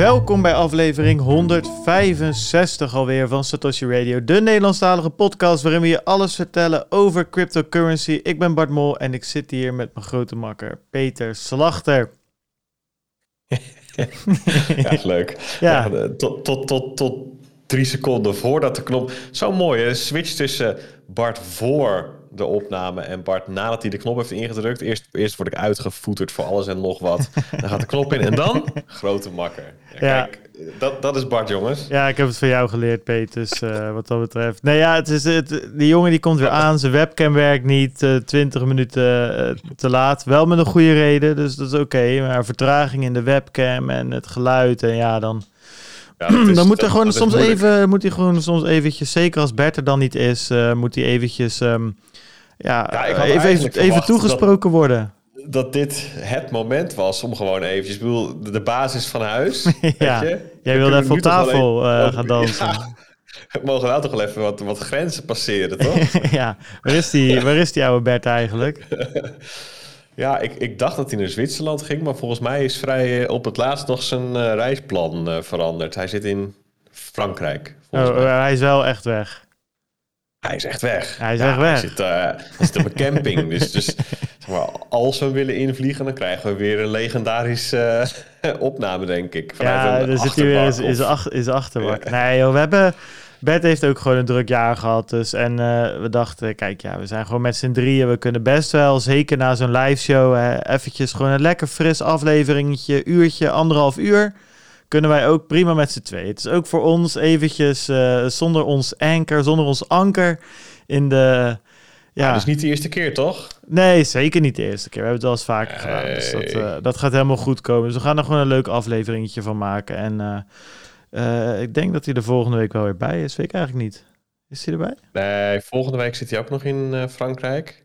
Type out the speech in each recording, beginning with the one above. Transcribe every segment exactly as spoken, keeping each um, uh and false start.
Welkom bij aflevering honderdvijfenzestig alweer van Satoshi Radio, de Nederlandstalige podcast waarin we je alles vertellen over cryptocurrency. Ik ben Bart Mol en ik zit hier met mijn grote makker Peter Slachter. Ja, leuk. Ja. Ja, de, tot, tot, tot, tot drie seconden voordat de knop... Zo mooi, hè? Switch tussen Bart voor de opname en Bart nadat hij de knop heeft ingedrukt. Eerst, eerst word ik uitgevoeterd voor alles en nog wat. Dan gaat de knop in en dan grote makker. Ja, Ja. Kijk, dat, dat is Bart, jongens. Ja, ik heb het van jou geleerd, Peter, dus, uh, wat dat betreft. Nee, ja, het is, het, die jongen die komt weer aan, zijn webcam werkt niet, uh, twintig minuten uh, te laat. Wel met een goede reden, dus dat is oké. Okay, maar vertraging in de webcam en het geluid en ja, dan... Ja, is, dan moet dat, er gewoon soms even, moet hij gewoon soms eventjes, zeker als Bert er dan niet is, uh, moet hij eventjes, um, ja, ja ik had even, even, even toegesproken dat, worden. Dat dit het moment was om gewoon eventjes, ik bedoel, de, de basis van huis, ja, weet je? Jij wilde even op tafel uh, gaan dansen. Ja, we mogen nou toch wel even wat, wat grenzen passeren, toch? Ja, waar is die, waar is die oude Bert eigenlijk? Ja, ik, ik dacht dat hij naar Zwitserland ging, maar volgens mij is vrij op het laatst nog zijn uh, reisplan uh, veranderd. Hij zit in Frankrijk. Oh, mij. Hij is wel echt weg. Hij is echt weg. Hij is ja, echt weg. Hij zit, uh, hij zit op een camping. dus dus zeg maar, als we hem willen invliegen, dan krijgen we weer een legendarische uh, opname, denk ik. Ja, dan zit hij weer in, in zijn ach, achterbak. Ja. Nee joh, we hebben... Bert heeft ook gewoon een druk jaar gehad. Dus. En uh, we dachten, kijk, ja, we zijn gewoon met z'n drieën. We kunnen best wel, zeker na zo'n live show, hè, eventjes gewoon een lekker fris afleveringetje, uurtje, anderhalf uur. Kunnen wij ook prima met z'n tweeën. Het is ook voor ons eventjes uh, zonder ons anker, zonder ons anker in de... Ja, ja, dus niet de eerste keer, toch? Nee, zeker niet de eerste keer. We hebben het wel eens vaker hey. gedaan. Dus dat, uh, dat gaat helemaal goed komen. Dus we gaan er gewoon een leuk afleveringetje van maken. En... Uh, Uh, ik denk dat hij er volgende week wel weer bij is. Weet ik eigenlijk niet. Is hij erbij? Nee, volgende week zit hij ook nog in uh, Frankrijk.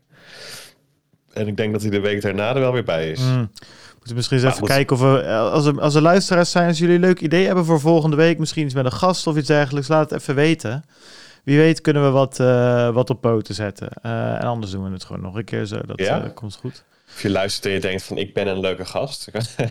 En ik denk dat hij de week daarna er wel weer bij is. Mm. Moeten we misschien eens even moet... kijken of we... Als er, als er luisteraars zijn, als jullie een leuk idee hebben voor volgende week, misschien iets met een gast of iets dergelijks, laat het even weten. Wie weet kunnen we wat, uh, wat op poten zetten. Uh, en anders doen we het gewoon nog een keer zo. Dat ja? uh, komt goed. Of je luistert en je denkt van, ik ben een leuke gast.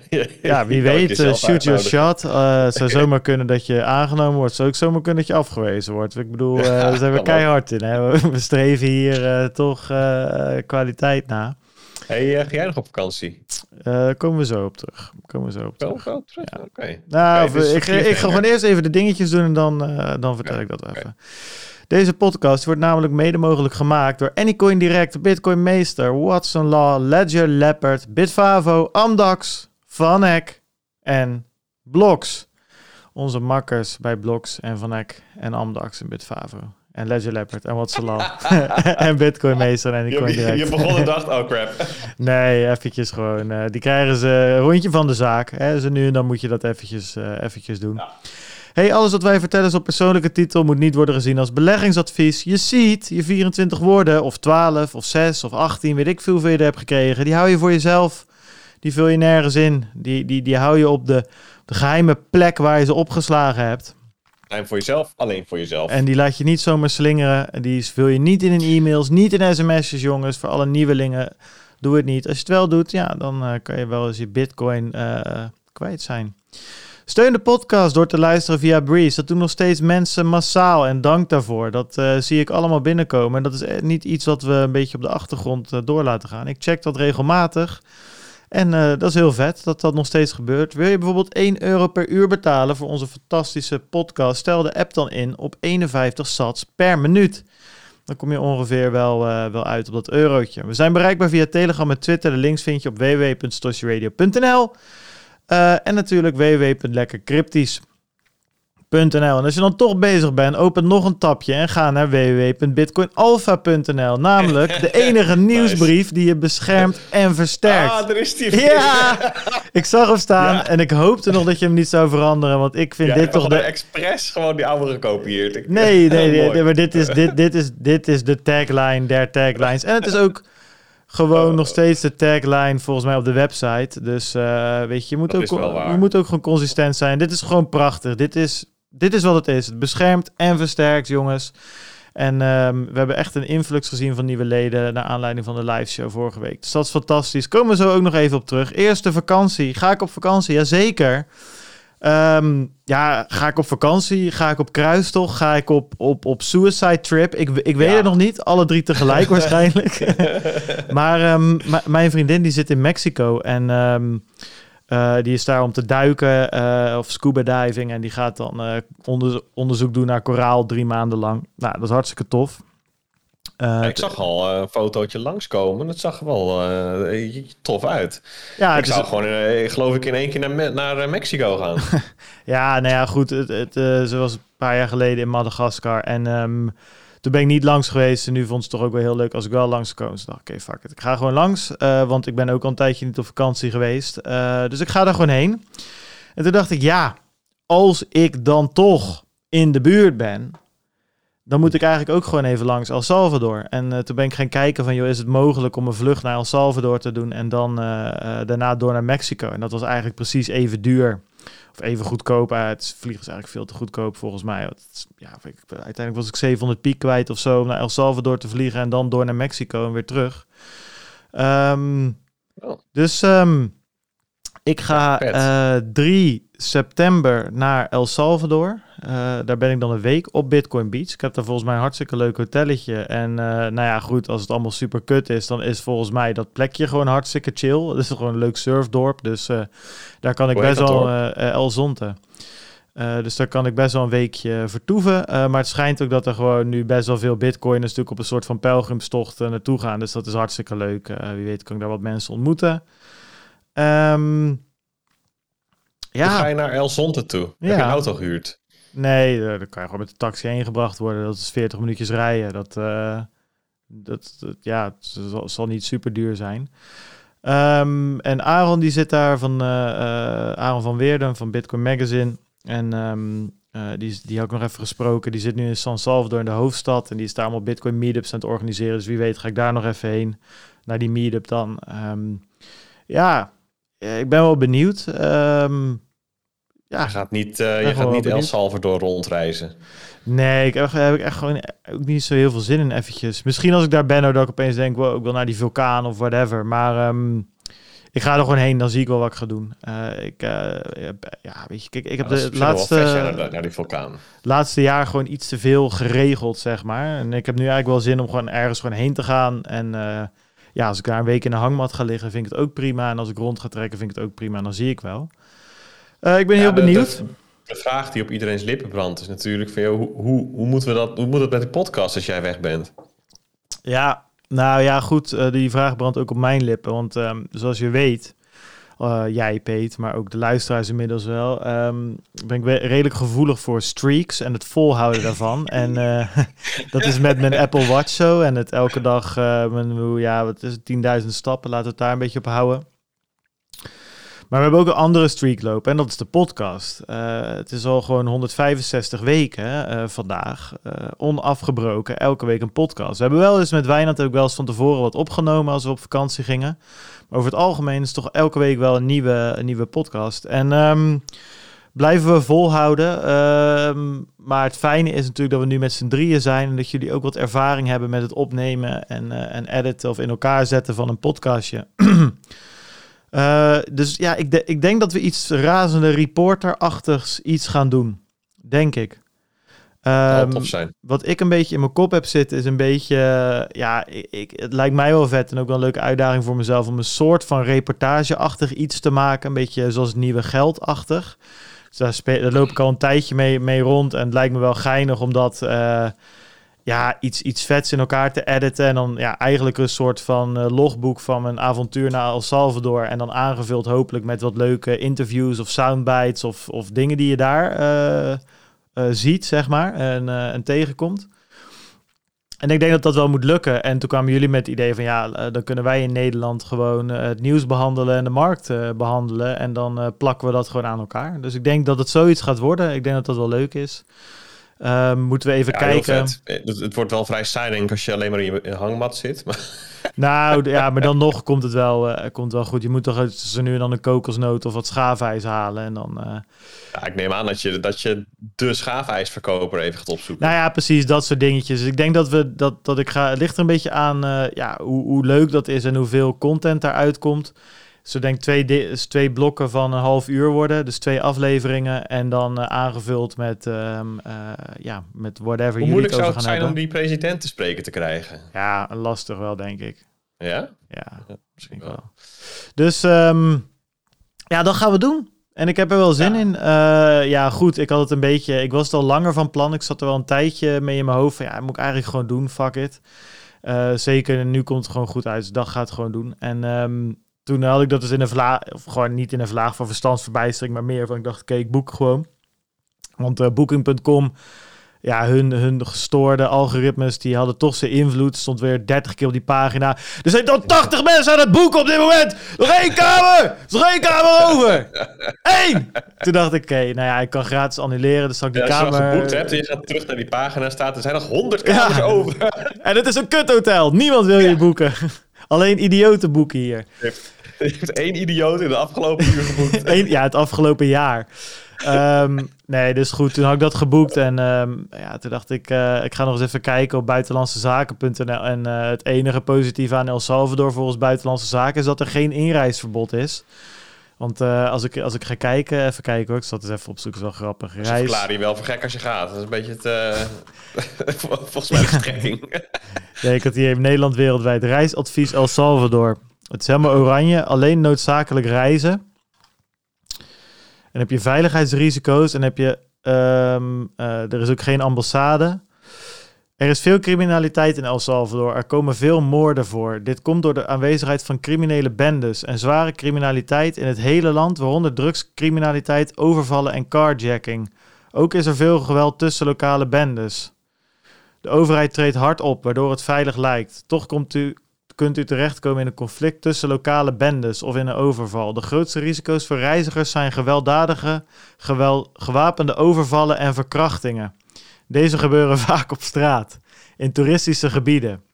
Ja, wie weet, uh, shoot your shot. Uh, het zou zomaar kunnen dat je aangenomen wordt. Het zou ook zomaar kunnen dat je afgewezen wordt. Ik bedoel, uh, daar zijn we keihard in. Hè? We streven hier uh, toch uh, kwaliteit na. Hey, uh, ga jij nog op vakantie? Uh, komen we zo op terug. Komen we zo op terug. Oh, terug? Ja. Oké. Okay. Nou, okay, dus ik, ik, ik ga gewoon eerst even de dingetjes doen en dan, uh, dan vertel ja, ik dat even. Okay. Deze podcast wordt namelijk mede mogelijk gemaakt door Anycoin Direct, Bitcoin Meester, Watson Law, Ledger Leopard, Bitfavo, Amdax, Van Eck en Blocks. Onze makkers bij Blocks en Van Eck en Amdax en Bitfavo. En Ledger Leopard en Watson Law. En Bitcoin Meester en Anycoin Direct. Je, je begon en dacht, oh crap. Nee, eventjes gewoon. Uh, die krijgen ze een rondje van de zaak. Hè? Dus nu en dan moet je dat eventjes, uh, eventjes doen. Ja. Hey, alles wat wij vertellen is op persoonlijke titel, moet niet worden gezien als beleggingsadvies. Je ziet, je vierentwintig woorden, of twaalf, of zes, of achttien, weet ik veel hoeveel je er hebt gekregen. Die hou je voor jezelf. Die vul je nergens in. Die, die, die hou je op de, de geheime plek waar je ze opgeslagen hebt. Alleen voor jezelf, alleen voor jezelf. En die laat je niet zomaar slingeren. Die vul je niet in in e-mails, niet in sms'jes, jongens. Voor alle nieuwelingen, doe het niet. Als je het wel doet, ja, dan uh, kan je wel eens je bitcoin uh, kwijt zijn. Steun de podcast door te luisteren via Breeze. Dat doen nog steeds mensen massaal en dank daarvoor. Dat uh, zie ik allemaal binnenkomen. En dat is niet iets wat we een beetje op de achtergrond uh, door laten gaan. Ik check dat regelmatig. En uh, dat is heel vet dat dat nog steeds gebeurt. Wil je bijvoorbeeld één euro per uur betalen voor onze fantastische podcast? Stel de app dan in op eenenvijftig sats per minuut. Dan kom je ongeveer wel, uh, wel uit op dat eurotje. We zijn bereikbaar via Telegram en Twitter. De links vind je op w w w punt satoshi radio punt n l. Uh, en natuurlijk w w w punt lekker cryptisch punt n l. En als je dan toch bezig bent, open nog een tabje en ga naar w w w punt bitcoin alpha punt n l. Namelijk de enige nieuwsbrief die je beschermt en versterkt. Ah, daar is die. Ja, ik zag hem staan ja. En ik hoopte nog dat je hem niet zou veranderen, want ik vind ja, dit ik toch de... expres gewoon die oude gekopieerd. Ik... Nee, nee, nee, nee, maar dit is, dit, dit, is, dit is de tagline der taglines. En het is ook... Gewoon oh. nog steeds de tagline volgens mij op de website. Dus uh, weet je, je moet ook, je moet ook gewoon consistent zijn. Dit is gewoon prachtig. Dit is, dit is wat het is. Het beschermt en versterkt, jongens. En um, we hebben echt een influx gezien van nieuwe leden naar aanleiding van de live show vorige week. Dus dat is fantastisch. Komen we zo ook nog even op terug. Eerste vakantie. Ga ik op vakantie? Jazeker. Um, ja, ga ik op vakantie? Ga ik op kruistocht? Ga ik op, op, op suicide trip? Ik, ik weet ja. het nog niet. Alle drie tegelijk waarschijnlijk. maar um, m- mijn vriendin die zit in Mexico. En um, uh, die is daar om te duiken uh, of scuba diving. En die gaat dan uh, onder, onderzoek doen naar koraal drie maanden lang. Nou, dat is hartstikke tof. Uh, ja, ik zag al een fotootje langskomen. Dat zag er wel uh, tof uit. Ja, ik zou is... gewoon, uh, geloof ik, in één keer naar, Me- naar Mexico gaan. ja, nou ja, goed. Het, het, uh, ze was een paar jaar geleden in Madagaskar. En um, toen ben ik niet langs geweest. En nu vond ze het toch ook wel heel leuk als ik wel langs kwam. Dus dacht ik, oké, okay, fuck it. Ik ga gewoon langs. Uh, want ik ben ook al een tijdje niet op vakantie geweest. Uh, dus ik ga daar gewoon heen. En toen dacht ik, ja, als ik dan toch in de buurt ben... dan moet ik eigenlijk ook gewoon even langs El Salvador. En uh, toen ben ik gaan kijken van, joh, is het mogelijk om een vlucht naar El Salvador te doen en dan uh, uh, daarna door naar Mexico? En dat was eigenlijk precies even duur of even goedkoop. Uh, het vliegen is eigenlijk veel te goedkoop volgens mij. Het, ja, ik, uiteindelijk was ik zevenhonderd piek kwijt of zo om naar El Salvador te vliegen en dan door naar Mexico en weer terug. Um, oh. Dus um, ik ga uh, drie september naar El Salvador. Uh, daar ben ik dan een week op Bitcoin Beach. Ik heb daar volgens mij een hartstikke leuk hotelletje. En uh, nou ja, goed, als het allemaal super kut is, dan is volgens mij dat plekje gewoon hartstikke chill. Het is gewoon een leuk surfdorp. Dus uh, daar kan ik Hoe best wel... Uh, uh, El Zonte. Uh, dus daar kan ik best wel een weekje vertoeven. Uh, maar het schijnt ook dat er gewoon nu best wel veel bitcoiners natuurlijk op een soort van pelgrimstocht uh, naartoe gaan. Dus dat is hartstikke leuk. Uh, wie weet kan ik daar wat mensen ontmoeten. Um, ja. Hoe ga je naar El Zonte toe? Ja. Heb je een auto gehuurd? Nee, uh, daar kan je gewoon met de taxi heen gebracht worden. Dat is veertig minuutjes rijden. Dat, uh, dat, dat ja, het zal, zal niet super duur zijn. Um, en Aaron die zit daar van uh, uh, Aaron van Weerden van Bitcoin Magazine. En um, uh, die, die had ik nog even gesproken. Die zit nu in San Salvador in de hoofdstad. En die is daar allemaal Bitcoin meetups aan het organiseren. Dus wie weet ga ik daar nog even heen. Naar die meetup dan. Um, ja, ik ben wel benieuwd. Um, Ja, je gaat niet, uh, je gaat niet El Salvador rondreizen. Nee, ik heb, heb ik echt gewoon ook niet zo heel veel zin in eventjes. Misschien als ik daar ben, dat ik opeens denk, wow, ik wil naar die vulkaan of whatever. Maar um, ik ga er gewoon heen, dan zie ik wel wat ik ga doen. Uh, ik, uh, ja, weet je, kijk, ik heb ja, de laatste, wel naar, naar die vulkaan. laatste jaar gewoon iets te veel geregeld, zeg maar. En ik heb nu eigenlijk wel zin om gewoon ergens gewoon heen te gaan. En uh, ja, als ik daar een week in de hangmat ga liggen, vind ik het ook prima. En als ik rond ga trekken, vind ik het ook prima. En dan zie ik wel. Uh, ik ben ja, heel benieuwd. De, de, de vraag die op iedereen's lippen brandt is natuurlijk van, joh, hoe, hoe, hoe moeten we dat? Hoe moet het met de podcast als jij weg bent? Ja, nou ja, goed. Uh, die vraag brandt ook op mijn lippen. Want um, zoals je weet, uh, jij Peet, maar ook de luisteraars inmiddels wel, um, ben ik redelijk gevoelig voor streaks en het volhouden daarvan. En uh, dat is met mijn Apple Watch zo. En het elke dag, uh, mijn, ja, wat is het, tienduizend stappen, laten we het daar een beetje op houden. Maar we hebben ook een andere streak lopen en dat is de podcast. Uh, het is al gewoon honderdvijfenzestig weken uh, vandaag, uh, onafgebroken, elke week een podcast. We hebben wel eens met Wijnand ook wel eens van tevoren wat opgenomen als we op vakantie gingen. Maar over het algemeen is het toch elke week wel een nieuwe, een nieuwe podcast. En um, blijven we volhouden. Um, maar het fijne is natuurlijk dat we nu met z'n drieën zijn en dat jullie ook wat ervaring hebben met het opnemen en, uh, en editen of in elkaar zetten van een podcastje. Uh, dus ja, ik, de, ik denk dat we iets razende reporter-achtigs iets gaan doen. Denk ik. Um, tof zijn. Wat ik een beetje in mijn kop heb zitten is een beetje... Uh, ja, ik, ik, het lijkt mij wel vet en ook wel een leuke uitdaging voor mezelf om een soort van reportage-achtig iets te maken. Een beetje zoals het nieuwe geld-achtig. Dus daar, spe- daar loop ik al een tijdje mee, mee rond en het lijkt me wel geinig omdat... Uh, ja, iets, iets vets in elkaar te editen. En dan ja, eigenlijk een soort van uh, logboek van mijn avontuur naar El Salvador. En dan aangevuld hopelijk met wat leuke interviews of soundbites of, of dingen die je daar uh, uh, ziet, zeg maar. En, uh, en tegenkomt. En ik denk dat dat wel moet lukken. En toen kwamen jullie met het idee van ja, uh, dan kunnen wij in Nederland gewoon uh, het nieuws behandelen en de markt uh, behandelen. En dan uh, plakken we dat gewoon aan elkaar. Dus ik denk dat het zoiets gaat worden. Ik denk dat dat wel leuk is. Uh, moeten we even ja, kijken. Het, het wordt wel vrij saai, denk ik, als je alleen maar in je hangmat zit. Maar... Nou, ja, maar dan nog komt het wel, uh, komt wel goed. Je moet toch zo nu en dan een kokosnoot of wat schaafijs halen. En dan, uh... ja, ik neem aan dat je, dat je de schaafijsverkoper even gaat opzoeken. Nou ja, precies, dat soort dingetjes. Dus ik denk dat we dat, dat ik ga. Het ligt er een beetje aan uh, ja, hoe, hoe leuk dat is en hoeveel content daaruit komt. zo denk twee, di- twee blokken van een half uur worden. Dus twee afleveringen en dan uh, aangevuld met, um, uh, ja, met whatever Hoe jullie het moeilijk zou over het gaan zijn hebben. om die president te spreken te krijgen? Ja, lastig wel, denk ik. Ja? Ja, Ja, misschien wel. wel. Dus um, ja, dat gaan we doen. En ik heb er wel zin ja. in. Uh, ja, goed, ik had het een beetje... Ik was het al langer van plan. Ik zat er wel een tijdje mee in mijn hoofd van... Ja, dat moet ik eigenlijk gewoon doen. Fuck it. Uh, zeker, nu komt het gewoon goed uit. Dus dat gaat het gewoon doen. En um, toen had ik dat dus in een vlaag... Of gewoon niet in een vlaag van verstandsverbijstering... maar meer van, ik dacht, oké, okay, ik boek gewoon. Want uh, booking punt com... Ja, hun, hun gestoorde algoritmes, die hadden toch zijn invloed. Stond weer dertig keer op die pagina. Er zijn dan tachtig mensen aan het boeken op dit moment. Nog één kamer! Er is nog één kamer over! Eén! Toen dacht ik, oké, okay, nou ja, ik kan gratis annuleren. Dus zal ik die ja, kamer... Als je geboekt hebt en je gaat terug naar die pagina, staat er zijn nog honderd kamers ja. over. En het is een kuthotel. Niemand wil je ja. boeken. Alleen idioten boeken hier. Je hebt één idioot in de afgelopen uur geboekt. Eén, ja, het afgelopen jaar. Um, nee, dus goed, toen had ik dat geboekt en um, ja, toen dacht ik, uh, ik ga nog eens even kijken op buitenlandse zaken punt n l en uh, het enige positieve aan El Salvador volgens Buitenlandse Zaken is dat er geen inreisverbod is. Want uh, als, ik, als ik ga kijken, even kijken hoor, ik zat eens even op zoek, is wel grappig. Reis... Ze verklaren je wel voor gek als je gaat, dat is een beetje het, uh, volgens mij de strekking. Ja, ik had hier even Nederland wereldwijd reisadvies El Salvador. Het is helemaal oranje, alleen noodzakelijk reizen. En heb je veiligheidsrisico's en heb je, um, uh, er is ook geen ambassade. Er is veel criminaliteit in El Salvador. Er komen veel moorden voor. Dit komt door de aanwezigheid van criminele bendes en zware criminaliteit in het hele land, waaronder drugscriminaliteit, overvallen en carjacking. Ook is er veel geweld tussen lokale bendes. De overheid treedt hard op, waardoor het veilig lijkt. Toch komt u... kunt u terechtkomen in een conflict tussen lokale bendes of in een overval. De grootste risico's voor reizigers zijn gewelddadige, gewel, gewapende overvallen en verkrachtingen. Deze gebeuren vaak op straat, in toeristische gebieden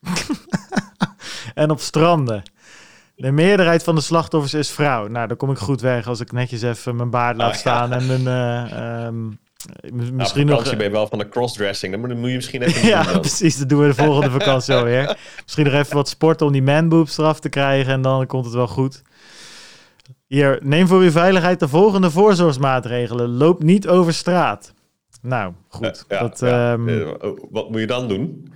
en op stranden. De meerderheid van de slachtoffers is vrouw. Nou, dan kom ik goed weg als ik netjes even mijn baard laat oh, staan ja. en mijn... Uh, um, Misschien nou, nog ben je wel van de crossdressing. Dan moet, dan moet je misschien even ja, doen. Precies. Dat doen we de volgende vakantie alweer. Misschien nog even wat sporten om die manboobs eraf te krijgen en dan komt het wel goed. Hier, neem voor uw veiligheid de volgende voorzorgsmaatregelen. Loop niet over straat. Nou, goed. Uh, ja, dat, ja. Um... Uh, wat moet je dan doen?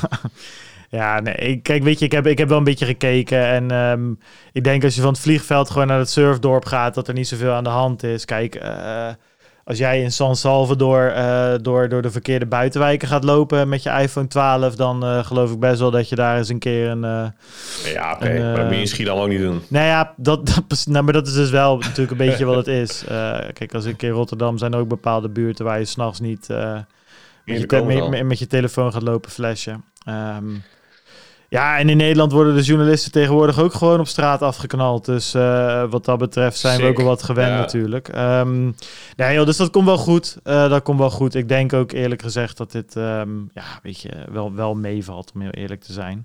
Ja, nee, kijk, weet je, ik heb, ik heb wel een beetje gekeken en um, ik denk als je van het vliegveld gewoon naar het surfdorp gaat, dat er niet zoveel aan de hand is. Kijk, uh, als jij in San Salvador uh, door, door de verkeerde buitenwijken gaat lopen met je iPhone twaalf, dan uh, geloof ik best wel dat je daar eens een keer een... Uh, ja, oké, okay, uh, maar dat moet je in Schiedam ook niet doen. Nou ja, dat, dat, nou, maar dat is dus wel natuurlijk een beetje wat het is. Uh, kijk, als ik in Rotterdam zijn er ook bepaalde buurten waar je s'nachts niet uh, met, je te, met, met, met je telefoon gaat lopen flashen. Um, Ja, en in Nederland worden de journalisten tegenwoordig ook gewoon op straat afgeknald. Dus uh, wat dat betreft zijn Sick. we ook al wat gewend ja. natuurlijk. Um, nee, joh, dus dat komt wel goed. Uh, dat komt wel goed. Ik denk ook eerlijk gezegd dat dit um, ja, weet je, wel, wel meevalt, om heel eerlijk te zijn.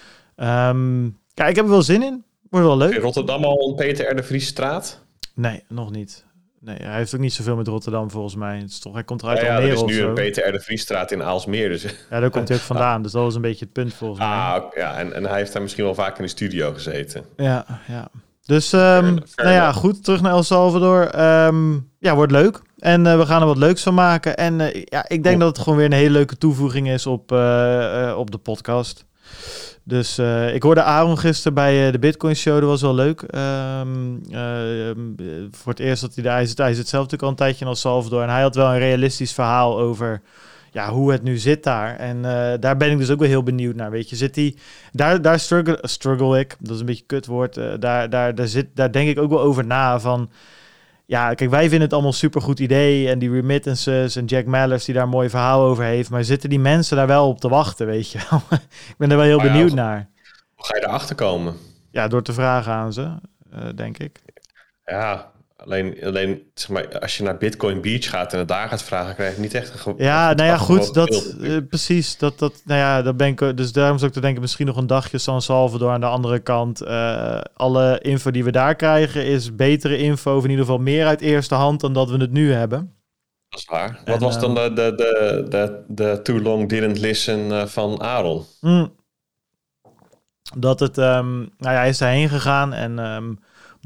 Um, kijk, ik heb er wel zin in. Wordt wel leuk. In Rotterdam al een Peter R. de Vries straat? Nee, nog niet. Nee, hij heeft ook niet zoveel met Rotterdam volgens mij. Het is toch, hij komt eruit ja, Almere ja, er of is nu zo. een Peter R. de Vriesstraat in Aalsmeer. Dus. Ja, daar komt hij ook vandaan. Dus dat was een beetje het punt volgens mij. Ah, ja, en, en hij heeft daar misschien wel vaak in de studio gezeten. Ja, ja. Dus, um, fair, fair nou ja, goed. Terug naar El Salvador. Um, ja, wordt leuk. En uh, we gaan er wat leuks van maken. En uh, ja, ik denk oh. dat het gewoon weer een hele leuke toevoeging is op, uh, uh, op de podcast. Dus uh, ik hoorde Aaron gisteren bij uh, de Bitcoin Show. Dat was wel leuk. Um, uh, um, voor het eerst dat hij daar... Hij zit, hij zit zelf natuurlijk al een tijdje in El Salvador. En hij had wel een realistisch verhaal over ja, hoe het nu zit daar. En uh, daar ben ik dus ook wel heel benieuwd naar. Weet je, zit hij... Daar, daar struggle, struggle ik. Dat is een beetje een kutwoord. Uh, daar, daar, daar, zit, daar denk ik ook wel over na van... Ja, kijk, wij vinden het allemaal een supergoed idee. En die remittances en Jack Mallers die daar een mooi verhaal over heeft. Maar zitten die mensen daar wel op te wachten, weet je wel? Ik ben er wel heel maar benieuwd ja, naar. Hoe ga je erachter komen? Ja, door te vragen aan ze, uh, denk ik. Ja, alleen, alleen zeg maar, als je naar Bitcoin Beach gaat en het daar gaat vragen, krijg je niet echt een... Ge- ja, nou ja, goed, dat, uh, precies. Dat, dat, nou ja, dat ben ik, dus daarom zou ik te denken, misschien nog een dagje San Salvador aan de andere kant. Uh, alle info die we daar krijgen is betere info, of in ieder geval meer uit eerste hand dan dat we het nu hebben. Dat is waar. Wat en, was dan de, de, de, de, de too long didn't listen uh, van Aaron? Mm, dat het, um, nou ja, hij is daarheen gegaan en... Um, op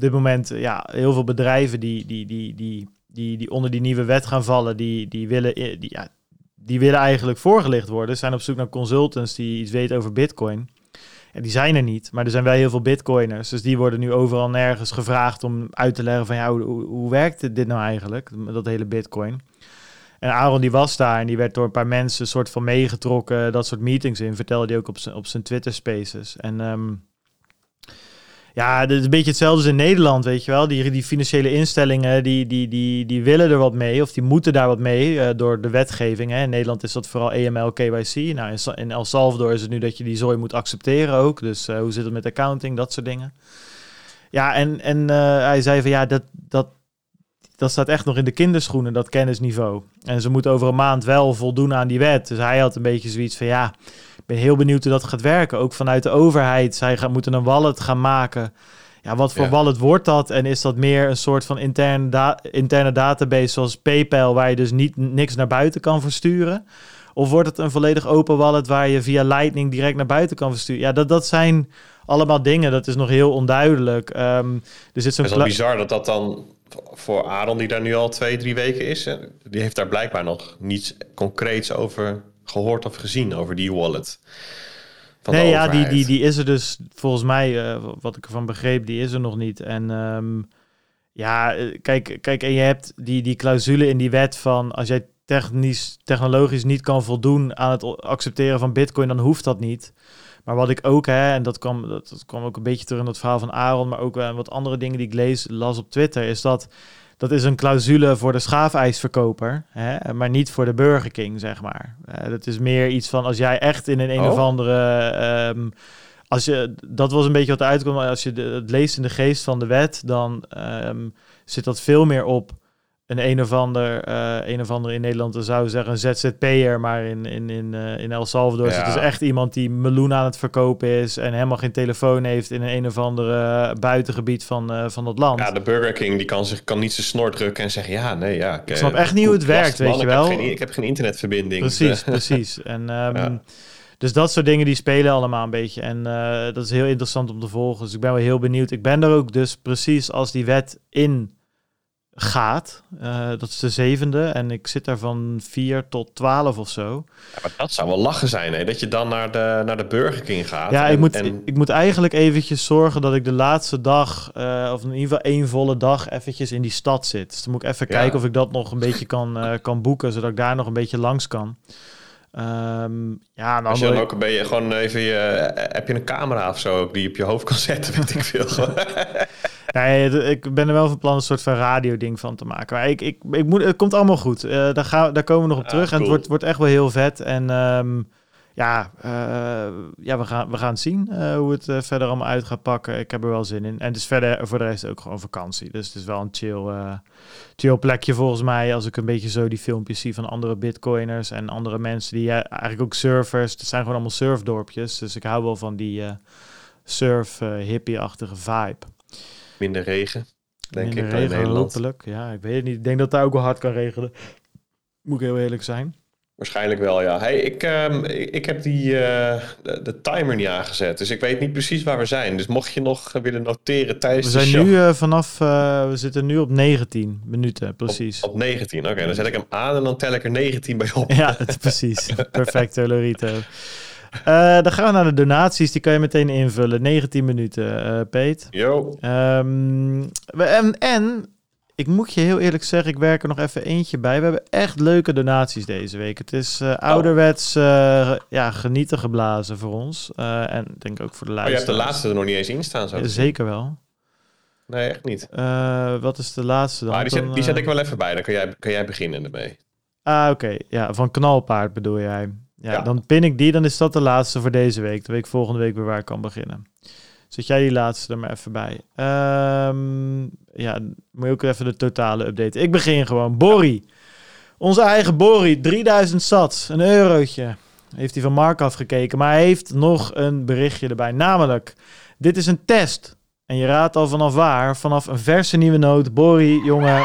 dit moment ja, heel veel bedrijven die, die, die, die, die, die onder die nieuwe wet gaan vallen, die, die, willen, die, ja, die willen eigenlijk voorgelicht worden. Ze zijn op zoek naar consultants die iets weten over Bitcoin. En die zijn er niet, maar er zijn wel heel veel Bitcoiners. Dus die worden nu overal nergens gevraagd om uit te leggen van ja, hoe, hoe, hoe werkt dit nou eigenlijk, dat hele Bitcoin. En Aaron die was daar en die werd door een paar mensen soort van meegetrokken, dat soort meetings in, vertelde hij ook op zijn, op zijn Twitter Spaces. En um, ja, het is een beetje hetzelfde als in Nederland, weet je wel. Die, die financiële instellingen, die, die, die, die willen er wat mee, of die moeten daar wat mee uh, door de wetgeving. Hè. In Nederland is dat vooral A M L, K Y C. Nou, in, in El Salvador is het nu dat je die zooi moet accepteren ook. Dus uh, hoe zit het met accounting, dat soort dingen. Ja, en, en uh, hij zei van ja, dat, dat, dat staat echt nog in de kinderschoenen, dat kennisniveau. En ze moeten over een maand wel voldoen aan die wet. Dus hij had een beetje zoiets van ja, ik ben heel benieuwd hoe dat gaat werken. Ook vanuit de overheid. Zij gaan, moeten een wallet gaan maken. Ja, wat voor ja. wallet wordt dat? En is dat meer een soort van interne, da- interne database zoals PayPal, waar je dus niet niks naar buiten kan versturen? Of wordt het een volledig open wallet waar je via Lightning direct naar buiten kan versturen? Ja, dat, dat zijn allemaal dingen. Dat is nog heel onduidelijk. Um, er zit zo'n het is wel kla- bizar dat dat dan voor Aaron, die daar nu al twee, drie weken is, hè, die heeft daar blijkbaar nog niets concreets over gehoord of gezien, over die wallet. Van nee, ja, die, die, die is er dus volgens mij, uh, wat ik ervan begreep, die is er nog niet. En um, ja, kijk, kijk, en je hebt die, die clausule in die wet van als jij technisch, technologisch niet kan voldoen aan het accepteren van Bitcoin, dan hoeft dat niet. Maar wat ik ook, hè, en dat kwam, dat, dat kwam ook een beetje terug in het verhaal van Aaron, maar ook uh, wat andere dingen die ik lees, las op Twitter, is dat dat is een clausule voor de schaafijsverkoper, hè, maar niet voor de Burger King, zeg maar. Uh, dat is meer iets van als jij echt in een een oh. of andere... Um, als je, dat was een beetje wat eruit kwam. Als je de, het leest in de geest van de wet, dan um, zit dat veel meer op een een of ander, uh, een of andere in Nederland zou zeggen een Z Z P'er, maar in, in, in, uh, in El Salvador ja. is het dus echt iemand die meloen aan het verkopen is en helemaal geen telefoon heeft in een een of andere buitengebied van, uh, van dat land. Ja, de Burger King die kan, zich, kan niet zijn snor drukken en zeggen ja, nee, ja. Ik, ik snap echt niet hoe het werkt, weet je wel. Ik heb geen, ik heb geen internetverbinding. Precies, precies. En, um, ja. Dus dat soort dingen die spelen allemaal een beetje. En uh, dat is heel interessant om te volgen. Dus ik ben wel heel benieuwd. Ik ben er ook dus precies als die wet in gaat. Uh, dat is de zevende. En ik zit daar van vier tot twaalf of zo. Ja, maar dat zou wel lachen zijn, hè? Dat je dan naar de, naar de Burger King gaat. Ja, en, ik, moet, en... ik moet eigenlijk eventjes zorgen dat ik de laatste dag, uh, of in ieder geval één volle dag, eventjes in die stad zit. Dus dan moet ik even ja. kijken of ik dat nog een beetje kan, uh, kan boeken, zodat ik daar nog een beetje langs kan. Um, ja, nou, als je dan ook ben je gewoon even je, heb je een camera of zo die je op je hoofd kan zetten, weet ik veel. Nee, ik ben er wel van plan een soort van radio ding van te maken. Maar ik, ik, ik moet, het komt allemaal goed. Uh, daar, gaan, daar komen we nog op terug. Ah, cool. En het wordt, wordt echt wel heel vet. En um, ja, uh, ja we, gaan, we gaan zien uh, hoe het uh, verder allemaal uit gaat pakken. Ik heb er wel zin in. En het is verder voor de rest ook gewoon vakantie. Dus het is wel een chill, uh, chill plekje volgens mij. Als ik een beetje zo die filmpjes zie van andere bitcoiners en andere mensen die uh, eigenlijk ook surfers. Het zijn gewoon allemaal surfdorpjes. Dus ik hou wel van die uh, surf uh, hippie-achtige vibe. Minder regen, denk Minder ik, regen, in Nederland. Hopelijk. Ja, ik weet het niet. Ik denk dat daar ook wel hard kan regenen. Moet ik heel eerlijk zijn. Waarschijnlijk wel, ja. Hey, ik, um, ik heb die, uh, de, de timer niet aangezet, dus ik weet niet precies waar we zijn. Dus mocht je nog uh, willen noteren tijdens we de zijn show... Nu uh, vanaf, uh, we zitten nu op negentien minuten, precies. Op, op negentien, oké. Okay, dan zet ik hem aan en dan tel ik er negentien bij op. Ja, het, precies. Perfecto, Lorito. Uh, dan gaan we naar de donaties. Die kan je meteen invullen. negentien minuten, uh, Peet. Yo. Um, en, en ik moet je heel eerlijk zeggen, ik werk er nog even eentje bij. We hebben echt leuke donaties deze week. Het is uh, ouderwets uh, ja, genieten geblazen voor ons. Uh, en ik denk ook voor de luisteraars. Oh, je hebt de laatste er nog niet eens in staan, zo. Ja, zeker wel. Nee, echt niet. Uh, wat is de laatste dan? Ah, die, zet, dan, die zet ik wel even bij. Dan kan jij, kan jij beginnen ermee. Ah, oké. Okay. Ja, van Knalpaard bedoel jij. Ja, ja, dan pin ik die, dan is dat de laatste voor deze week. De week volgende week weer waar ik kan beginnen. Zet jij die laatste er maar even bij. Um, ja, moet je ook even de totale update. Ik begin gewoon. Borrie. Onze eigen Borrie. drieduizend sats. Een eurotje. Heeft hij van Mark afgekeken. Maar hij heeft nog een berichtje erbij. Namelijk, dit is een test. En je raadt al vanaf waar. Vanaf een verse nieuwe noot. Borrie, jongen...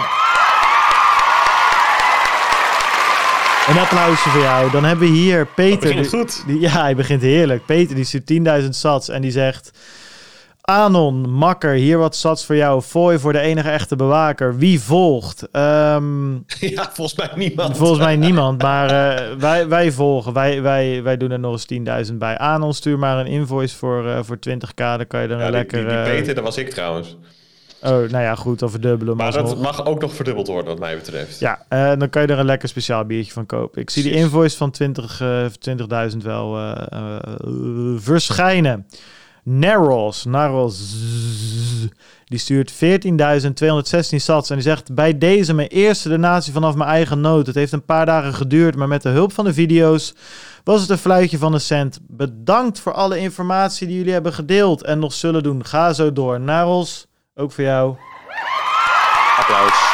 Een applausje voor jou. Dan hebben we hier Peter. Dat begint goed. Die, ja, hij begint heerlijk. Peter die stuurt tienduizend sats en die zegt... Anon, makker, hier wat sats voor jou. Fooi voor de enige echte bewaker. Wie volgt? Um, ja, volgens mij niemand. Volgens mij niemand, maar uh, wij, wij volgen. Wij, wij, wij doen er nog eens tienduizend bij. Anon, stuur maar een invoice voor, uh, voor twintig k. Dan kan je er ja, een die, lekker... Die, die uh, Peter, dat was ik trouwens. Oh, nou ja, goed, dan verdubbelen. Maar dat nog. mag ook nog verdubbeld worden, wat mij betreft. Ja, uh, dan kan je er een lekker speciaal biertje van kopen. Ik zie die invoice van twintig, uh, twintigduizend wel uh, uh, uh, verschijnen. Naros, Naros, die stuurt veertienduizend tweehonderdzestien sats en die zegt: bij deze mijn eerste donatie vanaf mijn eigen nood. Het heeft een paar dagen geduurd, maar met de hulp van de video's was het een fluitje van een cent. Bedankt voor alle informatie die jullie hebben gedeeld en nog zullen doen. Ga zo door. Naros, ook voor jou. Applaus.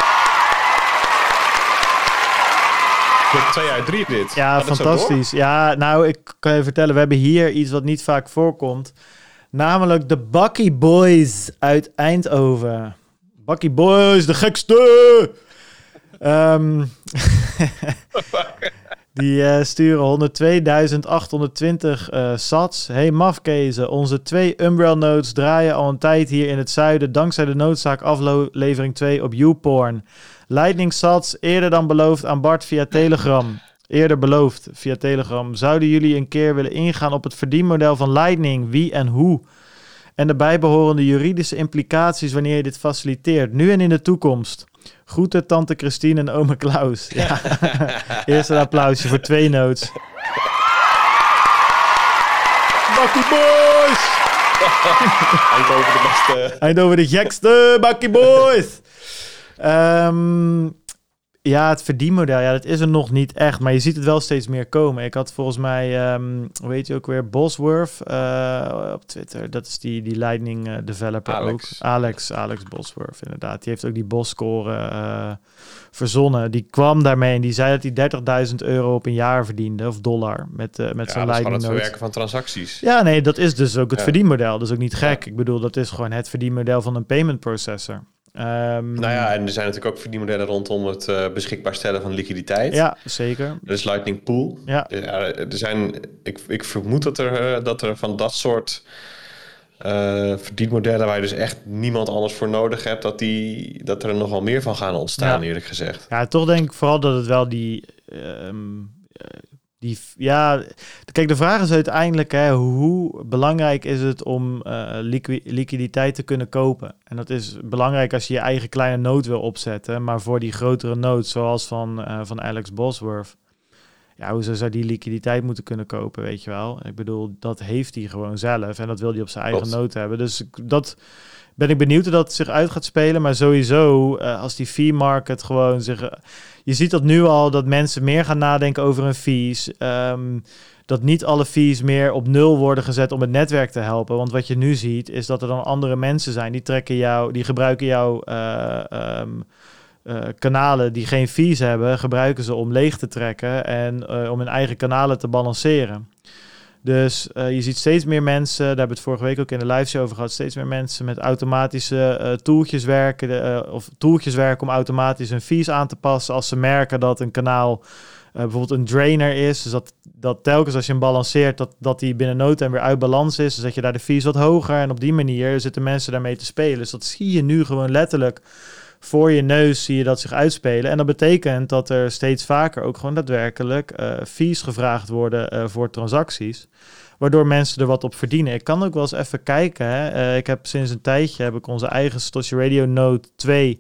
twee uit drie dit. Ja, Gaat fantastisch. Ja, nou, ik kan je vertellen, we hebben hier iets wat niet vaak voorkomt. Namelijk de Bucky Boys uit Eindhoven. Bucky Boys, de gekste! um, die uh, sturen honderdtweeduizend achthonderdtwintig uh, sats. Hey mafkezen, onze twee Umbrel notes draaien al een tijd hier in het zuiden dankzij de noodzaak aflevering twee op YouPorn. Lightning sats, eerder dan beloofd aan Bart via Telegram. Eerder beloofd via Telegram. Zouden jullie een keer willen ingaan op het verdienmodel van Lightning? Wie en hoe? En de bijbehorende juridische implicaties wanneer je dit faciliteert. Nu en in de toekomst. Groeten tante Christine en ome Klaus. Ja. Eerst een applausje voor twee notes. Bucky Boys! Eindhoven de beste. Eindhoven de gekste Bucky Boys! Um, ja, het verdienmodel, ja, dat is er nog niet echt, maar je ziet het wel steeds meer komen. Ik had volgens mij, um, hoe heet je ook weer, Bosworth uh, op Twitter. Dat is die, die Lightning uh, developer Alex. ook. Alex, Alex Bosworth, inderdaad. Die heeft ook die Bos-score uh, verzonnen. Die kwam daarmee en die zei dat hij dertigduizend euro op een jaar verdiende, of dollar, met, uh, met ja, zijn Lightning note. Ja, dat is gewoon het note. verwerken van transacties. Ja, nee, dat is dus ook het ja. verdienmodel. Dat is ook niet gek. Ja. Ik bedoel, dat is gewoon het verdienmodel van een payment processor. Um, nou ja, en er zijn natuurlijk ook verdienmodellen rondom het uh, beschikbaar stellen van liquiditeit. Ja, zeker. Dat is Lightning Pool. Ja. Ja, er zijn, ik, ik vermoed dat er, uh, dat er van dat soort uh, verdienmodellen waar je dus echt niemand anders voor nodig hebt, dat, die, dat er nogal meer van gaan ontstaan, ja. eerlijk gezegd. Ja, toch denk ik vooral dat het wel die... Um, Die, ja, kijk, de vraag is uiteindelijk, hè, hoe belangrijk is het om uh, liqui- liquiditeit te kunnen kopen? En dat is belangrijk als je je eigen kleine node wil opzetten, maar voor die grotere nodes, zoals van, uh, van Alex Bosworth, ja, hoe zou die liquiditeit moeten kunnen kopen, weet je wel? Ik bedoel, dat heeft hij gewoon zelf en dat wil hij op zijn eigen node hebben. Dus dat ben ik benieuwd hoe dat zich uit gaat spelen, maar sowieso, uh, als die fee market gewoon zich... Uh, je ziet dat nu al, dat mensen meer gaan nadenken over hun fees. Um, dat niet alle fees meer op nul worden gezet om het netwerk te helpen. Want wat je nu ziet, is dat er dan andere mensen zijn die trekken jou, die gebruiken jouw uh, um, uh, kanalen die geen fees hebben, gebruiken ze om leeg te trekken en uh, om hun eigen kanalen te balanceren. Dus uh, je ziet steeds meer mensen, daar hebben we het vorige week ook in de live show over gehad, steeds meer mensen met automatische uh, tooltjes werken, uh, of tooltjes werken om automatisch hun fees aan te passen als ze merken dat een kanaal uh, bijvoorbeeld een drainer is. Dus dat, dat telkens als je hem balanceert, dat, dat die binnen no time weer uit balans is. Dus zet je daar de fees wat hoger en op die manier zitten mensen daarmee te spelen. Dus dat zie je nu gewoon letterlijk voor je neus, zie je dat zich uitspelen. En dat betekent dat er steeds vaker ook gewoon daadwerkelijk uh, fees gevraagd worden uh, voor transacties. Waardoor mensen er wat op verdienen. Ik kan ook wel eens even kijken. Hè. Uh, ik heb sinds een tijdje, heb ik onze eigen Satoshi Radio Node twee...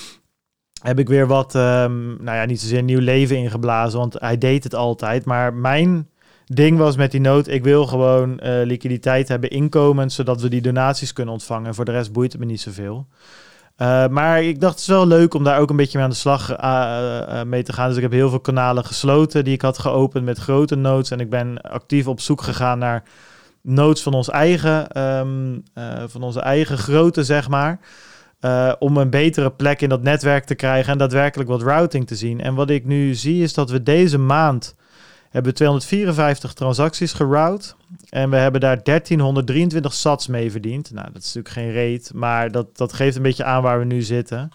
heb ik weer wat, um, nou ja, niet zozeer nieuw leven ingeblazen. Want hij deed het altijd. Maar mijn ding was met die node, ik wil gewoon uh, liquiditeit hebben, inkomen, zodat we die donaties kunnen ontvangen. Voor de rest boeit het me niet zoveel. Uh, maar ik dacht, het is wel leuk om daar ook een beetje mee aan de slag uh, uh, mee te gaan. Dus ik heb heel veel kanalen gesloten die ik had geopend met grote nodes. En ik ben actief op zoek gegaan naar nodes van ons eigen, um, uh, van onze eigen grootte, zeg maar. Uh, om een betere plek in dat netwerk te krijgen en daadwerkelijk wat routing te zien. En wat ik nu zie is dat we deze maand hebben tweehonderdvierenvijftig transacties geroute. En we hebben daar dertienhonderddrieëntwintig sats mee verdiend. Nou, dat is natuurlijk geen reet, maar dat, dat geeft een beetje aan waar we nu zitten.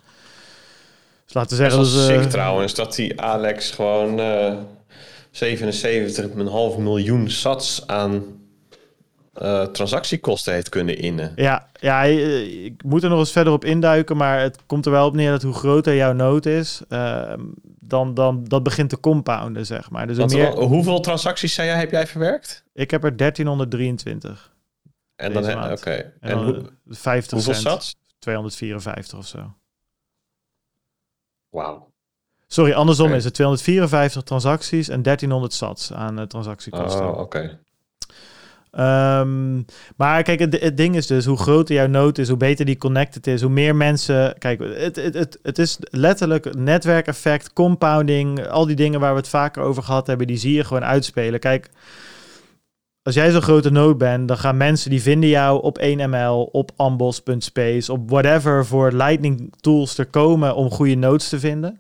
Dus laten we zeggen... Dat is dat, sick uh, trouwens, dat die Alex gewoon uh, zevenenzeventig komma vijf miljoen sats aan uh, transactiekosten heeft kunnen innen. Ja, ja, ik moet er nog eens verder op induiken, maar het komt er wel op neer dat hoe groter jouw node is, uh, dan, dan dat begint te compounden, zeg maar. Dus Want, meer... hoeveel transacties zei jij, heb jij verwerkt? Ik heb er dertienhonderddrieëntwintig. En dan, oké. Okay. En, en hoe, vijftig hoeveel cent, sats? tweehonderdvierenvijftig of zo. Wauw. Sorry, andersom okay. is het tweehonderdvierenvijftig transacties en dertienhonderd sats aan uh, transactiekosten. Oh, oké. Okay. Um, maar kijk, het, het ding is dus, hoe groter jouw node is, hoe beter die connected is, hoe meer mensen... Kijk, het, het, het, het is letterlijk netwerkeffect, compounding, al die dingen waar we het vaker over gehad hebben, die zie je gewoon uitspelen. Kijk, als jij zo'n grote node bent, dan gaan mensen die vinden jou op één M L, op ambos punt space, op whatever voor Lightning tools er komen om goede nodes te vinden.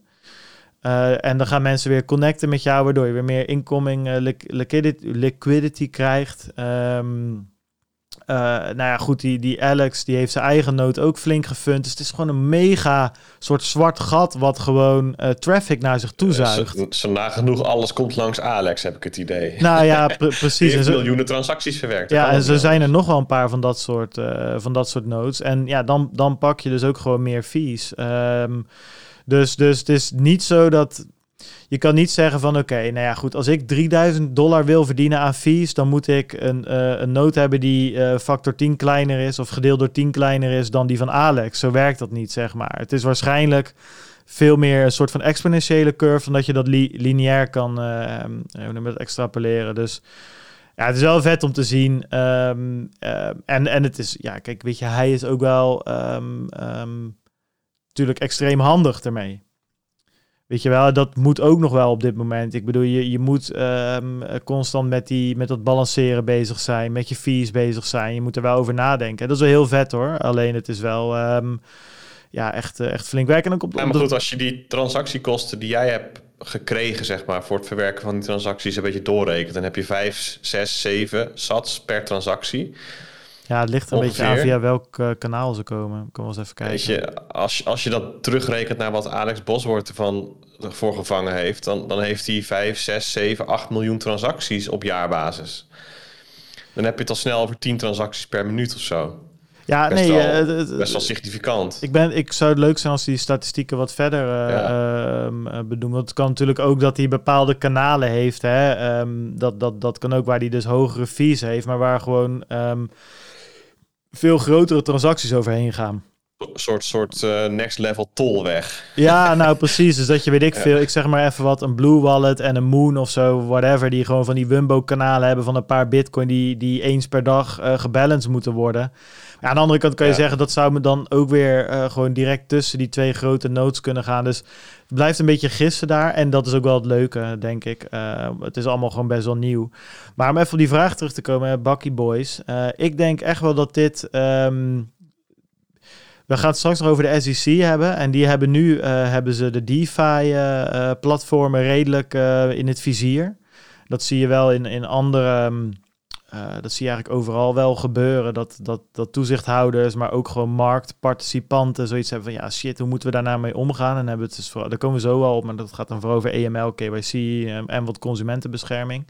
Uh, en dan gaan mensen weer connecten met jou, waardoor je weer meer incoming uh, liquidity, liquidity krijgt. Um, uh, nou ja, goed, die, die Alex, die heeft zijn eigen node ook flink gefund. Dus het is gewoon een mega soort zwart gat wat gewoon uh, traffic naar zich toezuigt. Uh, zo nagenoeg alles komt langs Alex, heb ik het idee. Nou ja, pre- precies. Die heeft miljoenen transacties verwerkt. Ja, en zo zijn er nog wel een paar van dat soort, uh, van dat soort nodes. En ja, dan, dan pak je dus ook gewoon meer fees. Um, Dus, dus het is niet zo dat... Je kan niet zeggen van oké, okay, nou ja goed, als ik drieduizend dollar wil verdienen aan fees, dan moet ik een, uh, een node hebben die uh, factor tien kleiner is of gedeeld door tien kleiner is dan die van Alex. Zo werkt dat niet, zeg maar. Het is waarschijnlijk veel meer een soort van exponentiële curve dan dat je dat li- lineair kan uh, hoe noem je dat, extrapoleren. Dus ja, het is wel vet om te zien. Um, uh, en, en het is, ja, kijk, weet je, hij is ook wel... Um, um, natuurlijk extreem handig ermee. Weet je wel, dat moet ook nog wel op dit moment. Ik bedoel, je, je moet um, constant met, die, met dat balanceren bezig zijn, met je fees bezig zijn. Je moet er wel over nadenken. Dat is wel heel vet hoor. Alleen het is wel um, ja, echt, echt flink werk. En dan komt ja, maar goed, als je die transactiekosten die jij hebt gekregen, zeg maar, voor het verwerken van die transacties een beetje doorrekent, dan heb je vijf, zes, zeven sats per transactie. Ja, het ligt er een beetje aan via welk uh, kanaal ze komen. Ik kan wel eens even kijken. Weet je, als, als je dat terugrekent naar wat Alex Bosworth ervan voor gevangen heeft, dan, dan heeft hij vijf, zes, zeven, acht miljoen transacties op jaarbasis. Dan heb je het al snel over tien transacties per minuut of zo. Ja, best nee, wel, uh, uh, best wel significant. Ik, ben, ik zou het leuk zijn als die statistieken wat verder uh, ja. uh, bedoelen. Want het kan natuurlijk ook dat hij bepaalde kanalen heeft. Hè? Um, dat, dat, dat kan ook waar hij dus hogere fees heeft, maar waar gewoon um, veel grotere transacties overheen gaan. Een soort, soort uh, next level tolweg. Ja, nou precies. Dus dat je, weet ik veel, ik zeg maar even wat, een Blue Wallet en een Moon of zo, whatever, die gewoon van die Wumbo-kanalen hebben van een paar bitcoin die, die eens per dag uh, gebalanced moeten worden. Ja, aan de andere kant kan je ja. zeggen, dat zou me dan ook weer uh, gewoon direct tussen die twee grote nodes kunnen gaan. Dus het blijft een beetje gissen daar. En dat is ook wel het leuke, denk ik. Uh, het is allemaal gewoon best wel nieuw. Maar om even op die vraag terug te komen, Bucky Boys. Uh, ik denk echt wel dat dit... Um, we gaan het straks nog over de S E C hebben. En die hebben nu uh, hebben ze de DeFi-platformen uh, redelijk uh, in het vizier. Dat zie je wel in, in andere... Um, Uh, dat zie je eigenlijk overal wel gebeuren. Dat, dat, dat toezichthouders, maar ook gewoon marktparticipanten zoiets hebben van ja, shit, hoe moeten we daar nou mee omgaan? En hebben het dus voor, daar komen we zo wel op, maar dat gaat dan vooral over E M L, K Y C um, en wat consumentenbescherming.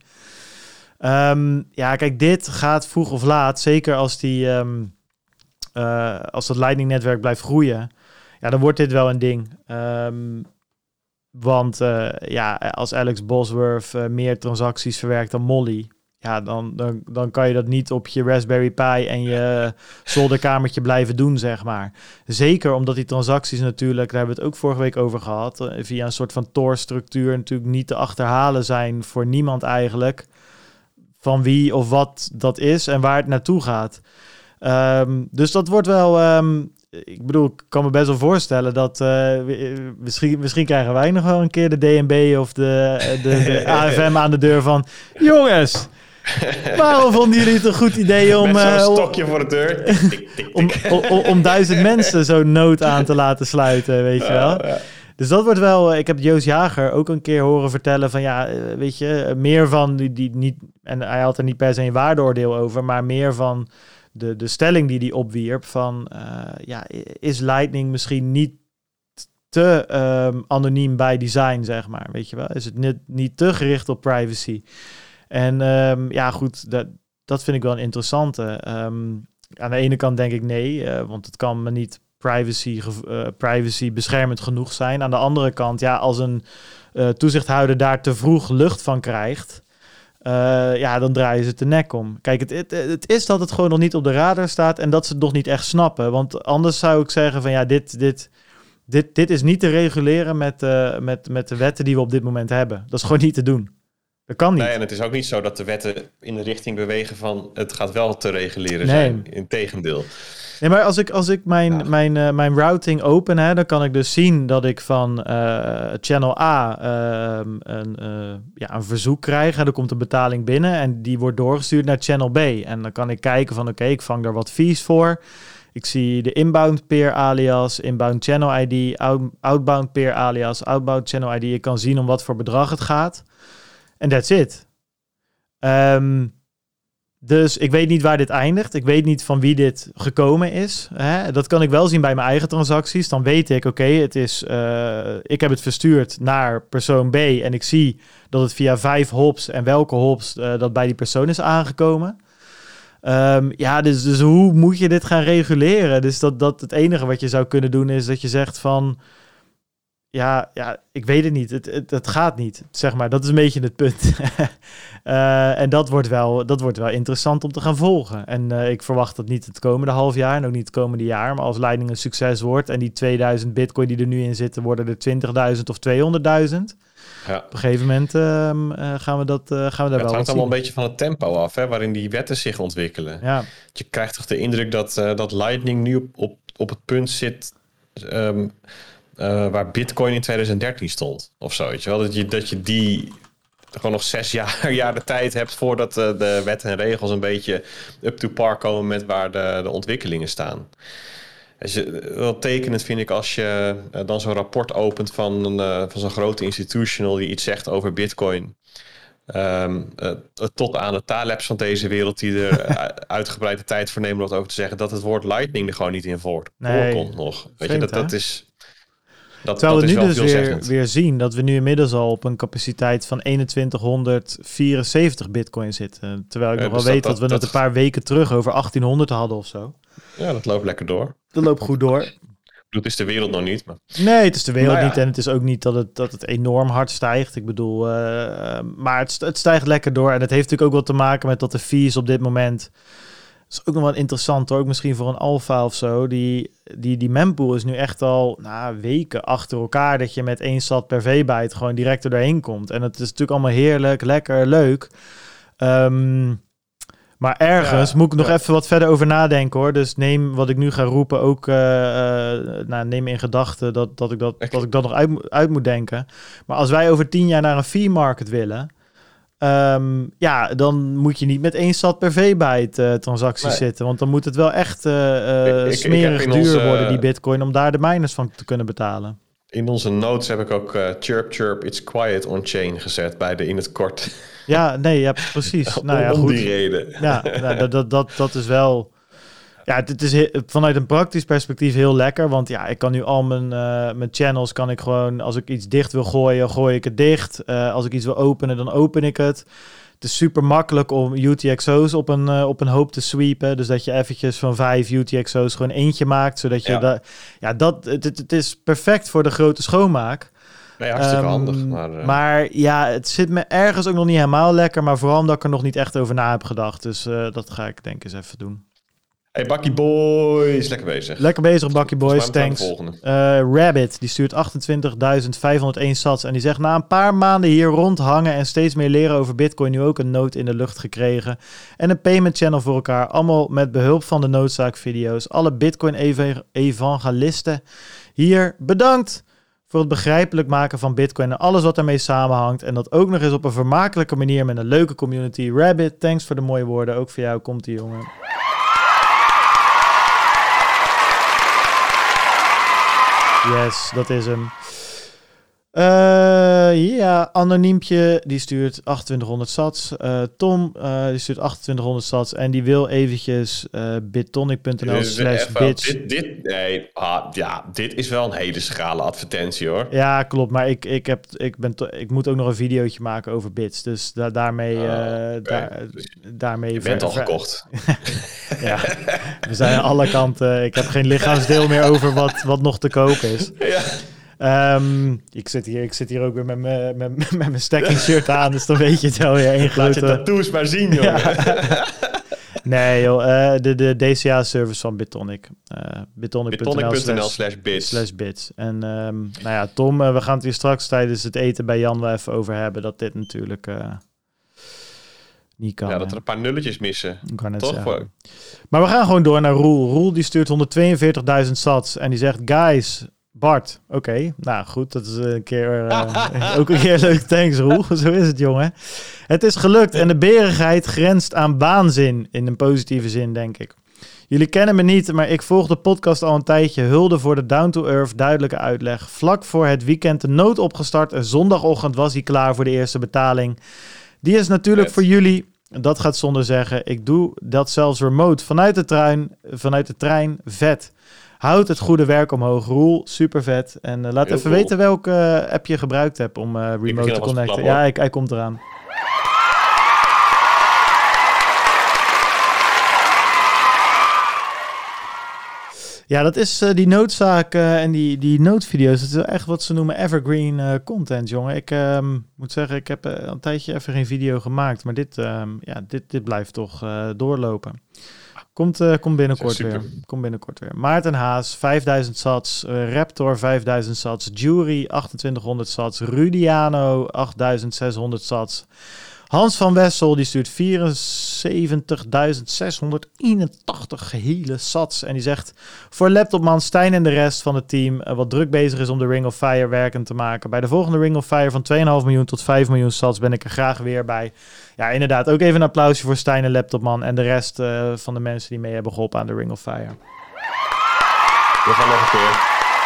Um, ja, kijk, dit gaat vroeg of laat, zeker als die um, uh, als dat Lightning-netwerk blijft groeien, ja, dan wordt dit wel een ding. Um, want uh, ja, als Alex Bosworth uh, meer transacties verwerkt dan Molly, ja, dan, dan, dan kan je dat niet op je Raspberry Pi en je zolderkamertje blijven doen, zeg maar. Zeker omdat die transacties natuurlijk, daar hebben we het ook vorige week over gehad, via een soort van Tor-structuur natuurlijk niet te achterhalen zijn voor niemand eigenlijk, van wie of wat dat is en waar het naartoe gaat. Um, dus dat wordt wel... Um, ik bedoel, ik kan me best wel voorstellen dat uh, misschien, misschien krijgen wij nog wel een keer de D N B of de, de, de A F M aan de deur van jongens, waarom vonden jullie het een goed idee om... Met zo'n uh, stokje voor de deur. Tik, tik, tik. om, om, om duizend mensen zo'n nood aan te laten sluiten, weet je wel. Uh, ja. Dus dat wordt wel... Ik heb Joost Jager ook een keer horen vertellen van ja, weet je, meer van die, die niet... En hij had er niet per se een waardeoordeel over, maar meer van de, de stelling die hij opwierp van uh, ja, is Lightning misschien niet te um, anoniem bij design, zeg maar, weet je wel. Is het niet, niet te gericht op privacy? En um, ja, goed, dat, dat vind ik wel een interessante. Um, aan de ene kant denk ik nee, uh, want het kan me niet privacy, uh, privacy beschermend genoeg zijn. Aan de andere kant, ja, als een uh, toezichthouder daar te vroeg lucht van krijgt, uh, ja, dan draaien ze het de nek om. Kijk, het, het, het is dat het gewoon nog niet op de radar staat en dat ze het nog niet echt snappen. Want anders zou ik zeggen van ja, dit, dit, dit, dit is niet te reguleren met, uh, met, met de wetten die we op dit moment hebben. Dat is gewoon niet te doen. Dat kan niet. Nee, en het is ook niet zo dat de wetten in de richting bewegen van het gaat wel te reguleren nee. zijn. Integendeel. Nee, maar als ik, als ik mijn, ja. mijn, uh, mijn routing open heb, dan kan ik dus zien dat ik van uh, channel A uh, een, uh, ja, een verzoek krijg. En er komt een betaling binnen en die wordt doorgestuurd naar channel B. En dan kan ik kijken van oké, okay, ik vang daar wat fees voor. Ik zie de inbound peer alias, inbound channel I D, out, outbound peer alias, outbound channel I D. Ik kan zien om wat voor bedrag het gaat. En that's it. Um, dus ik weet niet waar dit eindigt. Ik weet niet van wie dit gekomen is. Hè? Dat kan ik wel zien bij mijn eigen transacties. Dan weet ik, oké, okay, het is, uh, ik heb het verstuurd naar persoon B. En ik zie dat het via vijf hops en welke hops uh, dat bij die persoon is aangekomen. Um, ja, dus, dus hoe moet je dit gaan reguleren? Dus dat, dat het enige wat je zou kunnen doen is dat je zegt van... Ja, ja, ik weet het niet. Het, het, het gaat niet, zeg maar. Dat is een beetje het punt. uh, en dat wordt, wel, dat wordt wel interessant om te gaan volgen. En uh, ik verwacht dat niet het komende half jaar en ook niet het komende jaar. Maar als Lightning een succes wordt en die tweeduizend bitcoin die er nu in zitten, worden er twintigduizend of tweehonderdduizend. Ja. Op een gegeven moment uh, uh, gaan we, dat, uh, gaan we daar ja, wel Het hangt allemaal zien. een beetje van het tempo af, hè, waarin die wetten zich ontwikkelen. Ja. Je krijgt toch de indruk dat, uh, dat Lightning nu op, op, op het punt zit... Um, Uh, waar Bitcoin in twintig dertien stond, of zo. Weet je wel? Dat, je, dat je die gewoon nog zes jaar, jaar de tijd hebt voordat uh, de wetten en regels een beetje up to par komen met waar de, de ontwikkelingen staan. Als je, wel tekenend vind ik als je uh, dan zo'n rapport opent van, uh, van zo'n grote institutional die iets zegt over Bitcoin. Um, uh, tot aan de Talebs van deze wereld die er uitgebreide tijd voor nemen om dat over te zeggen, dat het woord Lightning er gewoon niet in voor, nee, voorkomt nog. Weet Vreemd, je, dat, dat is... Dat, Terwijl dat we is nu wel dus weer, weer zien dat we nu inmiddels al op een capaciteit van eenentwintighonderdvierenzeventig bitcoin zitten. Terwijl ik ja, nog wel dus weet dat, dat, dat we dat het een paar weken terug over achttienhonderd hadden of zo. Ja, dat loopt lekker door. Dat loopt goed door. Het is de wereld nog niet. Maar... Nee, het is de wereld nou ja. niet. En het is ook niet dat het, dat het enorm hard stijgt. Ik bedoel, uh, maar het, het stijgt lekker door. En het heeft natuurlijk ook wat te maken met dat de fees op dit moment... Dat is ook nog wel interessant hoor, ook misschien voor een alpha of zo. Die, die, die mempool is nu echt al nou, weken achter elkaar dat je met één sat per V-byte gewoon direct er doorheen komt. En het is natuurlijk allemaal heerlijk, lekker, leuk. Um, maar ergens ja, moet ik nog ja. even wat verder over nadenken hoor. Dus neem wat ik nu ga roepen ook, uh, uh, nou, neem in gedachten dat, dat, ik dat, dat ik dat nog uit, uit moet denken. Maar als wij over tien jaar naar een fee market willen... Um, ja, dan moet je niet met één sat per V-byte uh, transacties nee. zitten. Want dan moet het wel echt uh, uh, ik, ik, smerig ik duur onze, worden, die bitcoin, om daar de miners van te kunnen betalen. In onze notes heb ik ook uh, chirp chirp it's quiet on chain gezet bij de in het kort. Ja, nee, ja, precies. nou, ja, om goed. die reden. Ja, nou, dat, dat, dat, dat is wel... Ja, het is he- vanuit een praktisch perspectief heel lekker. Want ja, ik kan nu al mijn, uh, mijn channels kan ik gewoon... Als ik iets dicht wil gooien, gooi ik het dicht. Uh, als ik iets wil openen, dan open ik het. Het is super makkelijk om U T X O's op een, uh, op een hoop te sweepen. Dus dat je eventjes van vijf U T X O's gewoon eentje maakt. Zodat je... Ja, da- ja dat, het, het is perfect voor de grote schoonmaak. Nee, hartstikke um, handig. Maar, uh... maar ja, het zit me ergens ook nog niet helemaal lekker. Maar vooral omdat ik er nog niet echt over na heb gedacht. Dus uh, dat ga ik denk ik eens even doen. Hey, Bakkie Boys, lekker bezig. Lekker bezig, Bakkie Boys, thanks. Uh, Rabbit, die stuurt achtentwintigduizend vijfhonderdéén sats en die zegt... Na een paar maanden hier rondhangen en steeds meer leren over Bitcoin... nu ook een noot in de lucht gekregen. En een payment channel voor elkaar. Allemaal met behulp van de noodzaakvideo's. Alle Bitcoin-evangelisten hier, bedankt voor het begrijpelijk maken van Bitcoin... en alles wat ermee samenhangt. En dat ook nog eens op een vermakelijke manier met een leuke community. Rabbit, thanks voor de mooie woorden. Ook voor jou komt die jongen. Yes, dat is hem. Uh, ja, Anoniempje, die stuurt achtentwintighonderd sats. Uh, Tom, uh, die stuurt achtentwintighonderd sats. En die wil eventjes uh, bitonic.nl slash bitch. Dit, dit, nee, ah, ja, dit is wel een hele schrale advertentie, hoor. Ja, klopt. Maar ik, ik, heb, ik, ben to- ik moet ook nog een videootje maken over bits. Dus da- daarmee... Uh, oh, okay. daar, daarmee Je bent ver, al gekocht. Ja, we zijn aan alle kanten. Ik heb geen lichaamsdeel meer over wat, wat nog te koop is. Ja. Um, ik, zit hier, ik zit hier ook weer met mijn, met, met mijn stacking shirt aan, dus dan weet je het wel weer. Één grote... Laat je tattoos maar zien, jongen. Ja. Nee, joh. Uh, de, de D C A-service van Bitonic. Uh, Bitonic.nl slash bits. Slash bits. En um, nou ja, Tom, uh, we gaan het hier straks tijdens het eten bij Jan wel even over hebben, dat dit natuurlijk uh, niet kan. Ja, dat hè. er een paar nulletjes missen. Ik kan het Toch? zeggen. Maar we gaan gewoon door naar Roel. Roel die stuurt honderdtweeënveertigduizend sats en die zegt, guys... Bart, oké. Okay. Nou goed, dat is een keer uh, ook een keer leuk. Thanks, Roel. Zo is het, jongen. Het is gelukt en de berigheid grenst aan waanzin. In een positieve zin, denk ik. Jullie kennen me niet, maar ik volg de podcast al een tijdje. Hulde voor de down-to-earth duidelijke uitleg. Vlak voor het weekend de nood opgestart en zondagochtend was hij klaar voor de eerste betaling. Die is natuurlijk Vet. Voor jullie. Dat gaat zonder zeggen. Ik doe dat zelfs remote vanuit de trein. Vanuit de trein. Vet. Houd het goede werk omhoog, Roel. Super vet. En uh, laat Heel even cool. weten welke uh, app je gebruikt hebt om uh, remote te connecten. Ja, ik, hij komt eraan. Ja, dat is uh, die noodzaak uh, en die, die noodvideo's. Dat is echt wat ze noemen evergreen uh, content, jongen. Ik uh, moet zeggen, ik heb uh, een tijdje even geen video gemaakt. Maar dit, uh, ja, dit, dit blijft toch uh, doorlopen. Komt, uh, komt binnenkort weer. Komt binnenkort weer. Maarten Haas, vijfduizend sats. Uh, Raptor, vijfduizend sats. Jury, achtentwintighonderd sats. Rudiano, achtduizend zeshonderd sats. Hans van Wessel, die stuurt vierenzeventigduizend zeshonderdeenentachtig gehele sats. En die zegt, voor laptopman Stijn en de rest van het team, uh, wat druk bezig is om de Ring of Fire werkend te maken. Bij de volgende Ring of Fire van twee komma vijf miljoen tot vijf miljoen sats ben ik er graag weer bij. Ja, inderdaad. Ook even een applausje voor Stijn en laptopman en de rest uh, van de mensen die mee hebben geholpen aan de Ring of Fire. We gaan nog een keer.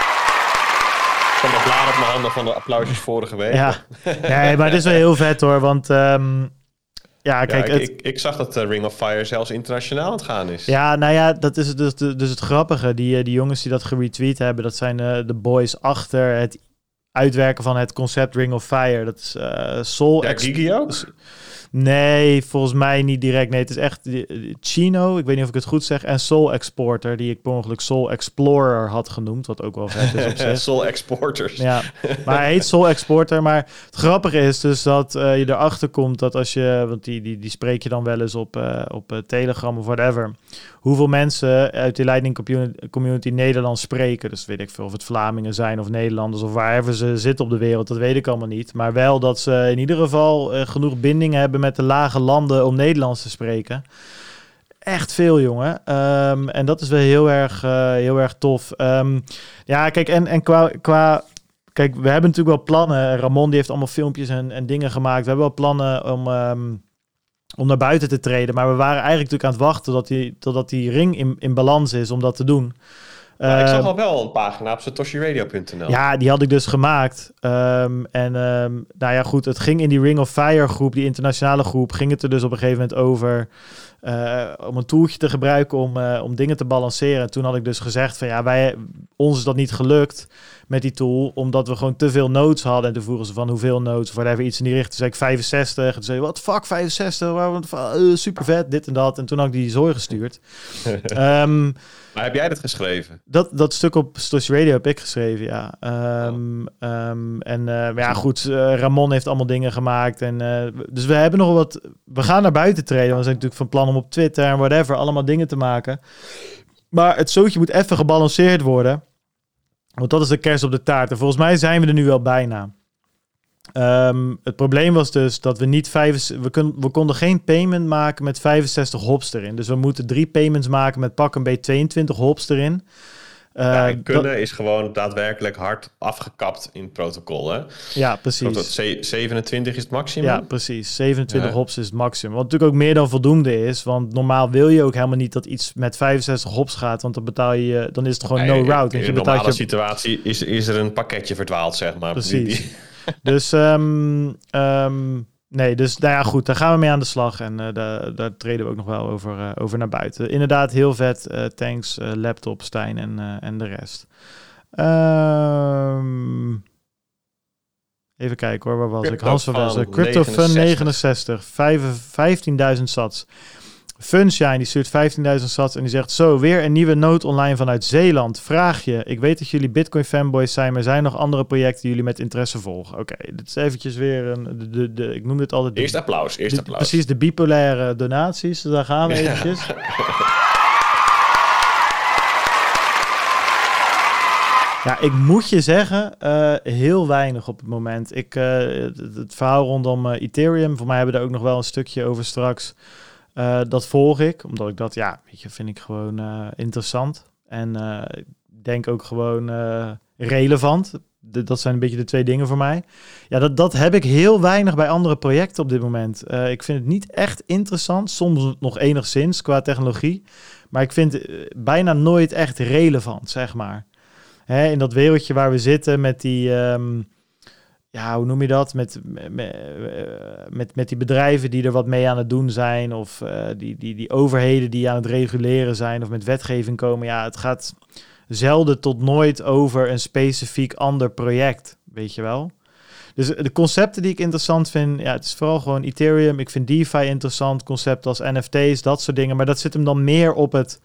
Ik kan nog blaren op mijn handen van de applausjes vorige week. Ja, nee, maar het is wel heel vet hoor, want um, ja, kijk... Ja, ik, het... ik, ik zag dat de Ring of Fire zelfs internationaal aan het gaan is. Ja, nou ja, dat is dus, dus het grappige. Die, die jongens die dat geretweet hebben, dat zijn uh, de boys achter het uitwerken van het concept Ring of Fire. Dat is uh, Soul... Ja, Ex- Gigi ook? Nee, volgens mij niet direct. Nee, het is echt Chino, ik weet niet of ik het goed zeg, en Soul Exporter, die ik per ongeluk Soul Explorer had genoemd, wat ook wel vet is op zich. Soul Exporters. Ja, maar hij heet Soul Exporter. Maar het grappige is dus dat uh, je erachter komt dat als je, want die, die, die spreek je dan wel eens op, uh, op uh, Telegram of whatever, hoeveel mensen uit die Lightning community, community Nederlands spreken. Dus weet ik veel of het Vlamingen zijn of Nederlanders of wherever ze zitten op de wereld, dat weet ik allemaal niet. Maar wel dat ze in ieder geval uh, genoeg binding hebben met de lage landen om Nederlands te spreken. Echt veel, jongen. Um, en dat is wel heel erg, uh, heel erg tof. Um, ja, kijk, en, en qua, qua... Kijk, we hebben natuurlijk wel plannen. Ramon die heeft allemaal filmpjes en, en dingen gemaakt. We hebben wel plannen om... Um, om naar buiten te treden. Maar we waren eigenlijk natuurlijk aan het wachten totdat die, totdat die ring in, in balans is om dat te doen. Ja, uh, ik zag al wel een pagina op satoshi radio punt n l. Ja, die had ik dus gemaakt. Um, en um, nou ja, goed, het ging in die Ring of Fire groep, die internationale groep, ging het er dus op een gegeven moment over uh, om een tooltje te gebruiken om, uh, om dingen te balanceren. En toen had ik dus gezegd van ja, wij, ons is dat niet gelukt met die tool, omdat we gewoon te veel nodes hadden. En toen vroegen ze van hoeveel nodes, of whatever, iets in die richting. Toen zei ik vijfenzestig. En toen zei wat fuck, vijfenzestig? Waarom, uh, super vet, dit en dat. En toen had ik die zooi gestuurd. um, Maar heb jij dat geschreven? Dat, dat stuk op Satoshi Radio heb ik geschreven, ja. Um, oh. um, en uh, ja, goed, uh, Ramon heeft allemaal dingen gemaakt. En, uh, dus we hebben nog wat... We gaan naar buiten treden. We zijn natuurlijk van plan om op Twitter en whatever allemaal dingen te maken. Maar het zootje moet even gebalanceerd worden. Want dat is de kers op de taart. En volgens mij zijn we er nu wel bijna. Um, het probleem was dus dat we niet... Vijf, we, kun, we konden geen payment maken met vijfenzestig hops erin. Dus we moeten drie payments maken met pak een beetje tweeëntwintig hops erin. Uh, ja, en kunnen dat, is gewoon daadwerkelijk hard afgekapt in het protocol, hè? Ja, precies. Dat zevenentwintig is het maximum? Ja, precies. zevenentwintig ja. hops is het maximum. Wat natuurlijk ook meer dan voldoende is. Want normaal wil je ook helemaal niet dat iets met vijfenzestig hops gaat. Want dan betaal je, dan is het gewoon nee, no route. In een normale je... situatie is, is er een pakketje verdwaald, zeg maar. Precies. Die, die... dus, um, um, nee, dus nou ja, goed. Daar gaan we mee aan de slag. En uh, daar, daar treden we ook nog wel over, uh, over naar buiten. Inderdaad, heel vet. Uh, thanks, uh, laptop, Stijn en, uh, en de rest. Um, even kijken hoor, waar was Crypto ik? Hans van Wessen. CryptoFun negenenzestig. vijftienduizend sats. Funshine, die stuurt vijftienduizend sats en die zegt... Zo, weer een nieuwe note online vanuit Zeeland. Vraag je. Ik weet dat jullie Bitcoin fanboys zijn... maar zijn er nog andere projecten die jullie met interesse volgen? Oké, okay, dit is eventjes weer een... De, de, de, ik noem dit altijd... De, eerst applaus, eerst de, applaus. Precies, de bipolaire donaties. Dus daar gaan we eventjes. Ja. Ja, ik moet je zeggen, uh, heel weinig op het moment. Ik, uh, het, het verhaal rondom uh, Ethereum, voor mij hebben we daar ook nog wel een stukje over straks. Uh, dat volg ik, omdat ik dat, ja, weet je, vind ik gewoon uh, interessant. En uh, ik denk ook gewoon uh, relevant. De, dat zijn een beetje de twee dingen voor mij. Ja, dat, dat heb ik heel weinig bij andere projecten op dit moment. Uh, ik vind het niet echt interessant, soms nog enigszins qua technologie. Maar ik vind het uh, bijna nooit echt relevant, zeg maar. Hè, in dat wereldje waar we zitten met die, um, ja, hoe noem je dat? Met, met, met, met die bedrijven die er wat mee aan het doen zijn. Of uh, die, die, die overheden die aan het reguleren zijn. Of met wetgeving komen. Ja, het gaat zelden tot nooit over een specifiek ander project. Weet je wel? Dus de concepten die ik interessant vind. Ja, het is vooral gewoon Ethereum. Ik vind DeFi interessant. Concepten als N F T's, dat soort dingen. Maar dat zit hem dan meer op het...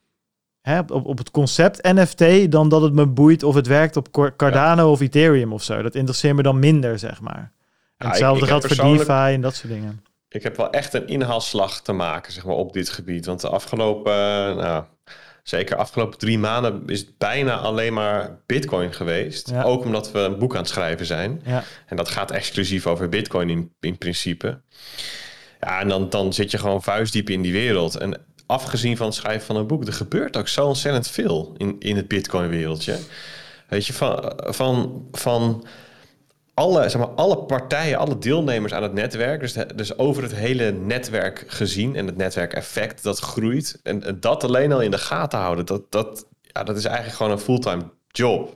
Hè, op, op het concept N F T dan dat het me boeit of het werkt op Cardano ja. of Ethereum of zo. Dat interesseert me dan minder, zeg maar. En ja, hetzelfde geldt voor DeFi en dat soort dingen. Ik heb wel echt een inhaalslag te maken, zeg maar, op dit gebied. Want de afgelopen, uh, nou, zeker afgelopen drie maanden is het bijna alleen maar Bitcoin geweest. Ja. Ook omdat we een boek aan het schrijven zijn. Ja. En dat gaat exclusief over Bitcoin in, in principe. Ja, en dan, dan zit je gewoon vuistdiep in die wereld. En afgezien van het schrijven van een boek, er gebeurt ook zo ontzettend veel in, in het Bitcoin-wereldje. Weet je, van, van, van alle, zeg maar, alle partijen, alle deelnemers aan het netwerk, dus, dus over het hele netwerk gezien en het netwerkeffect dat groeit. En, en dat alleen al in de gaten houden, dat, dat, ja, dat is eigenlijk gewoon een fulltime job.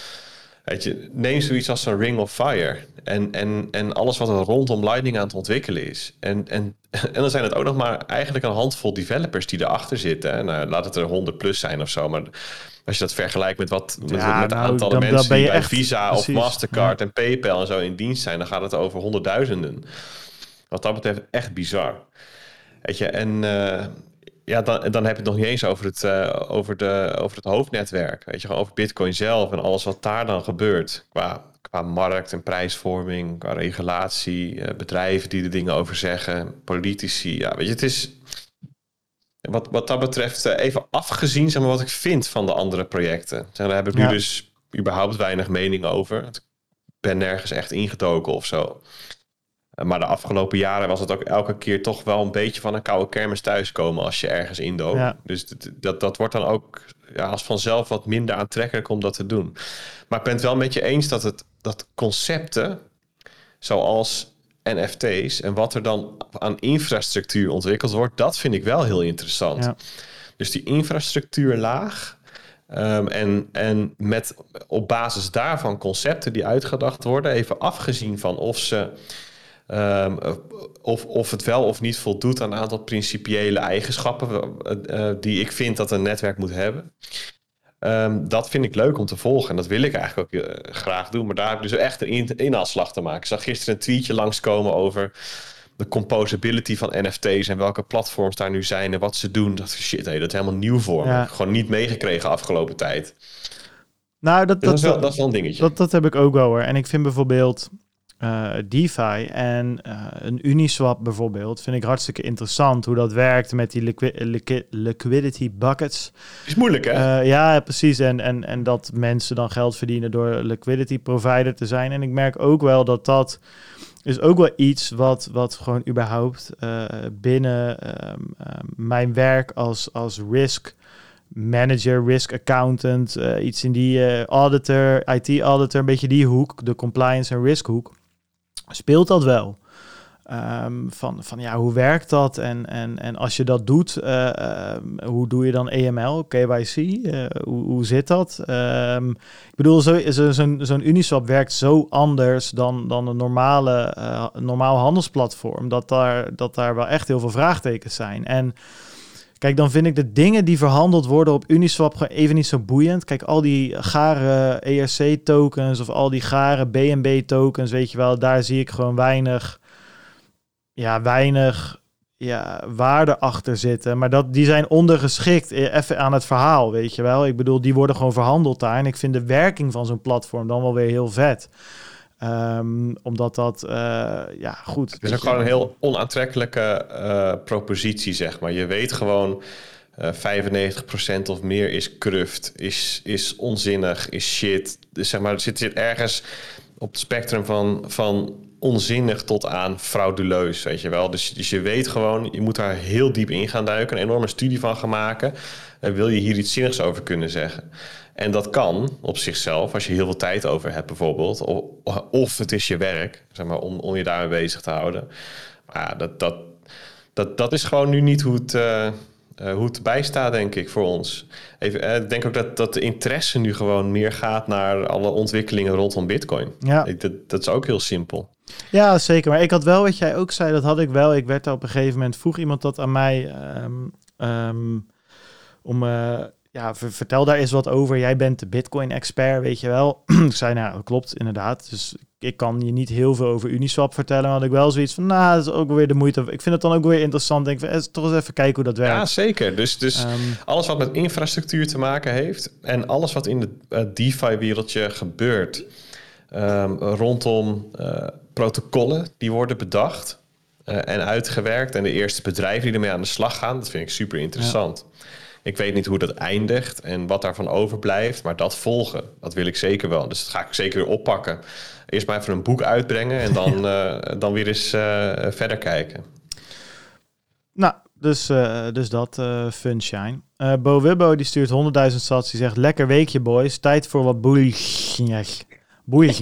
Weet je, neem zoiets als een Ring of Fire. En, en, en alles wat er rondom Lightning aan het ontwikkelen is. En, en, en dan zijn het ook nog maar eigenlijk een handvol developers die erachter zitten. En nou, laat het er honderd plus zijn of zo. Maar als je dat vergelijkt met wat met, ja, met de nou, aantallen dan, mensen dan die bij echt, Visa precies, of Mastercard ja. en PayPal en zo in dienst zijn, dan gaat het over honderdduizenden. Wat dat betreft echt bizar. Weet je, en uh, ja, dan, dan heb je het nog niet eens over het, uh, over, de, over het hoofdnetwerk. Weet je, gewoon over Bitcoin zelf en alles wat daar dan gebeurt. Qua, qua markt en prijsvorming, qua regulatie, uh, bedrijven die er dingen over zeggen, politici. Ja, weet je, het is... Wat, wat dat betreft, uh, even afgezien, zeg maar, wat ik vind van de andere projecten. Zeg, daar heb ik nu ja. dus überhaupt weinig mening over. Ik ben nergens echt ingedoken of zo. Maar de afgelopen jaren was het ook elke keer toch wel een beetje van een koude kermis thuiskomen als je ergens indoopt. Ja. Dus dat, dat, dat wordt dan ook ja, als vanzelf wat minder aantrekkelijk om dat te doen. Maar ik ben het wel met je eens dat, het, dat concepten zoals N F T's en wat er dan aan infrastructuur ontwikkeld wordt, dat vind ik wel heel interessant. Ja. Dus die infrastructuurlaag um, en, en met op basis daarvan concepten die uitgedacht worden, even afgezien van of ze Um, of, of het wel of niet voldoet aan een aantal principiële eigenschappen uh, die ik vind dat een netwerk moet hebben. Um, dat vind ik leuk om te volgen en dat wil ik eigenlijk ook uh, graag doen. Maar daar heb ik dus echt een inhaalslag te maken. Ik zag gisteren een tweetje langskomen over de composability van N F T's en welke platforms daar nu zijn en wat ze doen. Dat shit, hey, dat is helemaal nieuw voor me. Ja. Gewoon niet meegekregen afgelopen tijd. Nou, dat, dus dat, dat, is wel, dat is wel een dingetje. Dat, dat heb ik ook wel hoor. En ik vind bijvoorbeeld Uh, DeFi en uh, een Uniswap bijvoorbeeld vind ik hartstikke interessant hoe dat werkt met die liqui- liqui- liquidity buckets. Is moeilijk, hè? Uh, ja, precies. En, en, en dat mensen dan geld verdienen door liquidity provider te zijn. En ik merk ook wel dat dat is ook wel iets wat, wat gewoon überhaupt uh, binnen um, uh, mijn werk als, als risk manager, risk accountant, uh, iets in die uh, auditor, I T-auditor, een beetje die hoek, de compliance en risk hoek, speelt dat wel. Um, van, van ja, hoe werkt dat? En, en, en als je dat doet, uh, uh, hoe doe je dan E M L, K Y C? Uh, hoe, hoe zit dat? Um, ik bedoel, zo, zo, zo'n, zo'n Uniswap werkt zo anders dan, dan een normale, uh, normaal handelsplatform, dat daar, dat daar wel echt heel veel vraagtekens zijn. En kijk, dan vind ik de dingen die verhandeld worden op Uniswap gewoon even niet zo boeiend. Kijk, al die gare E R C-tokens of al die gare B N B-tokens, weet je wel, daar zie ik gewoon weinig... ja, weinig ja, waarde achter zitten. Maar dat, die zijn ondergeschikt even aan het verhaal, weet je wel. Ik bedoel, die worden gewoon verhandeld daar. En ik vind de werking van zo'n platform dan wel weer heel vet. Um, omdat dat, uh, ja, goed. Het is ook gewoon een heel onaantrekkelijke uh, propositie, zeg maar. Je weet gewoon, uh, vijfennegentig procent of meer is kruft, is, is onzinnig, is shit. Dus zeg maar, er zit, zit ergens op het spectrum van... van onzinnig tot aan frauduleus, weet je wel. Dus, dus je weet gewoon, je moet daar heel diep in gaan duiken, een enorme studie van gaan maken. En wil je hier iets zinnigs over kunnen zeggen? En dat kan op zichzelf, als je heel veel tijd over hebt bijvoorbeeld. Of, of het is je werk, zeg maar, om, om je daarmee bezig te houden. Maar ja, dat, dat, dat, dat is gewoon nu niet hoe het... Uh, Uh, hoe het bijstaat, denk ik, voor ons. Even, uh, ik denk ook dat, dat de interesse nu gewoon meer gaat naar alle ontwikkelingen rondom Bitcoin. Ja. Ik, dat, dat is ook heel simpel. Ja, zeker. Maar ik had wel, wat jij ook zei, dat had ik wel. Ik werd er op een gegeven moment, vroeg iemand dat aan mij, um, um, om... Uh, ja, vertel daar eens wat over. Jij bent de Bitcoin-expert, weet je wel. Ik zei, nou, dat klopt, inderdaad. Dus ik kan je niet heel veel over Uniswap vertellen. Maar had ik wel zoiets van, nou, dat is ook weer de moeite. Ik vind het dan ook weer interessant. Denk ik, toch eens even kijken hoe dat werkt. Ja, zeker. Dus, dus um, alles wat met infrastructuur te maken heeft en alles wat in het uh, DeFi-wereldje gebeurt, um, rondom uh, protocollen die worden bedacht uh, en uitgewerkt en de eerste bedrijven die ermee aan de slag gaan, dat vind ik super interessant. Ja. Ik weet niet hoe dat eindigt en wat daarvan overblijft, maar dat volgen, dat wil ik zeker wel. Dus dat ga ik zeker weer oppakken. Eerst maar even een boek uitbrengen en dan, uh, dan weer eens uh, verder kijken. Nou, dus, uh, dus dat, uh, Funshine. Uh, Bo Wibbo die stuurt honderdduizend sats, die zegt, lekker weekje boys, tijd voor wat boeiig. Boeiig.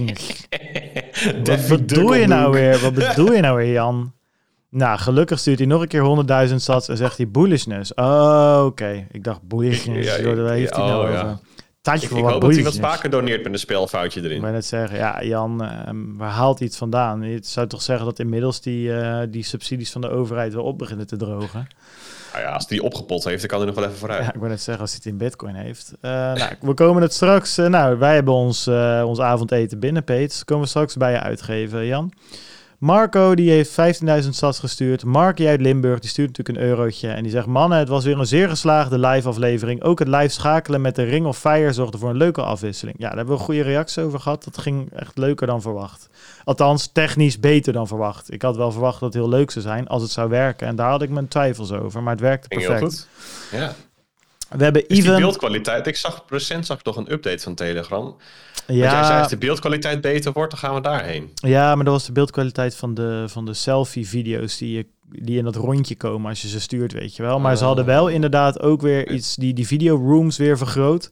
Wat bedoel je nou weer? Wat bedoel je nou weer, Jan? Nou, gelukkig stuurt hij nog een keer honderdduizend sats en zegt hij bullishness. Oh, oké. Okay. Ik dacht bullishness. Ja, ja, waar heeft hij nou oh, over? Ja. Tijdje voor ik wat hoop dat hij wat vaker doneert met een spelfoutje erin. Ik wou net zeggen, ja, Jan, um, waar haalt hij het vandaan? Het zou toch zeggen dat inmiddels die, uh, die subsidies van de overheid wel op beginnen te drogen? Nou ja, als hij die opgepot heeft, dan kan hij nog wel even vooruit. Ja, ik wou net zeggen, als hij het in Bitcoin heeft. Uh, nou, we komen het straks... Uh, nou, wij hebben ons, uh, ons avondeten binnen, Peet. Dus komen we straks bij je uitgeven, Jan. Marco, die heeft vijftienduizend sats gestuurd. Markie uit Limburg, die stuurt natuurlijk een eurotje. En die zegt, mannen, het was weer een zeer geslaagde live aflevering. Ook het live schakelen met de Ring of Fire zorgde voor een leuke afwisseling. Ja, daar hebben we een goede reactie over gehad. Dat ging echt leuker dan verwacht. Althans, technisch beter dan verwacht. Ik had wel verwacht dat het heel leuk zou zijn als het zou werken. En daar had ik mijn twijfels over. Maar het werkte perfect. Heel goed. Ja. We hebben is even... die beeldkwaliteit... Ik zag recent zag ik nog een update van Telegram. Ja, jij zei, als de beeldkwaliteit beter wordt, dan gaan we daarheen. Ja, maar dat was de beeldkwaliteit van de, van de selfie-video's die, je, die in dat rondje komen als je ze stuurt, weet je wel. Maar uh, ze hadden wel inderdaad ook weer iets, die, die video-rooms weer vergroot.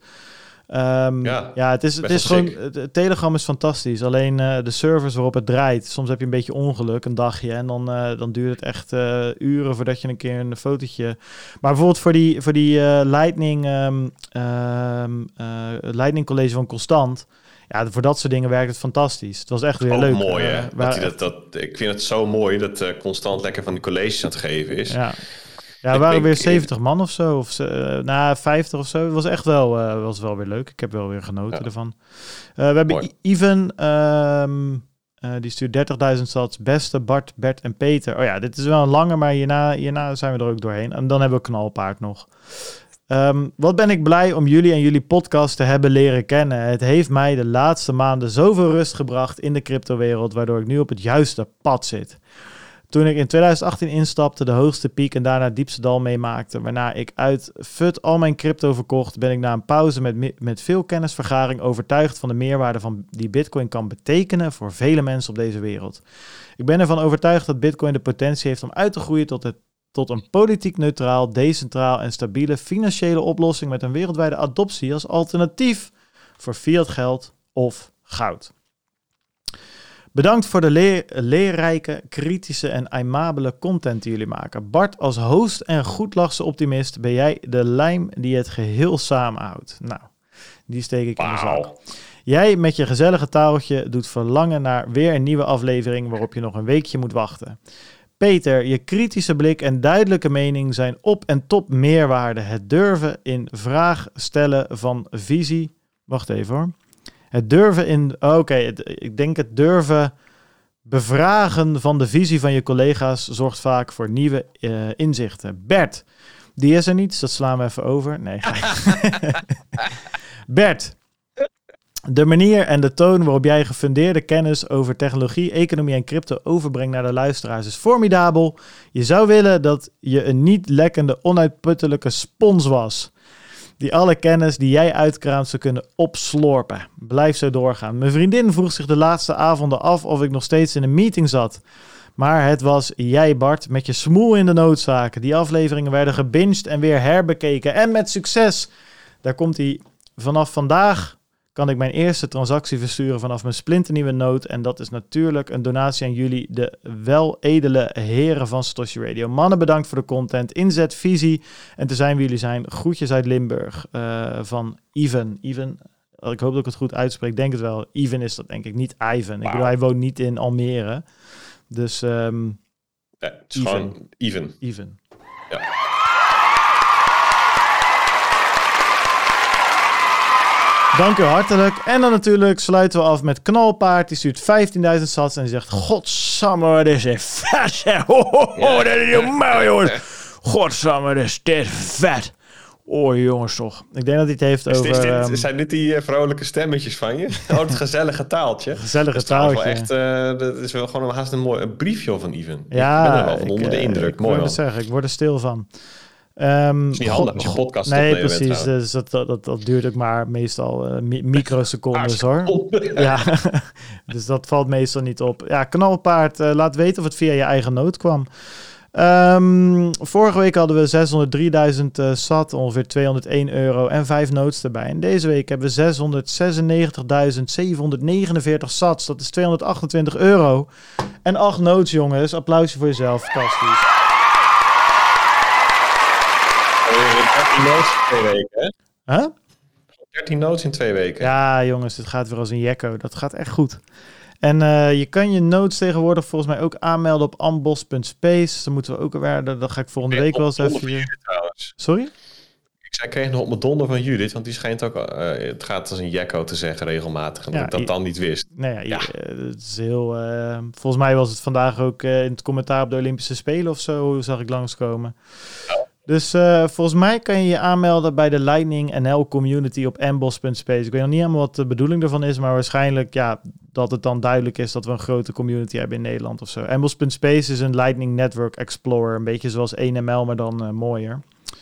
Um, ja, ja, het is, het is gewoon... Het Telegram is fantastisch. Alleen uh, de servers waarop het draait. Soms heb je een beetje ongeluk, een dagje. En dan, uh, dan duurt het echt uh, uren voordat je een keer een fotootje... Maar bijvoorbeeld voor die, voor die uh, Lightning, um, um, uh, Lightning College van Constant... Ja, voor dat soort dingen werkt het fantastisch. Het was echt weer ook leuk. mooi, hè? Uh, dat dat, dat, ik vind het zo mooi dat uh, Constant lekker van die colleges aan het geven is. Ja. Ja, er waren weer zeventig man of zo. Of uh, nou, vijftig of zo. Het was echt wel, uh, was wel weer leuk. Ik heb wel weer genoten ja. ervan. Uh, we hebben Mooi. Ivan. Um, uh, die stuurt dertigduizend sats. Beste Bart, Bert en Peter. Oh ja, dit is wel een lange, maar hierna, hierna zijn we er ook doorheen. En dan hebben we Knalpaard nog. Um, wat ben ik blij om jullie en jullie podcast te hebben leren kennen. Het heeft mij de laatste maanden zoveel rust gebracht in de cryptowereld, waardoor ik nu op het juiste pad zit. Toen ik in twintig achttien instapte, de hoogste piek en daarna het diepste dal meemaakte, waarna ik uit fut al mijn crypto verkocht, ben ik na een pauze met, met veel kennisvergaring overtuigd van de meerwaarde van die Bitcoin kan betekenen voor vele mensen op deze wereld. Ik ben ervan overtuigd dat Bitcoin de potentie heeft om uit te groeien tot het tot een politiek neutraal, decentraal en stabiele financiële oplossing met een wereldwijde adoptie als alternatief voor fiat geld of goud. Bedankt voor de leer- leerrijke, kritische en aimabele content die jullie maken. Bart, als host en goedlachse optimist ben jij de lijm die het geheel samenhoudt. Nou, die steek ik in de zak. Jij met je gezellige taaltje doet verlangen naar weer een nieuwe aflevering waarop je nog een weekje moet wachten. Peter, je kritische blik en duidelijke mening zijn op en top meerwaarde. Het durven in vraag stellen van visie... Wacht even hoor. Het durven in... Oké, okay, ik denk het durven bevragen van de visie van je collega's zorgt vaak voor nieuwe uh, inzichten. Bert, die is er niet, dus dat slaan we even over. Nee. Bert, de manier en de toon waarop jij gefundeerde kennis over technologie, economie en crypto overbrengt naar de luisteraars is formidabel. Je zou willen dat je een niet lekkende, onuitputtelijke spons was, die alle kennis die jij uitkraamt zou kunnen opslorpen. Blijf zo doorgaan. Mijn vriendin vroeg zich de laatste avonden af of ik nog steeds in een meeting zat. Maar het was jij, Bart, met je smoel in de noodzaken. Die afleveringen werden gebinged en weer herbekeken. En met succes. Daar komt hij. Vanaf vandaag kan ik mijn eerste transactie versturen vanaf mijn splinternieuwe nood. En dat is natuurlijk een donatie aan jullie, de weledele heren van Satoshi Radio. Mannen, bedankt voor de content, inzet, visie en te zijn wie jullie zijn. Groetjes uit Limburg uh, van Ivan. Ivan, ik hoop dat ik het goed uitspreek, denk het wel. Ivan is dat denk ik, niet Ivan. Wow. Ik bedoel, hij woont niet in Almere. Dus um, ja, het is Ivan. Gewoon Ivan. Ivan. Ja. Dank u hartelijk. En dan natuurlijk sluiten we af met Knalpaard. Die stuurt vijftienduizend sats en die zegt... Godsamme, dit is vet. Ho, ho, ho, dat is helemaal, jongens. Godsamme, dit is, dit is vet. Oh, jongens toch. Ik denk dat hij het heeft is, over... Is dit, um, zijn dit die uh, vrolijke stemmetjes van je? Oh, het gezellige taaltje. Gezellige dat taaltje. Wel echt, uh, dat is wel gewoon haast een mooi een briefje van Ivan. Ja, ik ben er wel van onder de uh, indruk. Ik mooi wil het zeggen, ik word er stil van. Um, is niet handig als je podcast nee, precies. Bent, dus dat, dat, dat, dat duurt ook maar meestal uh, mi- microsecondes hoor. Ja, dus dat valt meestal niet op. Ja, Knalpaard, uh, laat weten of het via je eigen nood kwam. Um, vorige week hadden we zeshonderddrieduizend uh, sat, ongeveer tweehonderdéén euro en vijf notes erbij. En deze week hebben we zeshonderdzesennegentigduizend zevenhonderdnegenenveertig sats, dat is tweehonderdachtentwintig euro. En acht notes, jongens. Applausje voor jezelf, fantastisch. dertien notes in twee weken, hè? Huh? dertien notes in twee weken. Ja, jongens, dit gaat weer als een jekko. Dat gaat echt goed. En uh, je kan je notes tegenwoordig volgens mij ook aanmelden op ambos punt space. Dan moeten we ook weer... Dat ga ik volgende week wel eens even... Sorry? Ik zei, kreeg nog op mijn donder van Judith, want die schijnt ook... Uh, het gaat als een jekko te zeggen regelmatig. En ja, dat ik dat i- dan niet wist. Nou ja, ja. I- het is heel... Uh, volgens mij was het vandaag ook uh, in het commentaar op de Olympische Spelen of zo, zag ik langskomen. Ja. Dus uh, volgens mij kan je je aanmelden bij de Lightning N L community op ambos punt space. Ik weet nog niet helemaal wat de bedoeling ervan is, maar waarschijnlijk ja, dat het dan duidelijk is dat we een grote community hebben in Nederland of zo. ambos punt space is een Lightning Network Explorer, een beetje zoals één M L, maar dan uh, mooier.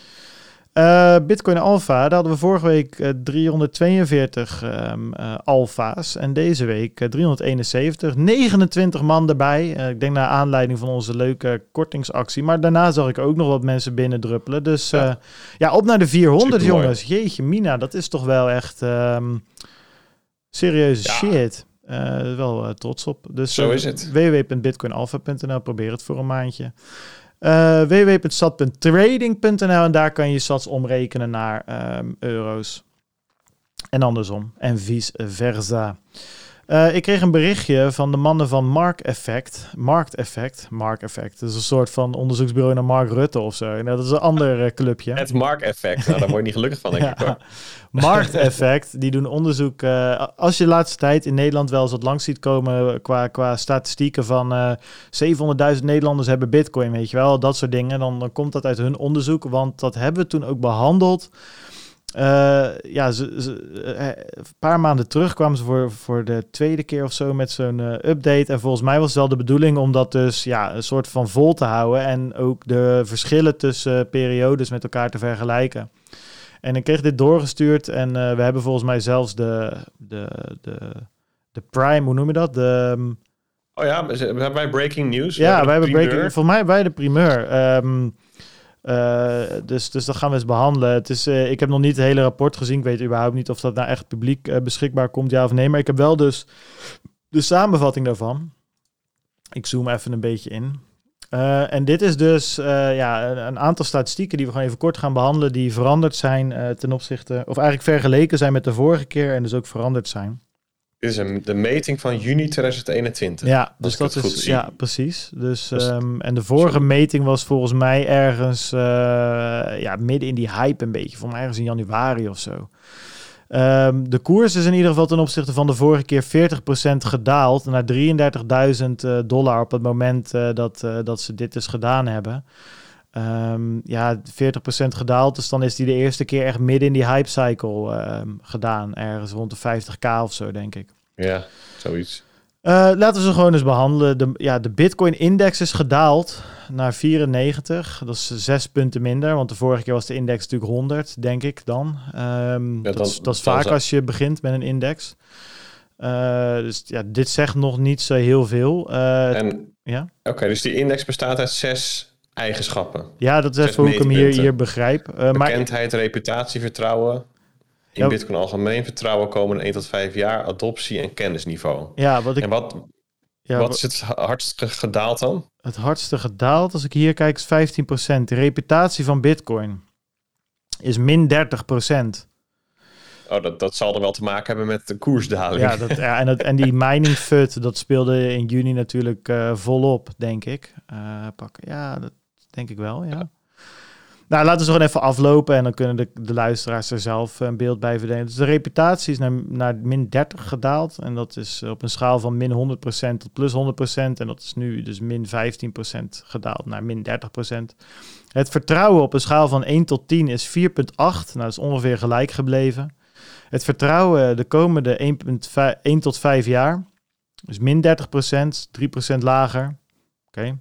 Uh, Bitcoin Alpha, daar hadden we vorige week uh, driehonderdtweeënveertig um, uh, alfa's en deze week uh, driehonderdeenenzeventig, negenentwintig man erbij. Uh, ik denk naar aanleiding van onze leuke kortingsactie, maar daarna zag ik ook nog wat mensen binnendruppelen. Dus uh, ja. ja, op naar de vierhonderd jongens. Jeetje mina, dat is toch wel echt um, serieuze ja. shit. Uh, wel uh, trots op. Dus zo uh, is het. w w w punt bitcoin alpha punt n l, probeer het voor een maandje. Uh, w w w punt sat punt trading punt n l en daar kan je sats omrekenen naar um, euro's. En andersom. En vice versa. Uh, ik kreeg een berichtje van de mannen van Mark Effect. Markt Effect. Mark Effect. Dat is een soort van onderzoeksbureau naar Mark Rutte of zo. Nou, dat is een ander uh, clubje. Het Mark Effect. Nou, daar word je niet gelukkig van, denk ja. ik hoor. Markt Effect, die doen onderzoek. Uh, als je de laatste tijd in Nederland wel eens wat langs ziet komen qua, qua statistieken van uh, zevenhonderdduizend Nederlanders hebben Bitcoin, weet je wel. Dat soort dingen. Dan, dan komt dat uit hun onderzoek, want dat hebben we toen ook behandeld. Uh, ja, ze, ze, uh, een paar maanden terug kwamen ze voor, voor de tweede keer of zo met zo'n uh, update. En volgens mij was het wel de bedoeling om dat dus ja, een soort van vol te houden. En ook de verschillen tussen uh, periodes met elkaar te vergelijken. En ik kreeg dit doorgestuurd en uh, we hebben volgens mij zelfs de, de, de, de prime, hoe noem je dat? De, um, Oh ja, hebben wij breaking news? Ja, hebben wij hebben primeur. breaking... Voor mij bij de primeur. Um, uh, dus, dus dat gaan we eens behandelen. Het is, uh, ik heb nog niet het hele rapport gezien. Ik weet überhaupt niet of dat nou echt publiek uh, beschikbaar komt, ja of nee. Maar ik heb wel dus de samenvatting daarvan. Ik zoom even een beetje in. Uh, en dit is dus uh, ja, een, een aantal statistieken die we gewoon even kort gaan behandelen, die veranderd zijn uh, ten opzichte, of eigenlijk vergeleken zijn met de vorige keer en dus ook veranderd zijn. Dit is een, de meting van juni tweeduizend eenentwintig. Ja, dus dat is is, ja, precies. Dus, dus, um, en de vorige sorry. meting was volgens mij ergens uh, ja, midden in die hype een beetje, volgens mij ergens in januari of zo. Um, de koers is in ieder geval ten opzichte van de vorige keer veertig procent gedaald naar drieëndertigduizend dollar op het moment uh, dat, uh, dat ze dit dus gedaan hebben. Um, ja, veertig procent gedaald, dus dan is die de eerste keer echt midden in die hype cycle uh, gedaan. Ergens rond de vijftig k of zo, denk ik. Ja, zoiets. Uh, laten we ze gewoon eens behandelen. De, ja, de Bitcoin-index is gedaald naar vierennegentig. Dat is zes punten minder, want de vorige keer was de index natuurlijk honderd, denk ik dan. Um, ja, dan dat is, dat is vaak als je begint met een index. Uh, dus ja, dit zegt nog niet zo heel veel. Uh, en, ja? Oké, okay, dus die index bestaat uit zes eigenschappen. Ja, dat is even hoe ik hem hier, hier begrijp. Uh, Bekendheid, maar... reputatie, vertrouwen. In ja. Bitcoin algemeen, vertrouwen komen in één tot vijf jaar, adoptie en kennisniveau. Ja, wat ik... En wat, ja, wat is het hardste gedaald dan? Het hardste gedaald, als ik hier kijk, is vijftien procent. De reputatie van Bitcoin is min dertig procent. Oh, dat, dat zal er wel te maken hebben met de koersdaling. Ja, dat, ja en, dat, en die mining F U D, dat speelde in juni natuurlijk uh, volop, denk ik. Uh, pakken. Ja, dat denk ik wel, ja. ja. Nou, laten we ze gewoon even aflopen en dan kunnen de, de luisteraars er zelf een beeld bij verdenken. Dus de reputatie is naar, naar min dertig gedaald. En dat is op een schaal van min honderd procent tot plus honderd procent. En dat is nu dus min vijftien procent gedaald naar min dertig procent. Het vertrouwen op een schaal van één tot tien is vier komma acht. Nou, dat is ongeveer gelijk gebleven. Het vertrouwen de komende één tot vijf jaar is min dertig procent, drie procent lager. Oké. Okay.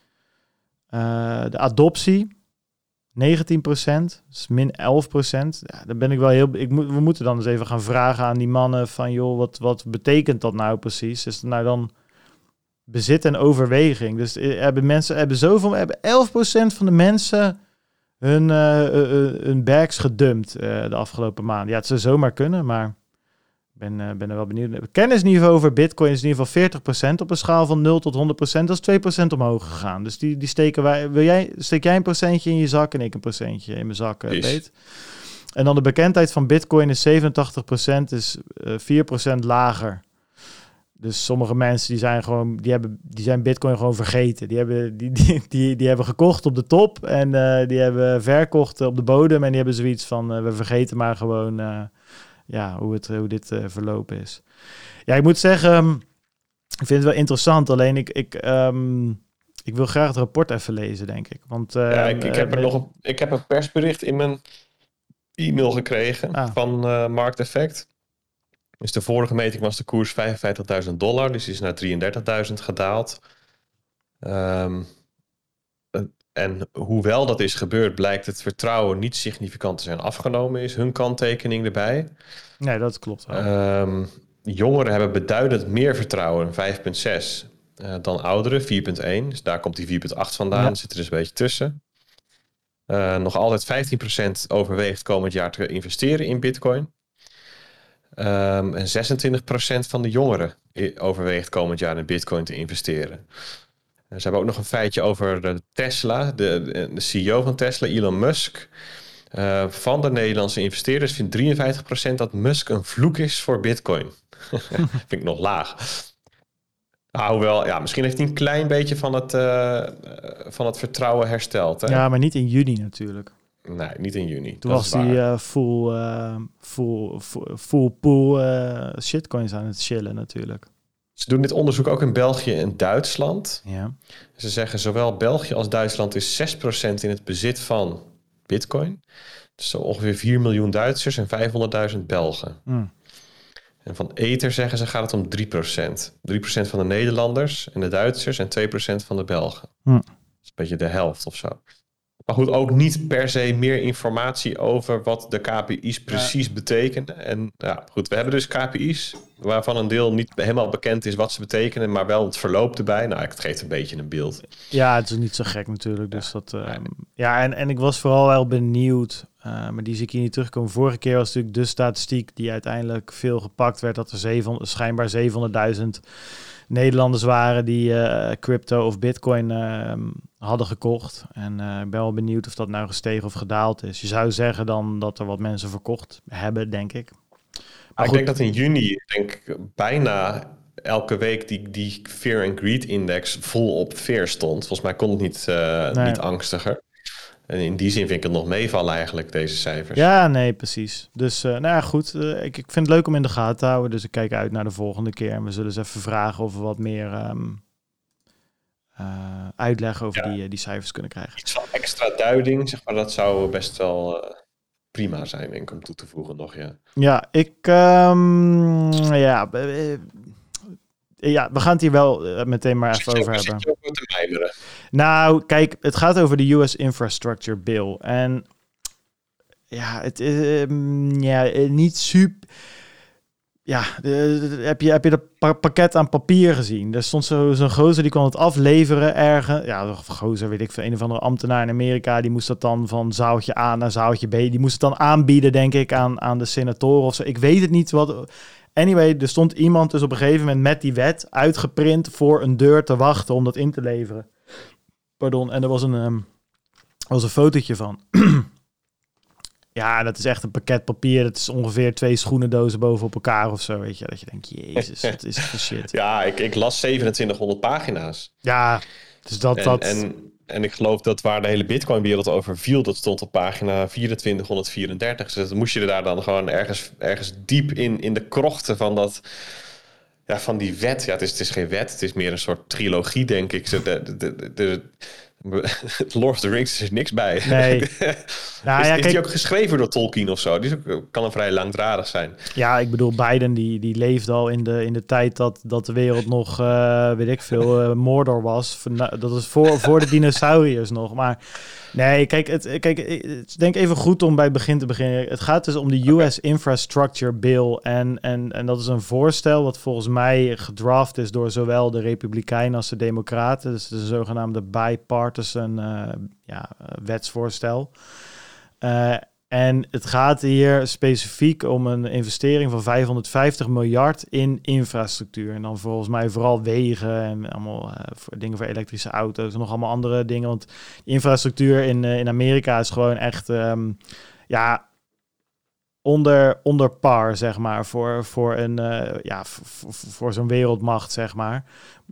Uh, de adoptie negentien procent, dus min elf procent. Ja, dan ben ik wel heel... Ik moet, we moeten dan eens even gaan vragen aan die mannen van... joh, wat, wat betekent dat nou precies? Is het nou dan bezit en overweging? Dus hebben mensen hebben zoveel... Hebben elf procent van de mensen hun, uh, uh, hun bags gedumpt uh, de afgelopen maanden. Ja, het zou zomaar kunnen, maar... Ik ben, uh, ben er wel benieuwd. Kennisniveau voor Bitcoin is in ieder geval veertig procent op een schaal van nul tot honderd procent. Dat is twee procent omhoog gegaan. Dus die, die steken wij... Wil jij, steek jij een procentje in je zak en ik een procentje in mijn zak, uh, Peet? En dan de bekendheid van Bitcoin is zevenentachtig procent, is uh, vier procent lager. Dus sommige mensen die zijn gewoon, die hebben, die zijn Bitcoin gewoon vergeten. Die hebben, die, die, die, die hebben gekocht op de top en uh, die hebben verkocht op de bodem en die hebben zoiets van, uh, we vergeten maar gewoon... Uh, Ja, hoe, het, hoe dit uh, verlopen is. Ja, ik moet zeggen, um, ik vind het wel interessant. Alleen ik, ik, um, ik wil graag het rapport even lezen, denk ik. Want, uh, ja, ik, ik, heb uh, er nog een, ik heb een persbericht in mijn e-mail gekregen ah. van uh, Market Effect. Dus de vorige meting was de koers vijfenvijftigduizend dollar. Dus die is naar drieëndertigduizend gedaald. Um, En hoewel dat is gebeurd, blijkt het vertrouwen niet significant te zijn afgenomen, is hun kanttekening erbij. Nee, dat klopt wel. Um, jongeren hebben beduidend meer vertrouwen, vijf komma zes, uh, dan ouderen, vier komma één. Dus daar komt die vier komma acht vandaan, ja. Zit er dus een beetje tussen. Uh, nog altijd vijftien procent overweegt komend jaar te investeren in Bitcoin. Um, en zesentwintig procent van de jongeren overweegt komend jaar in Bitcoin te investeren. Ze hebben ook nog een feitje over de Tesla. De, de C E O van Tesla, Elon Musk. Uh, van de Nederlandse investeerders vindt drieënvijftig procent dat Musk een vloek is voor Bitcoin. Vind ik nog laag. Nou, hoewel, ja, misschien heeft hij een klein beetje van het, uh, van het vertrouwen hersteld. Hè? Ja, maar niet in juni natuurlijk. Nee, niet in juni. Toen was hij uh, full, uh, full, full, full pool uh, shitcoins aan het chillen natuurlijk. Ze doen dit onderzoek ook in België en Duitsland. Ja. Ze zeggen zowel België als Duitsland is zes procent in het bezit van Bitcoin. Dus zo ongeveer vier miljoen Duitsers en vijfhonderdduizend Belgen. Mm. En van Ether zeggen ze gaat het om drie procent. drie procent van de Nederlanders en de Duitsers en twee procent van de Belgen. Mm. Dat is een beetje de helft of zo. Maar goed, ook niet per se meer informatie over wat de K P I's precies ja. betekenen. En ja, goed, we hebben dus K P I's waarvan een deel niet helemaal bekend is wat ze betekenen, maar wel het verloop erbij. Nou, het geeft een beetje een beeld. Ja, het is niet zo gek natuurlijk. Dus ja, dat, uh, nee. ja en, en ik was vooral wel benieuwd, uh, maar die zie ik hier niet terugkomen. Vorige keer was natuurlijk de statistiek die uiteindelijk veel gepakt werd, dat er zevenhonderd, schijnbaar zevenhonderdduizend Nederlanders waren die uh, crypto of bitcoin uh, hadden gekocht. En uh, ik ben wel benieuwd of dat nou gestegen of gedaald is. Je zou zeggen dan dat er wat mensen verkocht hebben, denk ik. Maar ik denk dat in juni, ik denk bijna elke week die, die Fear and Greed Index vol op fear stond. Volgens mij kon het niet, uh, nee. niet angstiger. En in die zin vind ik het nog meevallen eigenlijk, deze cijfers. Ja, nee, precies. Dus, uh, nou ja, goed. Uh, ik, ik vind het leuk om in de gaten te houden. Dus ik kijk uit naar de volgende keer. En we zullen eens even vragen of we wat meer um, uh, uitleg over ja. die, uh, die cijfers kunnen krijgen. Iets van extra duiding, zeg maar, dat zou best wel... Uh... prima zijn, denk ik, om toe te voegen nog, ja. Ja, ik... Um, ja, uh, ja, we gaan het hier wel uh, meteen maar even over hebben. Zit je ook te mijmeren? Nou, kijk, het gaat over de U S Infrastructure Bill. En ja, het is uh, ja, niet super... Ja, uh, heb je, heb je dat pa- pakket aan papier gezien? Er stond zo, zo'n gozer, die kon het afleveren ergens. Ja, of gozer, weet ik veel. Een of andere ambtenaar in Amerika, die moest dat dan van zaaltje A naar zaaltje B. Die moest het dan aanbieden, denk ik, aan, aan de senatoren of zo. Ik weet het niet wat... Anyway, er stond iemand dus op een gegeven moment met die wet uitgeprint voor een deur te wachten om dat in te leveren. Pardon, en er was een, um, was een fotootje van... Ja, dat is echt een pakket papier. Dat is ongeveer twee schoenendozen bovenop elkaar of zo, weet je. Dat je denkt, jezus, wat is het voor shit. Ja, ik, ik las zevenentwintighonderd pagina's. Ja, dus dat... En, dat... en, en ik geloof dat waar de hele Bitcoin-wereld over viel, dat stond op pagina vierentwintighonderdvierendertig. Dus dan moest je er daar dan gewoon ergens, ergens diep in, in de krochten van dat... Ja, van die wet. Ja, het is, het is geen wet. Het is meer een soort trilogie, denk ik. De, de, de, de, Lord of the Rings is er niks bij. Nee. nou, is ja, is kijk, die ook geschreven door Tolkien of zo? Die is ook, kan een vrij langdradig zijn. Ja, ik bedoel, Biden die, die leefde al in de, in de tijd dat, dat de wereld nog, uh, weet ik veel, uh, Mordor was. Dat is voor, voor de dinosauriërs nog. Maar nee, kijk, het, kijk, het denk even goed om bij het begin te beginnen. Het gaat dus om de U S Infrastructure Bill. En, en, en dat is een voorstel wat volgens mij gedraft is door zowel de Republikeinen als de Democraten. Dus de zogenaamde bipartisan uh, ja, wetsvoorstel. Uh, en het gaat hier specifiek om een investering van vijfhonderdvijftig miljard in infrastructuur. En dan volgens mij vooral wegen en allemaal uh, voor dingen voor elektrische auto's en nog allemaal andere dingen. Want infrastructuur in, uh, in Amerika is gewoon echt um, ja, onder, onder par, zeg maar, voor, voor, een, uh, ja, voor, voor zo'n wereldmacht, zeg maar.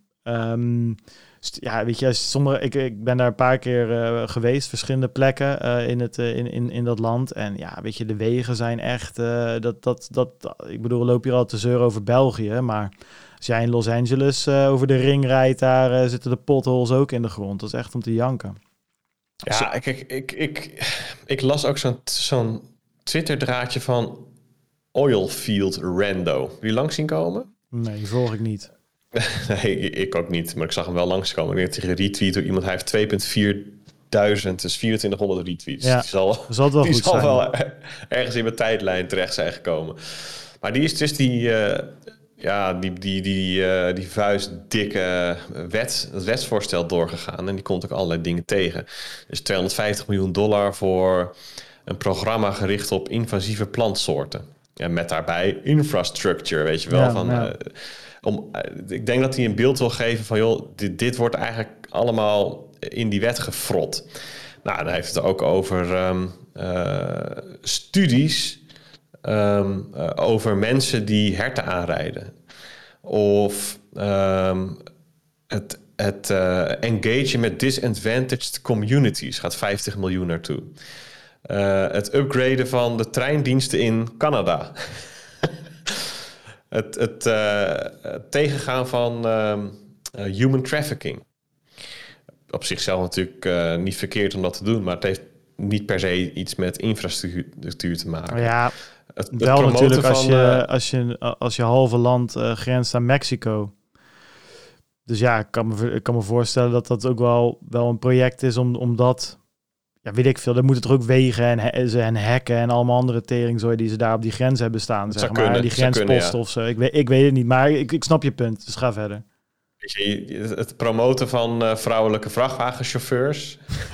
Um, Ja, weet je, sommige, ik, ik ben daar een paar keer uh, geweest, verschillende plekken uh, in, het, uh, in, in, in dat land. En ja, weet je, de wegen zijn echt... Uh, dat, dat, dat, ik bedoel, loop hier al te zeuren over België. Maar als jij in Los Angeles uh, over de ring rijdt, daar uh, zitten de potholes ook in de grond. Dat is echt om te janken. Ja, kijk, ik, ik, ik, ik las ook zo'n, zo'n Twitter-draadje van Oilfield Rando. Heb je langs zien komen? Nee, die volg ik niet. Nee, ik ook niet. Maar ik zag hem wel langskomen. Ik denk dat hij geretweet door iemand. Hij heeft twee komma vier duizend, dus vierentwintighonderd retweets. Ja, die zal, zal het wel, die goed zal zijn. wel ergens in mijn tijdlijn terecht zijn gekomen. Maar die is dus die, uh, ja, die, die, die, uh, die vuistdikke wet, het wetsvoorstel doorgegaan. En die komt ook allerlei dingen tegen. Dus tweehonderdvijftig miljoen dollar voor een programma gericht op invasieve plantsoorten. En met daarbij infrastructure, weet je wel. Ja, van, ja. Uh, om, ik denk dat hij een beeld wil geven van... joh, dit, dit wordt eigenlijk allemaal in die wet gefrot. Nou, dan heeft het ook over um, uh, studies... Um, uh, over mensen die herten aanrijden. Of um, het, het uh, engagen met disadvantaged communities... gaat vijftig miljoen naartoe. Uh, het upgraden van de treindiensten in Canada... Het, het, uh, het tegengaan van uh, uh, human trafficking. Op zichzelf natuurlijk uh, niet verkeerd om dat te doen... maar het heeft niet per se iets met infrastructuur te maken. Ja, het, het wel natuurlijk als, van, je, uh, als, je, als je halve land uh, grenst aan Mexico. Dus ja, ik kan me, ik kan me voorstellen dat dat ook wel, wel een project is... om, om dat ja, weet ik veel, dan moeten toch ook wegen en, he- en hekken en allemaal andere teringzooi die ze daar op die grens hebben staan, zeg maar. Kunnen, die grensposten kunnen, ja. of zo. Ik weet, ik weet het niet, maar ik, ik snap je punt, dus ga verder. Het promoten van uh, vrouwelijke vrachtwagenchauffeurs.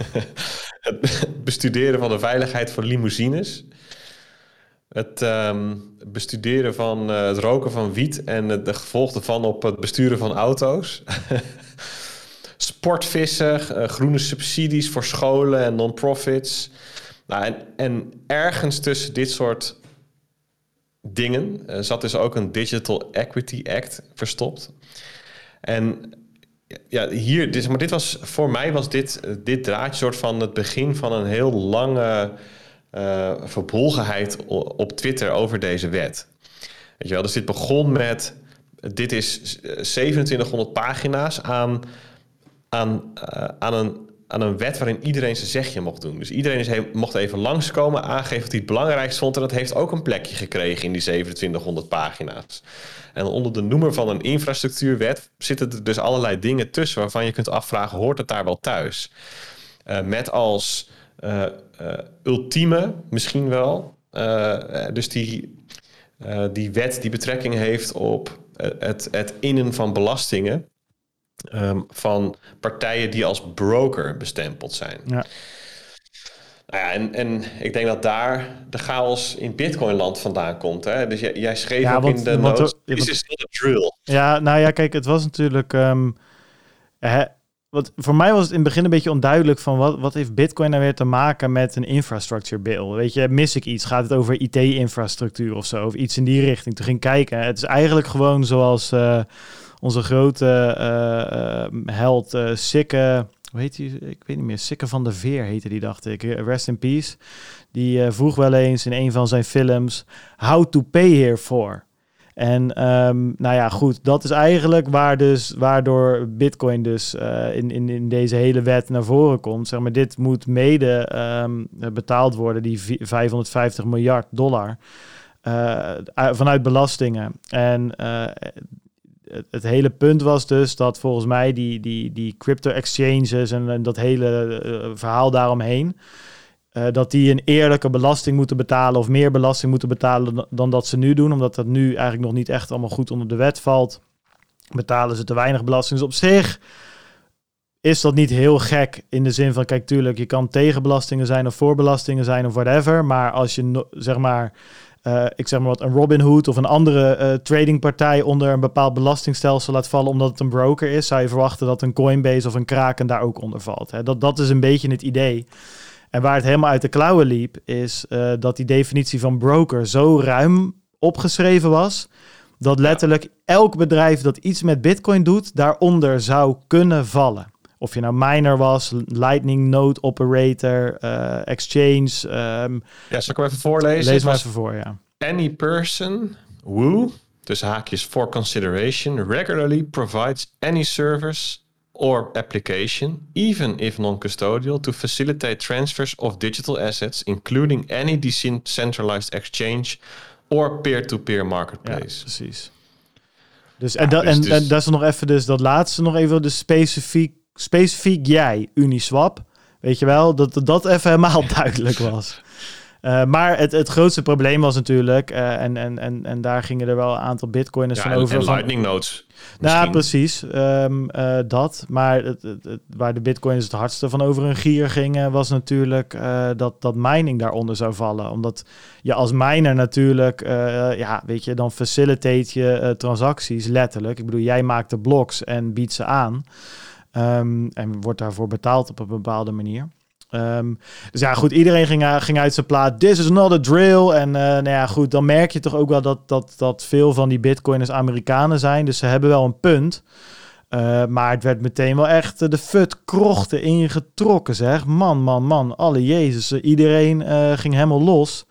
Het bestuderen van de veiligheid van limousines. Het um, bestuderen van uh, het roken van wiet en de gevolgen ervan op het besturen van auto's. Sportvissen, uh, groene subsidies voor scholen en non-profits. Nou, en, en ergens tussen dit soort dingen uh, zat dus ook een Digital Equity Act verstopt. En ja, hier, dit, maar dit was voor mij was dit, dit draadje soort van het begin van een heel lange uh, verbolgenheid op Twitter over deze wet. Weet je wel, dus dit begon met, dit is zevenentwintighonderd pagina's aan, aan, uh, aan, een, aan een wet waarin iedereen zijn zegje mocht doen. Dus iedereen is, mocht even langskomen, aangeven wat hij het belangrijkst vond. En dat heeft ook een plekje gekregen in die zevenentwintighonderd pagina's. En onder de noemer van een infrastructuurwet zitten er dus allerlei dingen tussen waarvan je kunt afvragen, hoort het daar wel thuis? Uh, met als uh, uh, ultieme misschien wel, uh, dus die, uh, die wet die betrekking heeft op uh, het, het innen van belastingen um, van partijen die als broker bestempeld zijn. Ja. Nou ja, en, en ik denk dat daar de chaos in Bitcoinland vandaan komt. Hè? Dus jij, jij schreef ja, ook want, in de want, notes, this want, is not a drill. Ja, nou ja, kijk, het was natuurlijk... Um, hè, wat, voor mij was het in het begin een beetje onduidelijk van wat, wat heeft Bitcoin nou weer te maken met een infrastructure bill? Weet je, mis ik iets? Gaat het over I T-infrastructuur of zo? Of iets in die richting? Toen ging kijken. Het is eigenlijk gewoon zoals uh, onze grote uh, uh, held uh, Sikke... Hoe heet die? Ik weet niet meer. Sikke van der Veer heette die, dacht ik. Rest in peace. Die uh, vroeg wel eens in een van zijn films... How to pay here for? En um, nou ja, goed. Dat is eigenlijk waar dus, waardoor Bitcoin dus uh, in, in, in deze hele wet naar voren komt. Zeg maar, dit moet mede um, betaald worden, die vijfhonderdvijftig miljard dollar. Uh, vanuit belastingen. En... Uh, Het hele punt was dus dat volgens mij die, die, die crypto-exchanges en, en dat hele uh, verhaal daaromheen, uh, dat die een eerlijke belasting moeten betalen of meer belasting moeten betalen dan, dan dat ze nu doen, omdat dat nu eigenlijk nog niet echt allemaal goed onder de wet valt. Betalen ze te weinig belasting. Dus op zich is dat niet heel gek in de zin van, kijk, tuurlijk, je kan tegen belastingen zijn of voor belastingen zijn of whatever, maar als je, no, zeg maar... Uh, ik zeg maar wat, een Robinhood of een andere uh, tradingpartij onder een bepaald belastingstelsel laat vallen omdat het een broker is, zou je verwachten dat een Coinbase of een Kraken daar ook onder valt. Hè? Dat, dat is een beetje het idee. En waar het helemaal uit de klauwen liep, is uh, dat die definitie van broker zo ruim opgeschreven was, dat letterlijk elk bedrijf dat iets met Bitcoin doet, daaronder zou kunnen vallen. Of je nou miner was, Lightning Node Operator, uh, Exchange. Um, ja, zal ik hem even voorlezen? Lees maar even voor, ja. Any person who, tussen haakjes for consideration, regularly provides any service or application, even if non-custodial, to facilitate transfers of digital assets, including any decentralized exchange or peer-to-peer marketplace. Ja, precies. Dus, ja, en, da, dus, en, dus... en dat is nog even, dus dat laatste nog even, dus specifiek Specifiek jij, Uniswap, weet je wel, dat dat even helemaal duidelijk was. Uh, maar het, het grootste probleem was natuurlijk, uh, en, en, en, en daar gingen er wel een aantal bitcoiners ja, van en, over. En van, Lightning Nodes. Nou, precies, um, uh, dat. Maar het, het, het, waar de bitcoiners het hardste van over een gier gingen, was natuurlijk uh, dat, dat mining daaronder zou vallen. Omdat je als miner natuurlijk, uh, ja, weet je, dan facilitate je uh, transacties letterlijk. Ik bedoel, jij maakt de blocks en biedt ze aan. Um, en wordt daarvoor betaald op een bepaalde manier. Um, dus ja, goed, iedereen ging, ging uit zijn plaat. This is not a drill. En uh, nou ja, goed, dan merk je toch ook wel dat, dat, dat veel van die bitcoiners Amerikanen zijn. Dus ze hebben wel een punt. Uh, maar het werd meteen wel echt uh, de fut krochten ingetrokken, zeg. Man, man, man. Alle jezus. Uh, iedereen uh, ging helemaal los.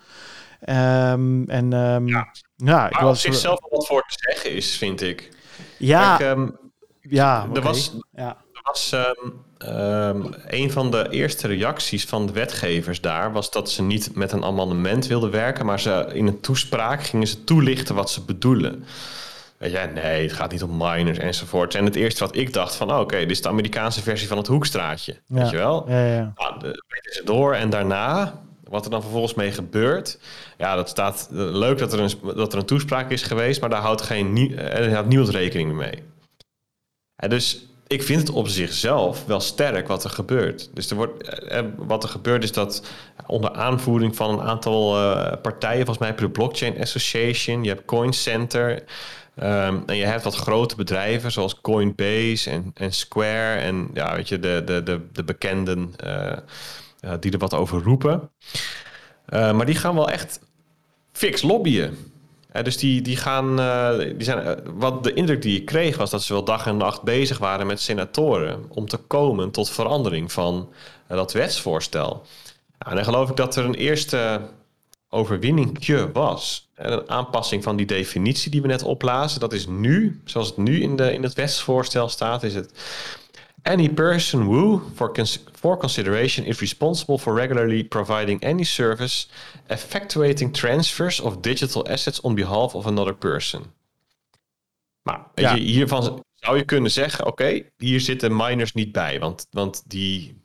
Um, en um, ja, ja ik maar was op zichzelf wat voor te zeggen is, vind ik. Ja, Kijk, um, ja, er okay. was... Ja. was um, um, een van de eerste reacties van de wetgevers daar was dat ze niet met een amendement wilden werken, maar ze in een toespraak gingen ze toelichten wat ze bedoelen. Weet je, nee, het gaat niet om miners enzovoort. En het eerste wat ik dacht van, oh, oké, okay, dit is de Amerikaanse versie van het hoekstraatje. Ja. Weet je wel? Ja, ja. Nou, de weten ze door en daarna, wat er dan vervolgens mee gebeurt, ja, dat staat leuk dat er een, dat er een toespraak is geweest, maar daar houdt, geen, er houdt niemand rekening mee. En dus ik vind het op zichzelf wel sterk wat er gebeurt. Dus er wordt, wat er gebeurt is dat onder aanvoering van een aantal uh, partijen, volgens mij heb je de Blockchain Association, je hebt Coin Center, um, en je hebt wat grote bedrijven zoals Coinbase en, en Square en ja, weet je, de, de, de, de bekenden uh, uh, die er wat over roepen. Uh, maar die gaan wel echt fix lobbyen. Uh, dus die, die gaan, uh, die zijn, uh, wat de indruk die ik kreeg was dat ze wel dag en nacht bezig waren met senatoren om te komen tot verandering van uh, dat wetsvoorstel. Uh, en dan geloof ik dat er een eerste overwinningje was. En een aanpassing van die definitie die we net oplazen. Dat is nu, zoals het nu in, de, in het wetsvoorstel staat, is het: any person who, for, cons- for consideration, is responsible for regularly providing any service effectuating transfers of digital assets on behalf of another person. Maar weet ja. je, hiervan zou je kunnen zeggen, oké, okay, hier zitten miners niet bij, want, want die...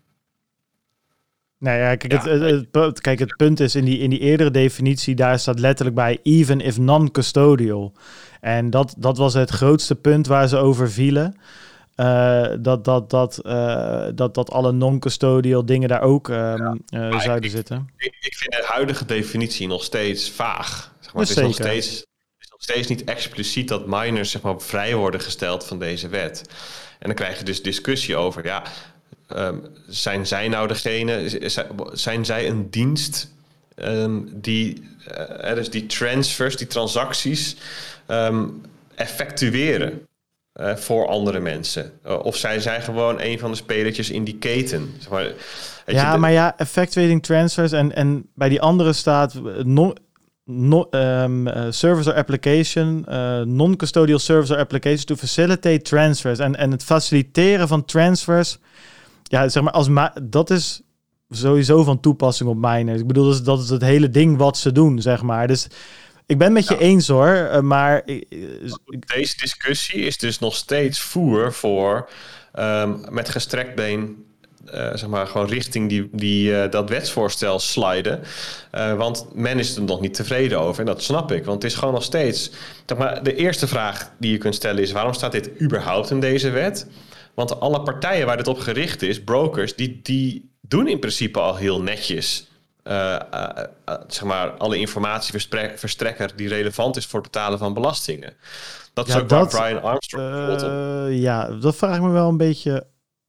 Nou ja, kijk, ja, het, het, het, kijk, het punt is, in die, in die eerdere definitie, daar staat letterlijk bij even if non-custodial. En dat, dat was het grootste punt waar ze over vielen. Uh, dat, dat, dat, uh, dat, dat alle non-custodial dingen daar ook um, ja, uh, zouden ik, zitten. Ik, ik vind de huidige definitie nog steeds vaag. Zeg maar, het, is nog steeds, het is nog steeds niet expliciet dat miners, zeg maar, vrij worden gesteld van deze wet. En dan krijg je dus discussie over, ja, um, zijn zij nou degene, zijn zij een dienst um, die, uh, dus die transfers, die transacties um, effectueren? Uh, voor andere mensen. Uh, of zijn zij gewoon een van de spelertjes in die keten? Zeg maar, ja, je, de... maar ja, effectuating transfers en, en bij die andere staat non, non, um, uh, service or application, uh, non-custodial service or application to facilitate transfers. En, en het faciliteren van transfers, ja, zeg maar, als ma- dat is sowieso van toepassing op miners. Ik bedoel, dat is, dat is het hele ding wat ze doen, zeg maar. Dus ik ben met je ja. eens hoor, maar... Deze discussie is dus nog steeds voer voor um, met gestrekt been, uh, zeg maar, gewoon richting die, die, uh, dat wetsvoorstel sliden. Uh, want men is er nog niet tevreden over en dat snap ik. Want het is gewoon nog steeds... Zeg maar, de eerste vraag die je kunt stellen is: waarom staat dit überhaupt in deze wet? Want alle partijen waar dit op gericht is, brokers, die, die doen in principe al heel netjes... Uh, uh, uh, zeg maar, alle informatieverstrekker die relevant is voor het betalen van belastingen. Dat ja, is ook dat, waar Brian Armstrong uh, op. Ja, dat vraag ik me wel een beetje.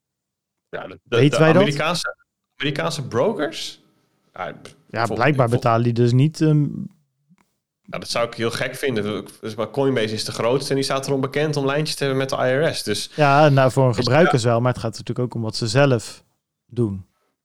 Ja, de, de, Weten de wij Amerikaanse, dat? Amerikaanse brokers? Ja, ja blijkbaar vol, betalen die dus niet. Um... Ja, dat zou ik heel gek vinden. Dus, maar Coinbase is de grootste en die staat erom bekend om lijntjes te hebben met de I R S. Dus, ja, nou voor een gebruikers ja. wel, maar het gaat natuurlijk ook om wat ze zelf doen.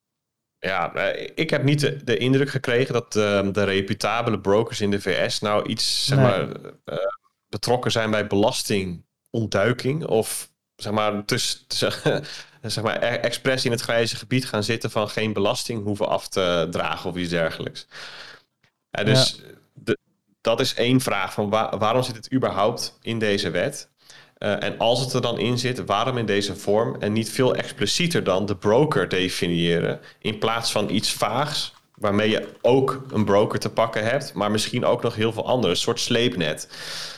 Ja, ik heb niet de, de indruk gekregen dat uh, de reputabele brokers in de V S nou iets, zeg nee. maar, uh, betrokken zijn bij belastingontduiking of, zeg maar, tussen, tussen zeg maar, expres in het grijze gebied gaan zitten van geen belasting hoeven af te dragen of iets dergelijks. Uh, dus ja. de, dat is één vraag van waar, waarom zit het überhaupt in deze wet? Uh, en als het er dan in zit, waarom in deze vorm en niet veel explicieter dan de broker definiëren in plaats van iets vaags waarmee je ook een broker te pakken hebt, maar misschien ook nog heel veel andere, een soort sleepnet.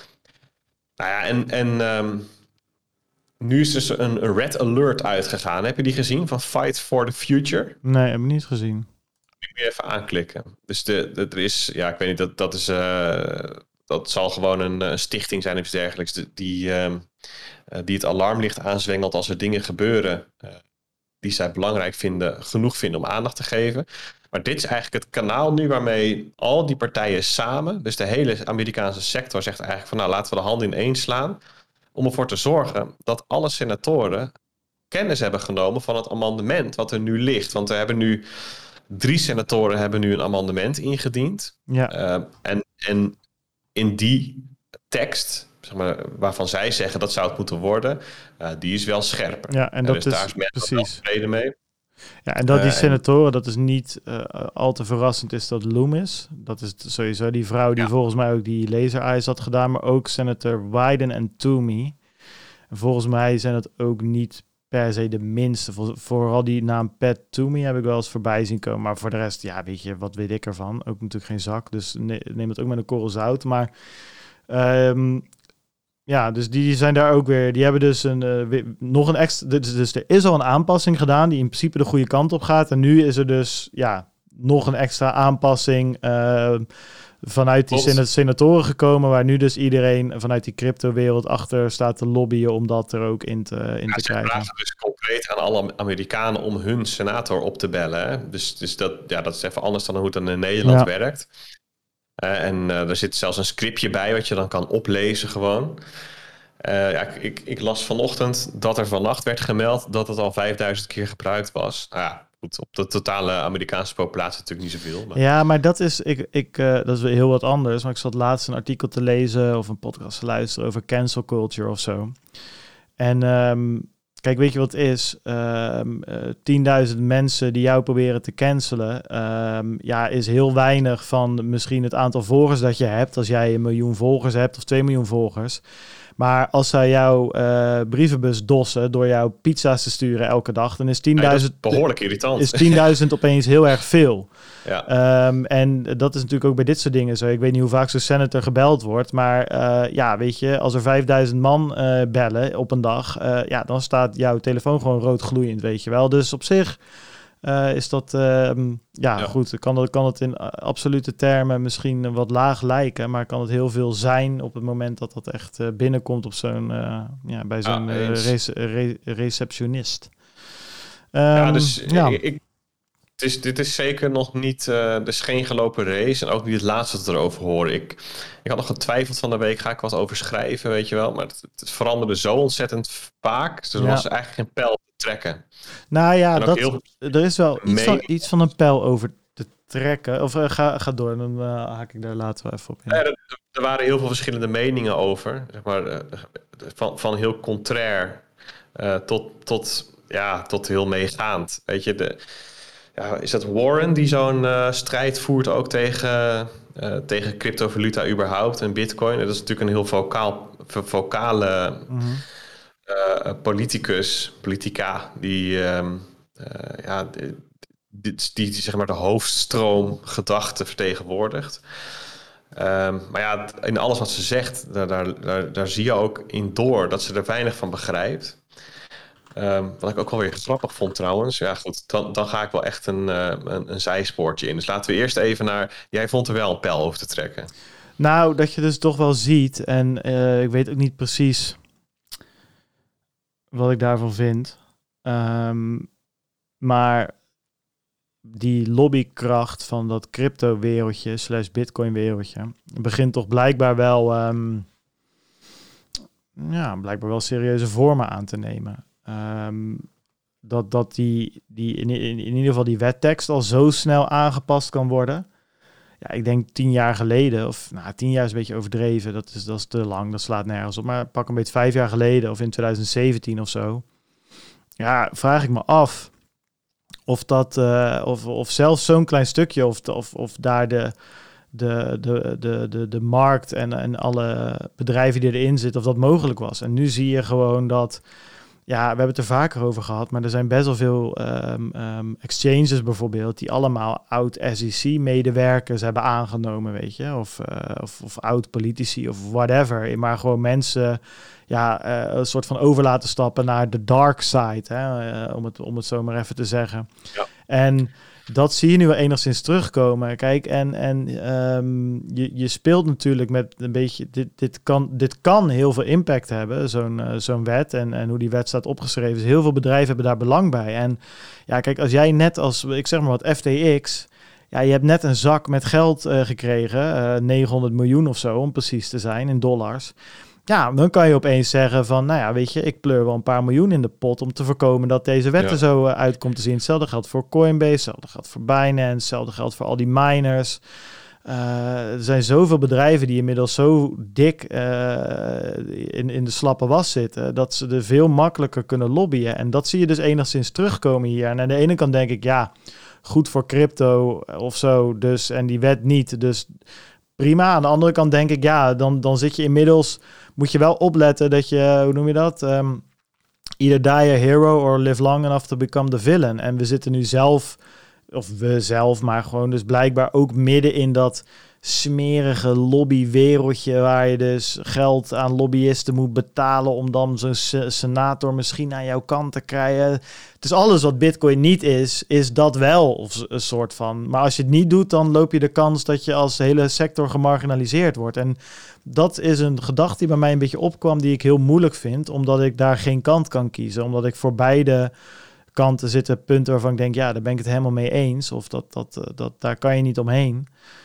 Nou ja, en, en um, nu is dus een, een red alert uitgegaan. Heb je die gezien van Fight for the Future? Nee, heb ik niet gezien. Ik moet even aanklikken. Dus de, de, er is, ja, ik weet niet, dat, dat is... Uh, Dat zal gewoon een, een stichting zijn of iets dergelijks die, um, uh, die het alarmlicht aanzwengelt als er dingen gebeuren uh, die zij belangrijk vinden, genoeg vinden om aandacht te geven. Maar dit is eigenlijk het kanaal nu waarmee al die partijen samen, dus de hele Amerikaanse sector, zegt eigenlijk van nou laten we de handen in één slaan om ervoor te zorgen dat alle senatoren kennis hebben genomen van het amendement wat er nu ligt. Want we hebben nu drie senatoren hebben nu een amendement ingediend. Ja. Uh, en, en in die tekst, zeg maar, waarvan zij zeggen dat zou het moeten worden, uh, die is wel scherper. Ja, en dat dus is daar is men precies tevreden mee. Ja, en dat die Uh, senatoren, dat is niet uh, al te verrassend, is dat Loomis. Dat is sowieso die vrouw die ja. volgens mij ook die laser eyes had gedaan, maar ook senator Wyden en Toomey. En volgens mij zijn het ook niet per se de minste. Voor, vooral die naam Pat Toomey heb ik wel eens voorbij zien komen. Maar voor de rest, ja, weet je, wat weet ik ervan? Ook natuurlijk geen zak, dus ne- neem het ook met een korrel zout. Maar um, ja, dus die zijn daar ook weer. Die hebben dus een uh, weer, nog een extra. Dus, dus er is al een aanpassing gedaan die in principe de goede kant op gaat. En nu is er dus ja nog een extra aanpassing uh, vanuit die sen- senatoren gekomen, waar nu dus iedereen vanuit die crypto-wereld achter staat te lobbyen om dat er ook in te, in ja, te ze krijgen. Ze vragen dus concreet aan alle Amerikanen om hun senator op te bellen. Hè? Dus, dus dat, ja, dat is even anders dan hoe het dan in Nederland ja. werkt. Uh, en uh, er zit zelfs een scriptje bij wat je dan kan oplezen gewoon. Uh, ja, ik, ik, ik las vanochtend dat er vannacht werd gemeld dat het al vijfduizend keer gebruikt was. Nou ja, goed, op de totale Amerikaanse populatie natuurlijk niet zoveel. Maar... Ja, maar dat is, ik, ik, uh, dat is weer heel wat anders. Maar ik zat laatst een artikel te lezen of een podcast te luisteren over cancel culture of zo. En um, kijk, weet je wat het is? Um, uh, tienduizend mensen die jou proberen te cancelen, um, ja, is heel weinig van misschien het aantal volgers dat je hebt. Als jij een miljoen volgers hebt of twee miljoen volgers. Maar als zij jouw uh, brievenbus dossen door jouw pizza's te sturen elke dag, dan is tienduizend ja, behoorlijk irritant. Is tienduizend opeens heel erg veel. Ja. Um, en dat is natuurlijk ook bij dit soort dingen zo. Ik weet niet hoe vaak zo'n senator gebeld wordt, maar uh, ja, weet je, als er vijfduizend man uh, bellen op een dag, uh, ja, dan staat jouw telefoon gewoon rood gloeiend, weet je wel. Dus op zich uh, is dat, uh, ja, ja, goed, kan dat, kan het in absolute termen misschien wat laag lijken, maar kan het heel veel zijn op het moment dat dat echt uh, binnenkomt op zo'n, uh, ja, bij zo'n ja, uh, rece- re- receptionist. Um, ja, dus ja. ik, ik, het is, dit is zeker nog niet, uh, er is geen gelopen race en ook niet het laatste wat we erover horen. Ik, ik had nog getwijfeld van de week, ga ik wat over schrijven, weet je wel, maar het, het veranderde zo ontzettend vaak, dus er ja. was eigenlijk geen pijl te trekken. Nou ja, dat, heel... er is wel iets van, iets van een pijl over te trekken. Of uh, ga, ga door, dan uh, haak ik daar later wel even op in. Ja, er, er waren heel veel verschillende meningen over, zeg maar, uh, van, van heel contrair uh, tot, tot, ja, tot heel meegaand. Weet je, de, ja, is dat Warren die zo'n uh, strijd voert ook tegen, uh, tegen cryptovaluta überhaupt en bitcoin? Dat is natuurlijk een heel vocaal, vocale mm-hmm. uh, politicus, politica, die, um, uh, ja, die, die, die, die zeg maar de hoofdstroom gedachten vertegenwoordigt. Um, maar ja, in alles wat ze zegt, daar, daar, daar, daar zie je ook in door dat ze er weinig van begrijpt. Um, wat ik ook wel weer grappig vond trouwens. Ja goed, dan, dan ga ik wel echt een, uh, een, een zijspoortje in. Dus laten we eerst even naar... Jij vond er wel een pijl over te trekken. Nou, dat je dus toch wel ziet. En uh, ik weet ook niet precies wat ik daarvan vind. Um, maar die lobbykracht van dat crypto-wereldje slash bitcoin-wereldje begint toch blijkbaar wel... Um, ja, blijkbaar wel serieuze vormen aan te nemen. Um, dat dat die, die in, in, in ieder geval die wettekst al zo snel aangepast kan worden. Ja, ik denk tien jaar geleden, of nou, tien jaar is een beetje overdreven, dat is, dat is te lang, dat slaat nergens op. Maar pak een beetje vijf jaar geleden, of in twintig zeventien of zo. Ja, vraag ik me af of dat, uh, of, of zelfs zo'n klein stukje, of, of, of daar de... De, de, de, de, de markt en, en alle bedrijven die erin zitten, of dat mogelijk was. En nu zie je gewoon dat, ja, we hebben het er vaker over gehad, maar er zijn best wel veel um, um, exchanges bijvoorbeeld, die allemaal oud-S E C-medewerkers hebben aangenomen, weet je, of, uh, of, of oud-politici of whatever, maar gewoon mensen, ja, uh, een soort van over laten stappen naar de dark side, hè, uh, om, het, om het zo maar even te zeggen. Ja. En dat zie je nu wel enigszins terugkomen. Kijk, en, en um, je, je speelt natuurlijk met een beetje... Dit, dit, kan, dit kan heel veel impact hebben, zo'n, uh, zo'n wet. En, en hoe die wet staat opgeschreven. Dus heel veel bedrijven hebben daar belang bij. En ja, kijk, als jij net als, ik zeg maar wat, F T X... Ja, je hebt net een zak met geld uh, gekregen. Uh, negenhonderd miljoen of zo, om precies te zijn, in dollars. Ja, dan kan je opeens zeggen van, nou ja, weet je, ik pleur wel een paar miljoen in de pot om te voorkomen dat deze wet er ja. zo uh, uitkomt te zien. Hetzelfde geldt voor Coinbase, hetzelfde geldt voor Binance, hetzelfde geldt voor al die miners. Uh, er zijn zoveel bedrijven die inmiddels zo dik uh, in, in de slappe was zitten, dat ze er veel makkelijker kunnen lobbyen. En dat zie je dus enigszins terugkomen hier. En aan de ene kant denk ik, ja, goed voor crypto of zo, dus, en die wet niet, dus prima. Aan de andere kant denk ik, ja, dan, dan zit je inmiddels, moet je wel opletten dat je, hoe noem je dat? Um, either die a hero or live long enough to become the villain. En we zitten nu zelf, of we zelf, maar gewoon dus blijkbaar ook midden in dat smerige lobbywereldje waar je dus geld aan lobbyisten moet betalen om dan zo'n senator misschien aan jouw kant te krijgen. Dus alles wat Bitcoin niet is, is dat wel of een soort van. Maar als je het niet doet, dan loop je de kans dat je als hele sector gemarginaliseerd wordt. En dat is een gedachte die bij mij een beetje opkwam, die ik heel moeilijk vind, omdat ik daar geen kant kan kiezen. Omdat ik voor beide kanten zitten punten waarvan ik denk, ja, daar ben ik het helemaal mee eens. Of dat, dat, dat, daar kan je niet omheen.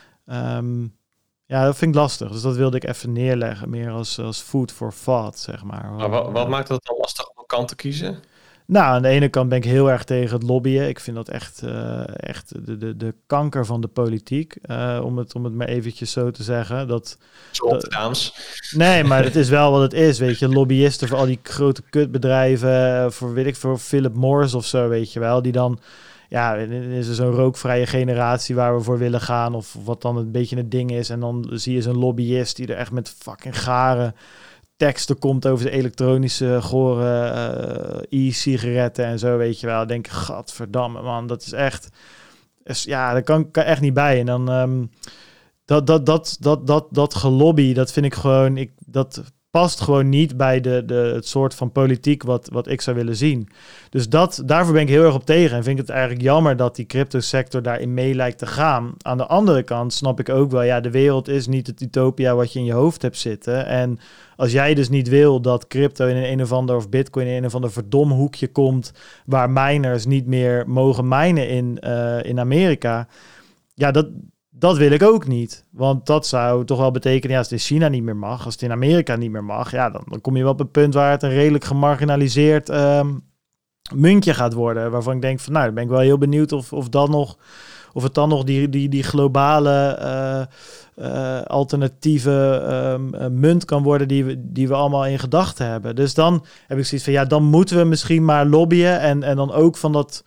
Um, ja, dat vind ik lastig. Dus dat wilde ik even neerleggen. Meer als, als food for thought, zeg maar. Maar wat, wat maakt het dan lastig om een kant te kiezen? Nou, aan de ene kant ben ik heel erg tegen het lobbyen. Ik vind dat echt, uh, echt de, de, de kanker van de politiek. Uh, om, het, om het maar eventjes zo te zeggen. Dat, dat, dames. Nee, maar het is wel wat het is, weet je. Lobbyisten voor al die grote kutbedrijven. Voor, weet ik, voor Philip Morris of zo, weet je wel. Die dan, ja, is er zo'n rookvrije generatie waar we voor willen gaan. Of wat dan een beetje het ding is. En dan zie je zo'n lobbyist die er echt met fucking garen teksten komt over de elektronische gore uh, e-sigaretten en zo, weet je wel. Denk, gadverdamme, man, dat is echt, is, ja, daar kan ik echt niet bij. En dan um, dat, dat, dat, dat, dat, dat gelobby, dat vind ik gewoon, ik, dat past gewoon niet bij de, de, het soort van politiek wat, wat ik zou willen zien. Dus dat, daarvoor ben ik heel erg op tegen. En vind ik het eigenlijk jammer dat die cryptosector daarin mee lijkt te gaan. Aan de andere kant snap ik ook wel, ja, de wereld is niet het utopia wat je in je hoofd hebt zitten. En als jij dus niet wil dat crypto in een, een of ander, of bitcoin in een of ander verdom hoekje komt, waar miners niet meer mogen minen in, uh, in Amerika, ja, dat, dat wil ik ook niet. Want dat zou toch wel betekenen, ja, als het in China niet meer mag, als het in Amerika niet meer mag, ja, dan, dan kom je wel op een punt waar het een redelijk gemarginaliseerd um, muntje gaat worden, waarvan ik denk van, nou, dan ben ik wel heel benieuwd of, of dat nog, of het dan nog die, die, die globale uh, uh, alternatieve um, uh, munt kan worden die we, die we allemaal in gedachten hebben. Dus dan heb ik zoiets van, ja, dan moeten we misschien maar lobbyen en, en dan ook van dat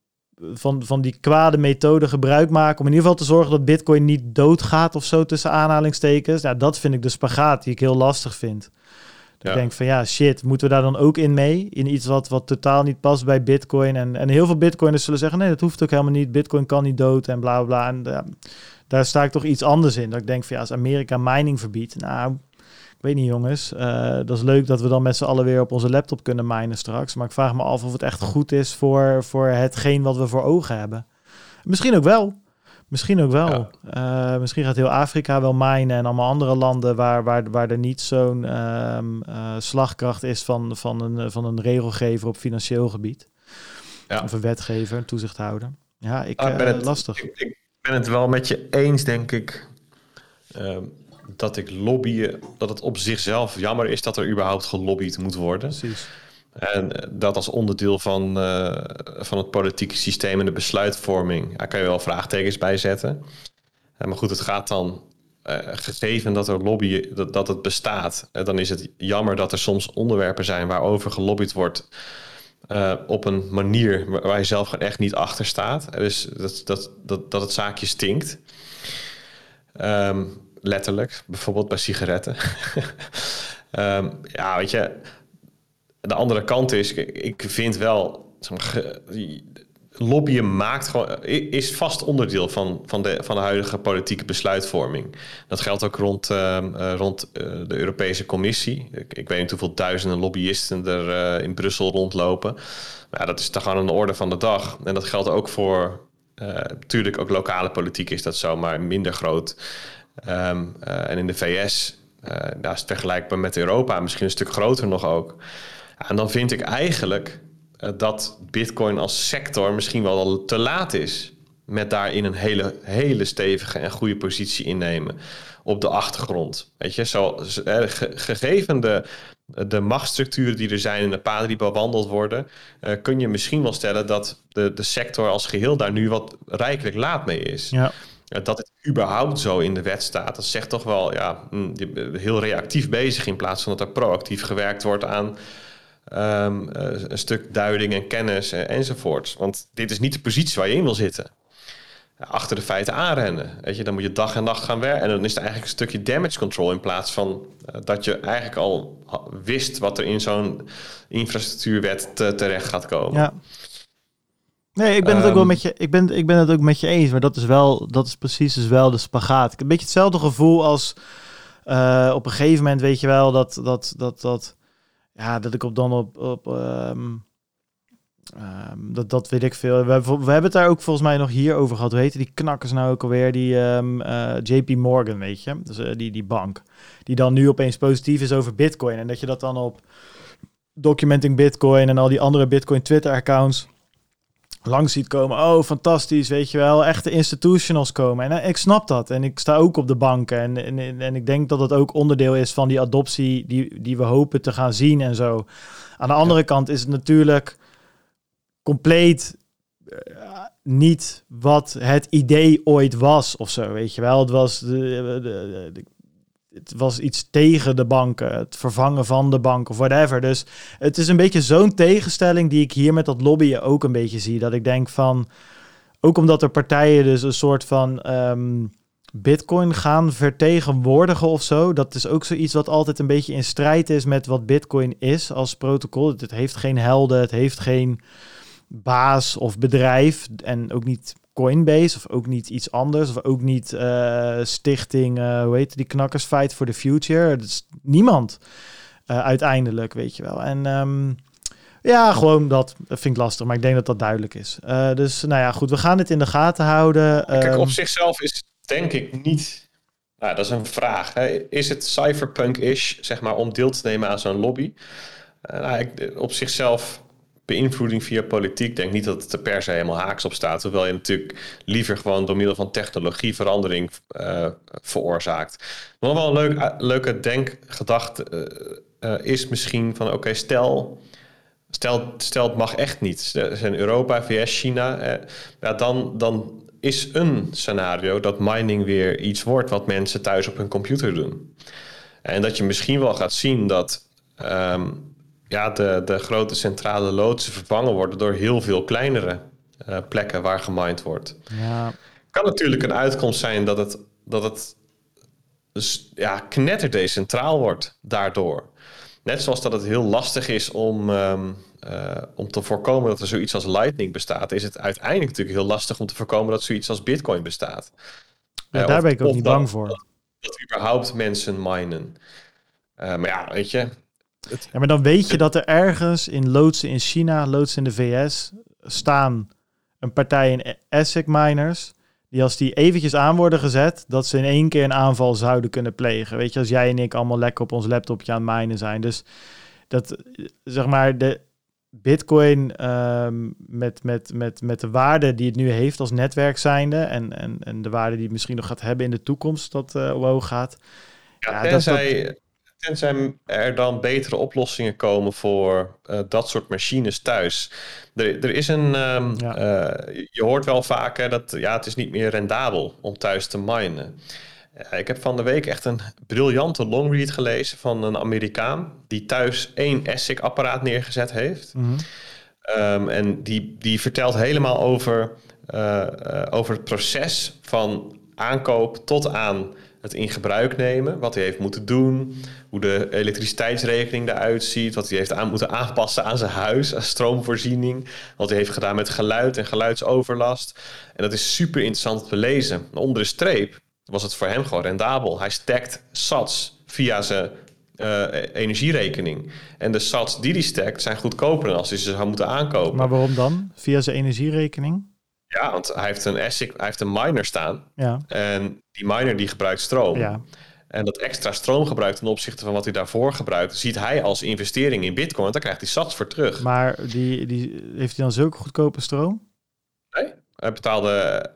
Van, van die kwade methode gebruik maken om in ieder geval te zorgen dat Bitcoin niet doodgaat of zo tussen aanhalingstekens. Ja, dat vind ik de spagaat die ik heel lastig vind. Ja. Ik denk van, ja, shit, moeten we daar dan ook in mee? In iets wat, wat totaal niet past bij Bitcoin. En, en heel veel Bitcoiners zullen zeggen, nee, dat hoeft ook helemaal niet. Bitcoin kan niet dood en bla, bla, bla. En ja, daar sta ik toch iets anders in. Dat ik denk van, ja, als Amerika mining verbiedt, nou, ik weet niet, jongens. Uh, dat is leuk dat we dan met z'n allen weer op onze laptop kunnen minen straks. Maar ik vraag me af of het echt goed is voor, voor hetgeen wat we voor ogen hebben. Misschien ook wel. Misschien ook wel. Ja. Uh, misschien gaat heel Afrika wel minen en allemaal andere landen waar, waar, waar er niet zo'n um, uh, slagkracht is van, van, een, van een regelgever op financieel gebied. Ja. Of een wetgever, een toezichthouder. Ja, ik uh, ben het, lastig. Ik, ik ben het wel met je eens, denk ik. Um, dat ik lobbyen, dat het op zichzelf jammer is dat er überhaupt gelobbyd moet worden. Precies. En dat als onderdeel van, uh, van het politieke systeem en de besluitvorming, daar kan je wel vraagtekens bij zetten. Uh, maar goed, het gaat dan, uh, gegeven dat er lobbyen, dat, dat het bestaat, uh, dan is het jammer dat er soms onderwerpen zijn waarover gelobbyd wordt uh, op een manier waar je zelf gewoon echt niet achter staat. Dus dat, dat, dat, dat het zaakje stinkt. Um, Letterlijk, bijvoorbeeld bij sigaretten. um, ja, weet je, de andere kant is, ik vind wel, lobbyen maakt gewoon, is vast onderdeel van, van, de, van de huidige politieke besluitvorming. Dat geldt ook rond, uh, rond uh, de Europese Commissie. Ik, ik weet niet hoeveel duizenden lobbyisten er uh, in Brussel rondlopen. Maar ja, dat is toch gewoon een orde van de dag. En dat geldt ook voor, uh, natuurlijk ook lokale politiek is dat zo, maar minder groot. Um, uh, en in de V S, uh, daar is het vergelijkbaar met Europa, misschien een stuk groter nog ook. Ja, en dan vind ik eigenlijk uh, dat Bitcoin als sector misschien wel al te laat is met daarin een hele, hele stevige en goede positie innemen op de achtergrond. Weet je, zo, uh, ge, gegeven de, de machtsstructuren die er zijn en de paden die bewandeld worden, uh, kun je misschien wel stellen dat de, de sector als geheel daar nu wat rijkelijk laat mee is. Ja. Ja, dat het überhaupt zo in de wet staat, dat zegt toch wel, ja, heel reactief bezig in plaats van dat er proactief gewerkt wordt aan um, een stuk duiding en kennis en, enzovoorts. Want dit is niet de positie waar je in wil zitten. Achter de feiten aanrennen. Weet je, dan moet je dag en nacht gaan werken. En dan is het eigenlijk een stukje damage control in plaats van uh, dat je eigenlijk al wist wat er in zo'n infrastructuurwet te, terecht gaat komen. Ja. Nee, ik ben um, het ook wel met je. Ik ben, ik ben het ook met je eens, maar dat is wel, dat is precies dus wel de spagaat. Ik heb een beetje hetzelfde gevoel als uh, op een gegeven moment, weet je wel, dat dat dat dat ja, dat ik op dan op op um, um, dat dat weet ik veel. We, we hebben het daar ook volgens mij nog hier over gehad. Hoe heette die knakkers nou ook alweer? Die um, uh, J P Morgan, weet je, dus uh, die die bank die dan nu opeens positief is over Bitcoin en dat je dat dan op Documenting Bitcoin en al die andere Bitcoin Twitter accounts langs ziet komen. Oh, fantastisch, weet je wel. Echte institutionals komen. En uh, ik snap dat. En ik sta ook op de banken. En, en, en ik denk dat dat ook onderdeel is van die adoptie die, die we hopen te gaan zien en zo. Aan de andere ja. kant is het natuurlijk compleet uh, niet wat het idee ooit was of zo, weet je wel. Het was de, de, de, de Het was iets tegen de banken, het vervangen van de bank of whatever. Dus het is een beetje zo'n tegenstelling die ik hier met dat lobbyen ook een beetje zie. Dat ik denk van, ook omdat er partijen dus een soort van um, Bitcoin gaan vertegenwoordigen of zo. Dat is ook zoiets wat altijd een beetje in strijd is met wat Bitcoin is als protocol. Het heeft geen helden, het heeft geen baas of bedrijf en ook niet Coinbase of ook niet iets anders of ook niet uh, stichting, uh, hoe heet die knakkers, Fight for the Future. Het is niemand uh, uiteindelijk, weet je wel. En um, ja, gewoon dat, dat vind ik lastig, maar ik denk dat dat duidelijk is. Uh, dus nou ja, goed, we gaan dit in de gaten houden. Kijk, um, op zichzelf is denk ik niet, nou, dat is een vraag. Hè. Is het cypherpunk-ish, zeg maar, om deel te nemen aan zo'n lobby? Uh, nou, ik, op zichzelf beïnvloeding via politiek, denk niet dat het er per se helemaal haaks op staat. Hoewel je natuurlijk liever gewoon door middel van technologie verandering uh, veroorzaakt. Nog wel een leuk, uh, leuke denkgedachte uh, uh, is misschien van oké, okay, stel, stel, stel het mag echt niet. Er zijn Europa, V S, China. Uh, ja, dan, dan is een scenario dat mining weer iets wordt wat mensen thuis op hun computer doen. En dat je misschien wel gaat zien dat Um, ja, de, de grote centrale loodsen vervangen worden door heel veel kleinere uh, plekken waar gemined wordt. Ja. Kan natuurlijk een uitkomst zijn dat het, dat het dus, ja, knetterdecentraal wordt daardoor. Net zoals dat het heel lastig is om, um, uh, om te voorkomen dat er zoiets als Lightning bestaat, is het uiteindelijk natuurlijk heel lastig om te voorkomen dat zoiets als Bitcoin bestaat. Ja, uh, daar of, ben ik ook niet dat, bang voor. Dat, dat überhaupt mensen minen. Uh, maar ja, weet je. Het, ja, maar dan weet je dat er ergens in loodsen in China, loodsen in de V S, staan een partij in ASIC miners, die als die eventjes aan worden gezet, dat ze in één keer een aanval zouden kunnen plegen. Weet je, als jij en ik allemaal lekker op ons laptopje aan het minen zijn. Dus dat, zeg maar, de Bitcoin um, met, met, met, met de waarde die het nu heeft als netwerk zijnde en, en, en de waarde die het misschien nog gaat hebben in de toekomst, dat uh, omhoog gaat. Ja, ja, tenzij, dat, dat... tenzij er dan betere oplossingen komen voor uh, dat soort machines thuis. Er, er is een, um, ja. uh, je hoort wel vaak hè, dat ja, het is niet meer rendabel om thuis te minen. Uh, ik heb van de week echt een briljante longread gelezen van een Amerikaan die thuis één ASIC-apparaat neergezet heeft. Mm-hmm. Um, en die, die vertelt helemaal over, uh, uh, over het proces van aankoop tot aan het in gebruik nemen, wat hij heeft moeten doen, hoe de elektriciteitsrekening eruit ziet, wat hij heeft aan moeten aanpassen aan zijn huis, aan stroomvoorziening, wat hij heeft gedaan met geluid en geluidsoverlast. En dat is super interessant te lezen. Onder de streep was het voor hem gewoon rendabel. Hij stackt sats via zijn uh, energierekening. En de sats die hij stackt zijn goedkoper dan als hij ze zou moeten aankopen. Maar waarom dan? Via zijn energierekening? Ja, want hij heeft een ASIC, hij heeft een miner staan. Ja. En die miner die gebruikt stroom. Ja. En dat extra stroomgebruik ten opzichte van wat hij daarvoor gebruikt, ziet hij als investering in Bitcoin. Want daar krijgt hij sats voor terug. Maar die, die, heeft hij dan zulke goedkope stroom? Nee, hij betaalde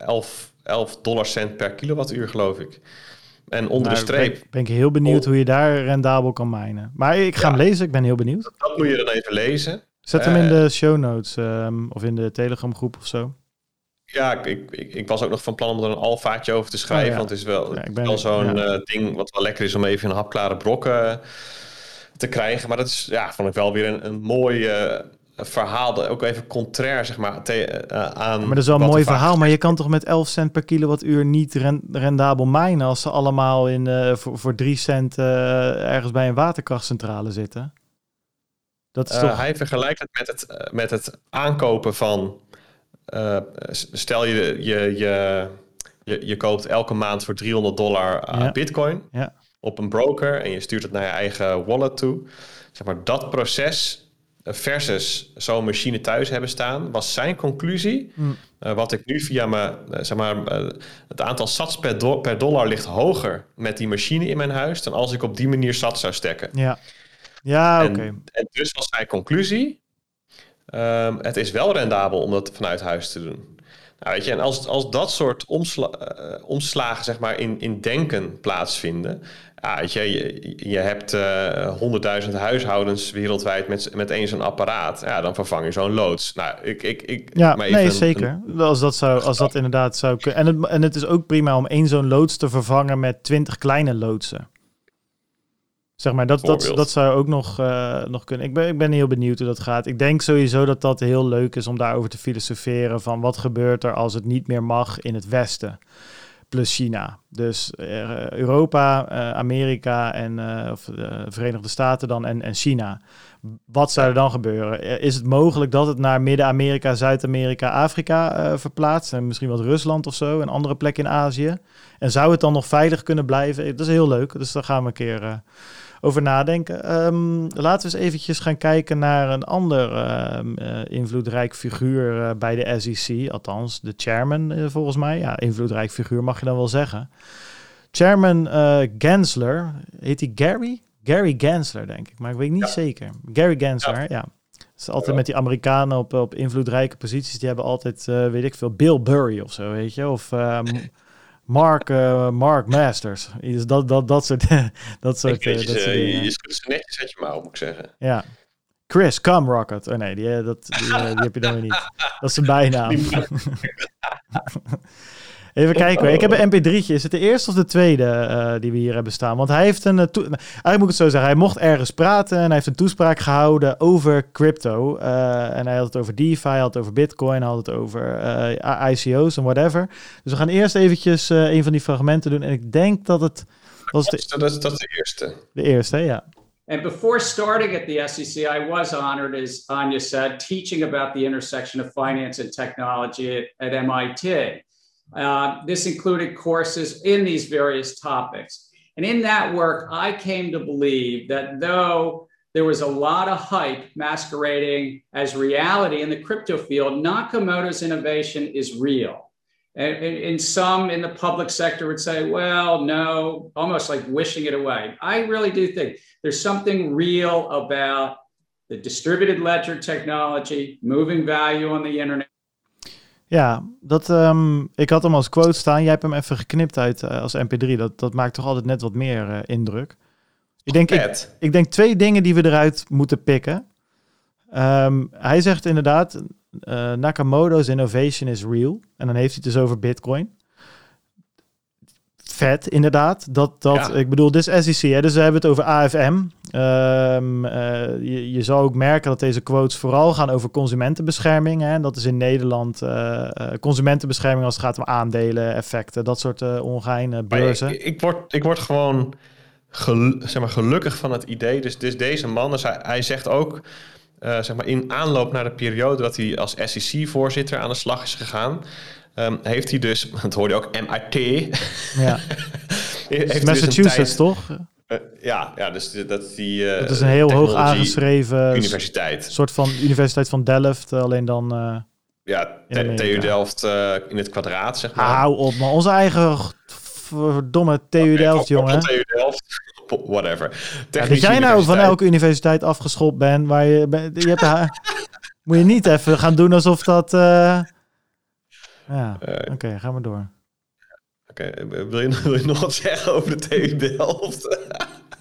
elf dollar cent per kilowattuur, geloof ik. En onder nou, de streep... Ben, ben ik heel benieuwd oh. hoe je daar rendabel kan minen. Maar ik ga ja. hem lezen, ik ben heel benieuwd. Dat, dat moet je dan even lezen. Zet hem uh, in de show notes um, of in de Telegram groep of zo. Ja, ik, ik, ik was ook nog van plan om er een alfaatje over te schrijven. Oh, ja. Want het is wel, ja, ben, wel zo'n ja. uh, ding wat wel lekker is om even een hapklare brok uh, te krijgen. Maar dat is, ja, vond ik wel weer een, een mooi uh, verhaal. Ook even contrair, zeg maar, te, uh, aan... Ja, maar dat is wel een mooi verhaal. Maar je kan toch met elf cent per kilowattuur niet ren, rendabel mijnen... als ze allemaal in, uh, voor, voor drie cent uh, ergens bij een waterkrachtcentrale zitten? Dat is uh, toch... Hij vergelijkt het met het, uh, met het aankopen van... Uh, stel je, je, je, je, je koopt elke maand voor driehonderd dollar uh, ja. bitcoin ja. op een broker en je stuurt het naar je eigen wallet toe. Zeg maar, dat proces versus zo'n machine thuis hebben staan, was zijn conclusie. Mm. Uh, wat ik nu via mijn, uh, zeg maar, uh, het aantal sats per, do- per dollar ligt hoger met die machine in mijn huis dan als ik op die manier sats zou stekken. Ja, ja oké. Okay. En, en dus was zijn conclusie... Um, het is wel rendabel om dat vanuit huis te doen. Nou, weet je, en als, als dat soort omsla, uh, omslagen zeg maar, in, in denken plaatsvinden... Ja, weet je, je, je hebt honderdduizend uh, huishoudens wereldwijd met, met één zo'n apparaat. Ja, dan vervang je zo'n loods. Nou, ik, ik, ik, ja, maar nee, een, zeker. Een, als, dat zou, als dat inderdaad zou kunnen. En het, en het is ook prima om één zo'n loods te vervangen met twintig kleine loodsen. Zeg maar, dat, dat, dat zou ook nog, uh, nog kunnen. Ik ben, ik ben heel benieuwd hoe dat gaat. Ik denk sowieso dat dat heel leuk is om daarover te filosoferen van wat gebeurt er als het niet meer mag in het Westen. Plus China. Dus uh, Europa, uh, Amerika en uh, of de Verenigde Staten dan en, en China. Wat zou er dan gebeuren? Is het mogelijk dat het naar Midden-Amerika, Zuid-Amerika, Afrika uh, verplaatst? En misschien wat Rusland of zo, en andere plekken in Azië. En zou het dan nog veilig kunnen blijven? Dat is heel leuk. Dus daar gaan we een keer... Uh, over nadenken. Um, laten we eens eventjes gaan kijken naar een ander uh, uh, invloedrijk figuur uh, bij de S E C. Althans, de chairman uh, volgens mij. Ja, invloedrijk figuur mag je dan wel zeggen. Chairman uh, Gensler, heet hij Gary? Gary Gensler, denk ik. Maar ik weet niet ja. zeker. Gary Gensler, ja. ja. Het is altijd ja. met die Amerikanen op, op invloedrijke posities. Die hebben altijd, uh, weet ik veel, Bill Burry of zo, weet je. Of... Um, Mark, uh, Mark Masters. Dus dat, dat, dat soort, dat soort, uh, dat soort uh, dingen. Je schudt ze netjes uit je mouw, moet ik zeggen. Ja. Chris Come Rocket. Oh nee, die, dat, die, uh, die heb je dan weer niet. Dat is een bijnaam. Even kijken hoor. Ik heb een M P drietje. Is het de eerste of de tweede uh, die we hier hebben staan? Want hij heeft een... Uh, to- Eigenlijk moet ik het zo zeggen. Hij mocht ergens praten en hij heeft een toespraak gehouden over crypto. Uh, en hij had het over DeFi, hij had het over Bitcoin, hij had het over uh, I C O's en whatever. Dus we gaan eerst eventjes uh, een van die fragmenten doen. En ik denk dat het... Was de, dat, is, dat is de eerste. De eerste, ja. And before starting at the S E C, I was honored, as Anya said, teaching about the intersection of finance and technology at, at M I T. Uh, this included courses in these various topics. And in that work, I came to believe that though there was a lot of hype masquerading as reality in the crypto field, Nakamoto's innovation is real. And, and some in the public sector would say, well, no, almost like wishing it away. I really do think there's something real about the distributed ledger technology, moving value on the internet. Ja, dat, um, ik had hem als quote staan. Jij hebt hem even geknipt uit uh, als M P drie. Dat, dat maakt toch altijd net wat meer uh, indruk. Ik denk, ik, ik denk twee dingen die we eruit moeten pikken. Um, hij zegt inderdaad, uh, Nakamoto's innovation is real. En dan heeft hij het dus over Bitcoin. Vet, inderdaad. Dat, dat, ja. Ik bedoel, dit is S E C, hè, dus we hebben het over A F M. Um, uh, je, je zal ook merken dat deze quotes vooral gaan over consumentenbescherming. Hè, en dat is in Nederland uh, uh, consumentenbescherming als het gaat om aandelen, effecten, dat soort uh, ongein, uh, beurzen. Ik, ik, word, ik word gewoon gel, zeg maar, gelukkig van het idee. Dus, dus deze man, dus hij, hij zegt ook, uh, zeg maar in aanloop naar de periode dat hij als S E C-voorzitter aan de slag is gegaan, Um, heeft hij dus, dat hoorde je ook, M I T. Ja. heeft Massachusetts, dus tijd, toch? Uh, ja, ja, dus dat is die... Uh, dat is een heel hoog aangeschreven... universiteit. Een soort van Universiteit van Delft, alleen dan... Uh, ja, T U Delft uh, in het kwadraat, zeg maar. Hou op, maar onze eigen verdomme T U Delft, okay, jongen. T U Delft, whatever. Ja, dat jij nou van elke universiteit afgeschopt bent, waar je... je hebt, uh, moet je niet even gaan doen alsof dat... Uh, Ja, uh, oké, okay, gaan we door. Oké, okay, wil, wil je nog wat zeggen over de T U Delft?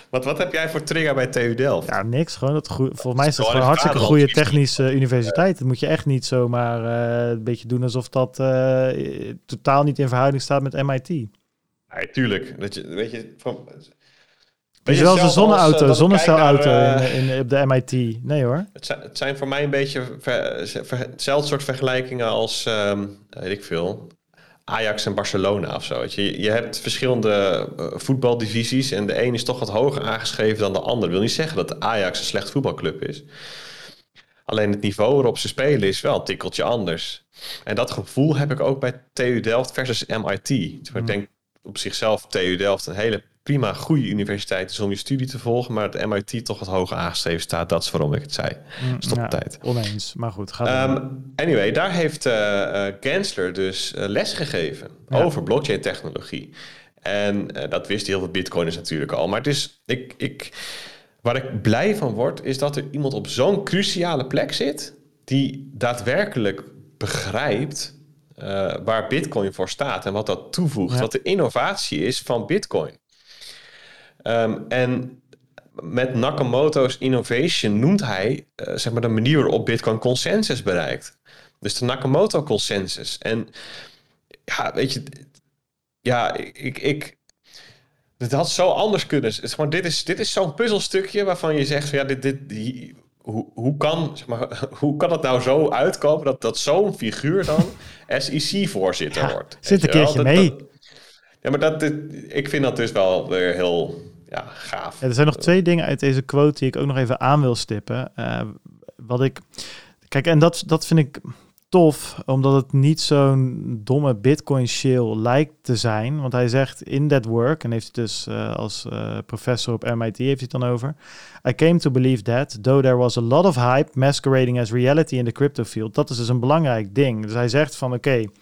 Wat, wat heb jij voor trigger bij T U Delft? Ja, niks. Gewoon dat goe- volgens mij is dat gewoon een hartstikke goede technische universiteit. Dat moet je echt niet zomaar uh, een beetje doen alsof dat uh, totaal niet in verhouding staat met M I T. Ja, tuurlijk. Dat je, weet je, van, Het is wel een zonneauto, als, uh, zonnestelauto naar, uh, in, in, op de M I T. Nee hoor. Het zijn, het zijn voor mij een beetje ver, ver, hetzelfde soort vergelijkingen als, um, weet ik veel, Ajax en Barcelona of zo. Weet je. je hebt verschillende uh, voetbaldivisies en de een is toch wat hoger aangeschreven dan de ander. Dat wil niet zeggen dat Ajax een slecht voetbalclub is. Alleen het niveau waarop ze spelen is wel een tikkeltje anders. En dat gevoel heb ik ook bij T U Delft versus M I T. Dus mm. Ik denk op zichzelf T U Delft een hele prima, goede universiteit is om je studie te volgen, maar het M I T toch wat hoger aangeschreven staat. Dat is waarom ik het zei. Stop ja, tijd. Oneens, maar goed. Ga um, anyway, daar heeft uh, uh, Gensler dus uh, les gegeven ja. over blockchain technologie. En uh, dat wisten heel veel bitcoiners natuurlijk al. Maar het is, ik, ik, waar ik blij van word, is dat er iemand op zo'n cruciale plek zit die daadwerkelijk begrijpt uh, waar bitcoin voor staat en wat dat toevoegt. Ja. Wat de innovatie is van bitcoin. Um, en met Nakamoto's innovation noemt hij uh, zeg maar de manier waarop Bitcoin consensus bereikt. Dus de Nakamoto consensus. En ja, weet je, ja, ik, ik het had zo anders kunnen. Zeg maar, dit is, dit is zo'n puzzelstukje waarvan je zegt, ja, dit, dit, die, hoe, hoe kan, zeg maar, hoe kan het nou zo uitkomen dat, dat zo'n figuur dan S E C-voorzitter ja, wordt? Zit een keertje dat, mee. Dat, ja, maar dat, dit, ik vind dat dus wel weer heel ja, gaaf. Ja, er zijn nog twee dingen uit deze quote die ik ook nog even aan wil stippen. Uh, wat ik... Kijk, en dat, dat vind ik tof, omdat het niet zo'n domme Bitcoin shill lijkt te zijn. Want hij zegt in that work, en heeft hij dus uh, als uh, professor op M I T heeft hij het dan over. I came to believe that, though there was a lot of hype masquerading as reality in the crypto field. Dat is dus een belangrijk ding. Dus hij zegt van oké, okay,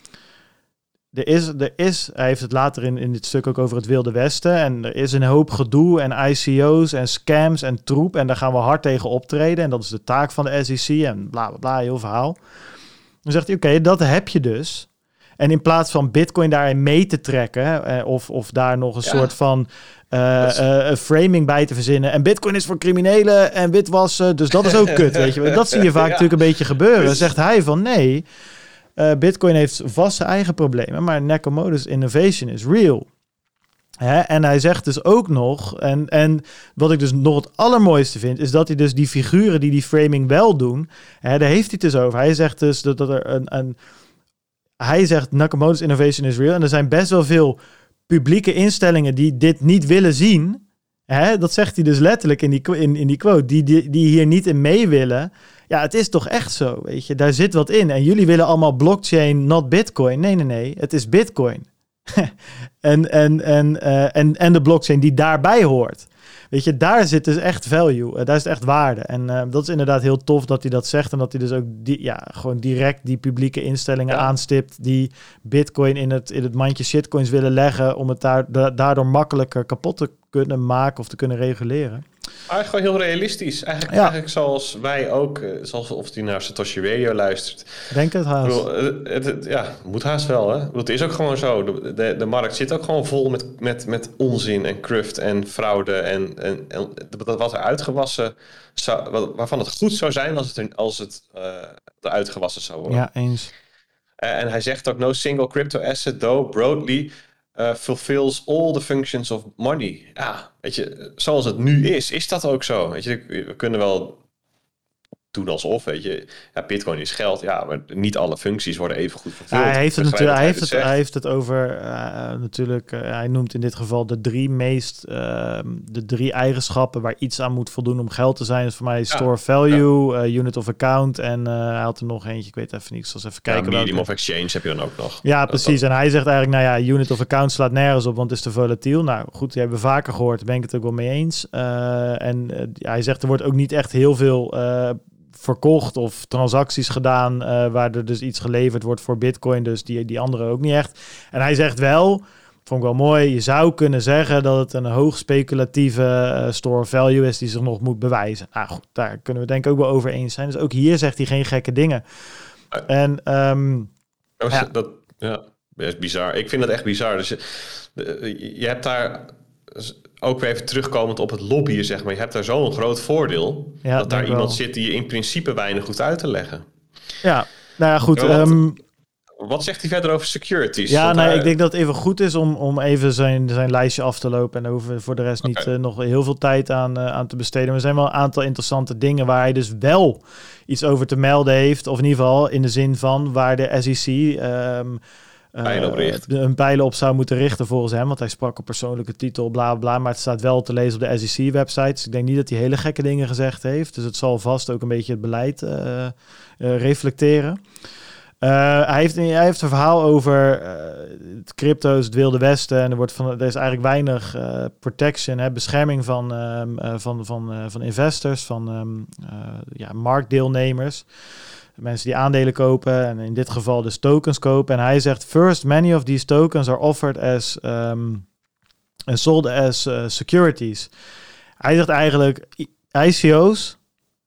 Er is, er is, hij heeft het later in, in dit stuk ook over het Wilde Westen. En er is een hoop gedoe en I C O's en scams en troep. En daar gaan we hard tegen optreden. En dat is de taak van de S E C en bla bla bla, heel verhaal. Dan zegt hij, oké, okay, dat heb je dus. En in plaats van Bitcoin daarin mee te trekken, eh, of, of daar nog een ja. soort van uh, is... uh, framing bij te verzinnen. En Bitcoin is voor criminelen en witwassen, dus dat is ook kut, weet je. Dat zie je vaak ja. natuurlijk een beetje gebeuren. Dus... Zegt hij van, nee... Uh, Bitcoin heeft vast zijn eigen problemen, maar Nakamoto's innovation is real. Hè? En hij zegt dus ook nog, en, en wat ik dus nog het allermooiste vind, is dat hij dus die figuren die die framing wel doen, hè, daar heeft hij het dus over. Hij zegt dus dat, dat er een, een... Hij zegt Nakamoto's innovation is real, en er zijn best wel veel publieke instellingen die dit niet willen zien. Hè? Dat zegt hij dus letterlijk in die, in, in die quote, die, die, die hier niet in mee willen. Ja, het is toch echt zo, weet je. Daar zit wat in. En jullie willen allemaal blockchain, not Bitcoin. Nee, nee, nee. Het is Bitcoin. en, en, en, uh, en, en de blockchain die daarbij hoort. Weet je, daar zit dus echt value. Uh, daar zit echt waarde. En uh, dat is inderdaad heel tof dat hij dat zegt. En dat hij dus ook die, ja, gewoon direct die publieke instellingen ja. aanstipt die Bitcoin in het, in het mandje shitcoins willen leggen om het daar, da- daardoor makkelijker kapot te kunnen maken of te kunnen reguleren. Eigenlijk gewoon heel realistisch. Eigenlijk, ja. eigenlijk zoals wij ook, zoals of die naar Satoshi Radio luistert. Denk het haast. Bedoel, het, het, ja, moet haast wel. Hè? Bedoel, het is ook gewoon zo. De, de, de markt zit ook gewoon vol met, met, met onzin en cruft en fraude. En, en, en wat er uitgewassen zou, waarvan het goed zou zijn als het, als het uh, eruit gewassen zou worden. Ja, eens. Uh, en hij zegt ook, no single crypto asset, though broadly... Uh, fulfills all the functions of money. Ja, weet je, zoals het nu is, is dat ook zo. Weet je, we kunnen wel doen alsof, weet je, ja, Bitcoin is geld, ja, maar niet alle functies worden even goed vervuld. Ja, hij heeft het natuurlijk, hij heeft het, hij heeft het over, uh, natuurlijk, uh, hij noemt in dit geval de drie meest, uh, de drie eigenschappen waar iets aan moet voldoen om geld te zijn. Dat is voor mij ja, store value, ja. uh, unit of account en uh, hij had er nog eentje, ik weet even niet, ik zal eens even kijken. Ja, medium of exchange heb je dan ook nog. Ja, precies. En hij zegt eigenlijk, nou ja, unit of account slaat nergens op, want het is te volatiel. Nou goed, die hebben we vaker gehoord, daar ben ik het ook wel mee eens. Uh, en uh, hij zegt, er wordt ook niet echt heel veel uh, verkocht of transacties gedaan uh, waar er dus iets geleverd wordt voor Bitcoin, dus die, die andere ook niet echt. En hij zegt wel, vond ik wel mooi, je zou kunnen zeggen dat het een hoog speculatieve uh, store value is die zich nog moet bewijzen. Nou goed, daar kunnen we denk ik ook wel over eens zijn. Dus ook hier zegt hij geen gekke dingen. En um, dat, ja. dat ja, best bizar. Ik vind dat echt bizar. Dus je, je hebt daar ook weer even terugkomend op het lobbyen, zeg maar. Je hebt daar zo'n groot voordeel... Ja, dat daar iemand wel. zit die je in principe weinig hoeft uit te leggen. Ja, nou ja, goed. Ja, wat, Um, wat zegt hij verder over securities? ja, Want nee, daar... ik denk dat het even goed is om, om even zijn, zijn lijstje af te lopen. En daar hoeven we voor de rest niet Okay. uh, nog heel veel tijd aan, uh, aan te besteden. Maar er zijn wel een aantal interessante dingen waar hij dus wel iets over te melden heeft. Of in ieder geval in de zin van waar de S E C... Um, Pijlen op richt. Uh, een pijlen op zou moeten richten volgens hem. Want hij sprak op persoonlijke titel, bla bla. Maar het staat wel te lezen op de S E C-website. Dus ik denk niet dat hij hele gekke dingen gezegd heeft. Dus het zal vast ook een beetje het beleid uh, uh, reflecteren. Uh, hij, heeft, hij heeft een verhaal over uh, het crypto's, het Wilde Westen. En er, wordt van, er is eigenlijk weinig uh, protection, hè, bescherming van, um, uh, van, van, uh, van investors, van um, uh, ja, marktdeelnemers. Mensen die aandelen kopen en in dit geval dus tokens kopen. En hij zegt, first, many of these tokens are offered as um, and sold as uh, securities. Hij zegt eigenlijk, I C O's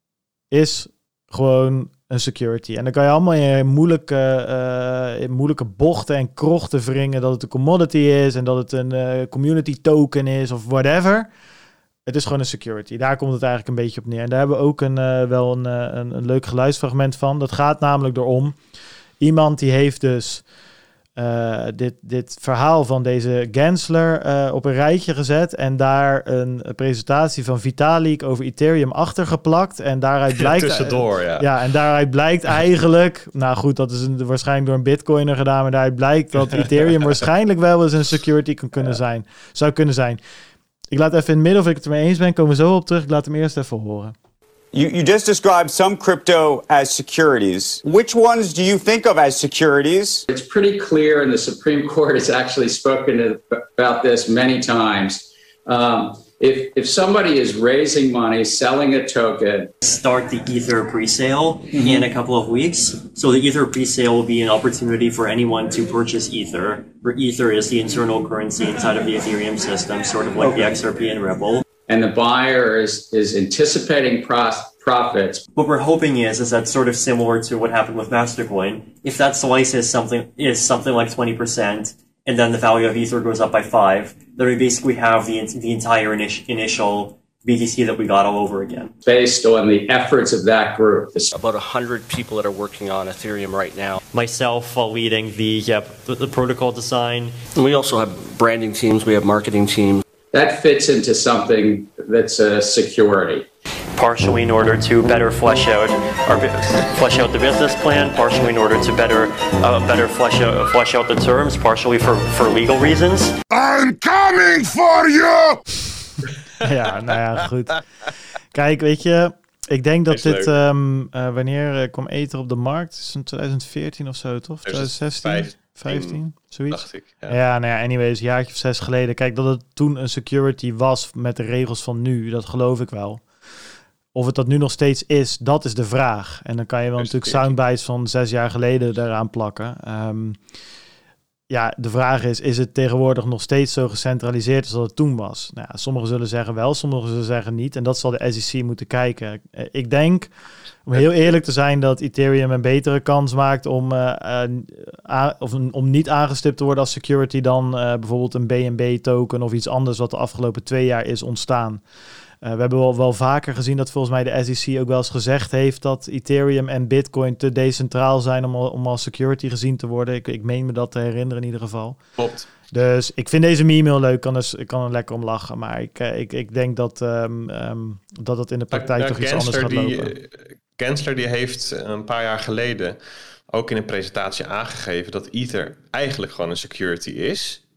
is gewoon een security. En dan kan je allemaal in moeilijke, uh, in moeilijke bochten en krochten wringen dat het een commodity is en dat het een uh, community token is of whatever. Het is gewoon een security. Daar komt het eigenlijk een beetje op neer. En daar hebben we ook een, uh, wel een, uh, een, een leuk geluidsfragment van. Dat gaat namelijk erom. Iemand die heeft dus uh, dit, dit verhaal van deze Gensler uh, op een rijtje gezet. En daar een, een presentatie van Vitalik over Ethereum achtergeplakt. En daaruit blijkt... Ja, tussendoor, ja. Ja, en daaruit blijkt eigenlijk... Nou goed, dat is een, waarschijnlijk door een bitcoiner gedaan. Maar daaruit blijkt dat Ethereum waarschijnlijk wel eens een security kan kunnen ja. zijn. Zou kunnen zijn. Ik laat even in het midden of ik het ermee eens ben. Komen we zo op terug. Ik laat hem eerst even horen. You, you just described some crypto as securities. Which ones do you think of as securities? It's pretty clear, and the Supreme Court has actually spoken about this many times. Um, if, if somebody is raising money, selling a token... Start the Ether pre-sale mm-hmm. in a couple of weeks. So the Ether pre-sale will be an opportunity for anyone to purchase Ether. For Ether is the internal currency inside of the Ethereum system, sort of like okay. the X R P and Ripple. And the buyer is, is anticipating pros- profits. What we're hoping is, is that sort of similar to what happened with Mastercoin. If that slice is something, is something like twenty percent, and then the value of Ether goes up by five, then we basically have the, the entire init- initial B T C that we got all over again. Based on the efforts of that group. About one hundred people that are working on Ethereum right now. Myself uh, leading the, yeah, the, the protocol design. And we also have branding teams, we have marketing teams. That fits into something that's a security. Partially in order to better flesh out our flesh out the business plan, partially in order to better uh, better flesh out flesh out the terms, partially for, for legal reasons. I'm coming for you! Ja, nou ja, goed. Kijk, weet je, ik denk dat dit, um, uh, wanneer uh, kwam Ether op de markt? Het is in twintig veertien of zo, toch? twintig zestien? vijftien, zoiets. Dacht ik. Ja, ja nou ja, anyways, een jaartje of zes geleden. Kijk, dat het toen een security was met de regels van nu, dat geloof ik wel. Of het dat nu nog steeds is, dat is de vraag. En dan kan je wel natuurlijk soundbites van zes jaar geleden eraan plakken. Um, ja, de vraag is, is het tegenwoordig nog steeds zo gecentraliseerd als dat het toen was? Nou ja, sommigen zullen zeggen wel, sommigen zullen zeggen niet. En dat zal de S E C moeten kijken. Ik denk, om heel eerlijk te zijn, dat Ethereum een betere kans maakt om, uh, uh, a- of een, om niet aangestipt te worden als security dan uh, bijvoorbeeld een B N B token of iets anders wat de afgelopen twee jaar is ontstaan. Uh, we hebben wel, wel vaker gezien dat volgens mij de S E C ook wel eens gezegd heeft dat Ethereum en Bitcoin te decentraal zijn om, om als security gezien te worden. Ik, ik meen me dat te herinneren in ieder geval. Klopt. Dus ik vind deze meme heel leuk. Ik kan, dus, ik kan er lekker om lachen. Maar ik, ik, ik denk dat, um, um, dat het in de praktijk nou, toch iets Gensler anders gaat die, lopen. Gensler die heeft een paar jaar geleden ook in een presentatie aangegeven dat Ether eigenlijk gewoon een security is.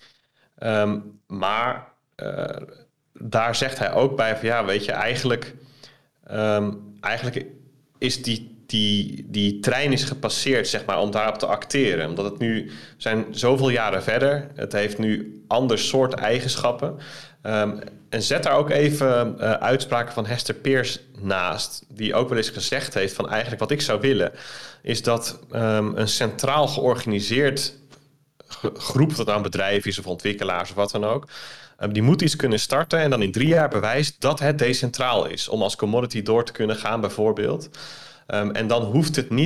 Um, maar uh, daar zegt hij ook bij van ja, weet je, eigenlijk, um, eigenlijk is die, die, die trein is gepasseerd, zeg maar, om daarop te acteren. Omdat het nu, we zijn zoveel jaren verder. Het heeft nu ander soort eigenschappen. Um, en zet daar ook even uh, uitspraken van Hester Peirce naast, die ook wel eens gezegd heeft van eigenlijk wat ik zou willen, is dat um, een centraal georganiseerd groep, of dat nou een bedrijf is of ontwikkelaars of wat dan ook, um, die moet iets kunnen starten en dan in drie jaar bewijst dat het decentraal is, om als commodity door te kunnen gaan bijvoorbeeld. Um, en dan hoeft het niet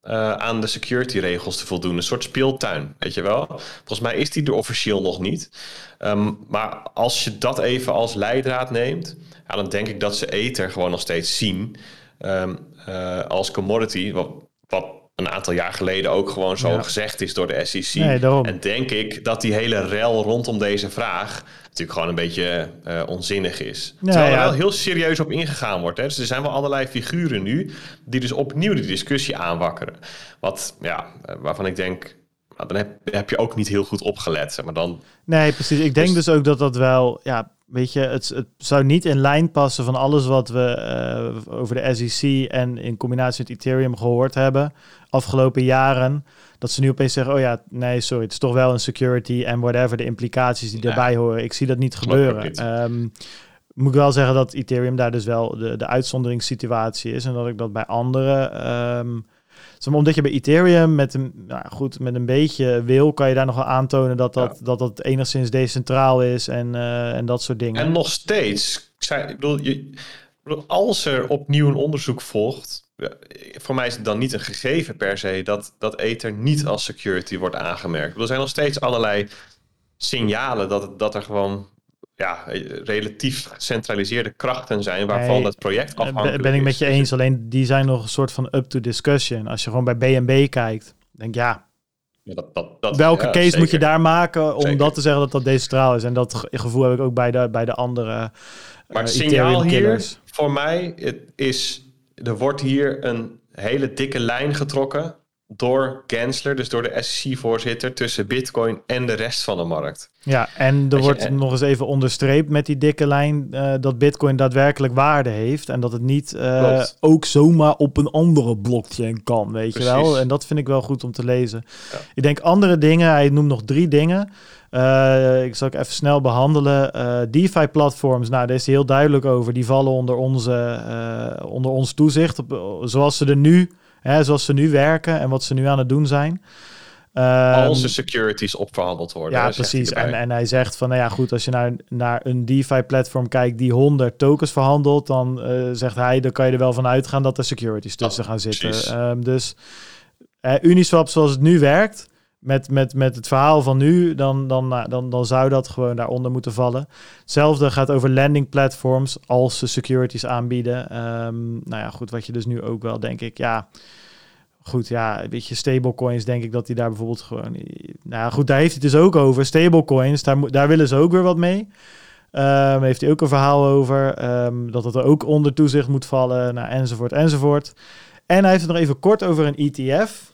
uh, aan de security regels te voldoen. Een soort speeltuin, weet je wel. Volgens mij is die er officieel nog niet. Um, maar als je dat even als leidraad neemt, ja, dan denk ik dat ze Ether gewoon nog steeds zien um, uh, als commodity, wat, wat een aantal jaar geleden ook gewoon zo ja. gezegd is door de S E C. Nee, en denk ik dat die hele rel rondom deze vraag natuurlijk gewoon een beetje uh, onzinnig is. Ja, Terwijl er ja. wel heel serieus op ingegaan wordt. Hè. Dus er zijn wel allerlei figuren nu die dus opnieuw die discussie aanwakkeren. Wat, ja, waarvan ik denk, nou, dan heb, heb je ook niet heel goed opgelet. Zeg maar dan. Nee, precies. Ik denk dus, dus ook dat dat wel, ja, weet je, het, het zou niet in lijn passen van alles wat we uh, over de S E C en in combinatie met Ethereum gehoord hebben afgelopen jaren. Dat ze nu opeens zeggen, oh ja, nee, sorry, het is toch wel een security en whatever, de implicaties die daarbij ja. horen. Ik zie dat niet gebeuren. Niet. Um, moet ik wel zeggen dat Ethereum daar dus wel de, de uitzonderingssituatie is en dat ik dat bij anderen... Um, omdat je bij Ethereum met een, nou goed, met een beetje wil, kan je daar nog wel aantonen dat dat, ja. dat, dat enigszins decentraal is en, uh, en dat soort dingen. En nog steeds, ik, zei, ik, bedoel, je, ik bedoel, als er opnieuw een onderzoek volgt, voor mij is het dan niet een gegeven per se dat, dat Ether niet als security wordt aangemerkt. Ik bedoel, er zijn nog steeds allerlei signalen dat, dat er gewoon ja, relatief gecentraliseerde krachten zijn waarvan nee, het project afhankelijk is. Ben ik met je eens, alleen die zijn nog een soort van up to discussion. Als je gewoon bij B N B kijkt, denk ja, ja dat, dat, dat, welke ja, case zeker. moet je daar maken om zeker. dat te zeggen dat dat decentraal is? En dat gevoel heb ik ook bij de, bij de andere uh, Maar het signaal hier voor mij het is, er wordt hier een hele dikke lijn getrokken door Gensler, dus door de S E C-voorzitter, tussen Bitcoin en de rest van de markt. Ja, en er Weet wordt je, nog eens even onderstreept met die dikke lijn uh, dat Bitcoin daadwerkelijk waarde heeft en dat het niet uh, ook zomaar op een andere blockchain kan, weet Precies. je wel. En dat vind ik wel goed om te lezen. Ja. Ik denk andere dingen, hij noemt nog drie dingen. Uh, ik zal ik even snel behandelen. Uh, DeFi-platforms, nou, daar is hij heel duidelijk over. Die vallen onder, onze, uh, onder ons toezicht, op, zoals ze er nu... Hè, zoals ze nu werken en wat ze nu aan het doen zijn. Um, Als de securities opverhandeld worden. Ja, precies. En, en hij zegt van, nou ja, goed, als je naar, naar een DeFi-platform kijkt die honderd tokens verhandelt, dan uh, zegt hij, dan kan je er wel van uitgaan dat er securities tussen oh, gaan zitten. Um, dus uh, Uniswap zoals het nu werkt, met, met, met het verhaal van nu, dan, dan, dan, dan, dan zou dat gewoon daaronder moeten vallen. Hetzelfde gaat over landing platforms als ze securities aanbieden. Um, nou ja, goed, wat je dus nu ook wel, denk ik, ja... Goed, ja, weet je, stablecoins, denk ik dat die daar bijvoorbeeld gewoon... Nou ja, goed, daar heeft hij het dus ook over. Stablecoins, daar, daar willen ze ook weer wat mee. Um, heeft hij ook een verhaal over. Um, dat het er ook onder toezicht moet vallen, nou, enzovoort, enzovoort. En hij heeft het nog even kort over een E T F...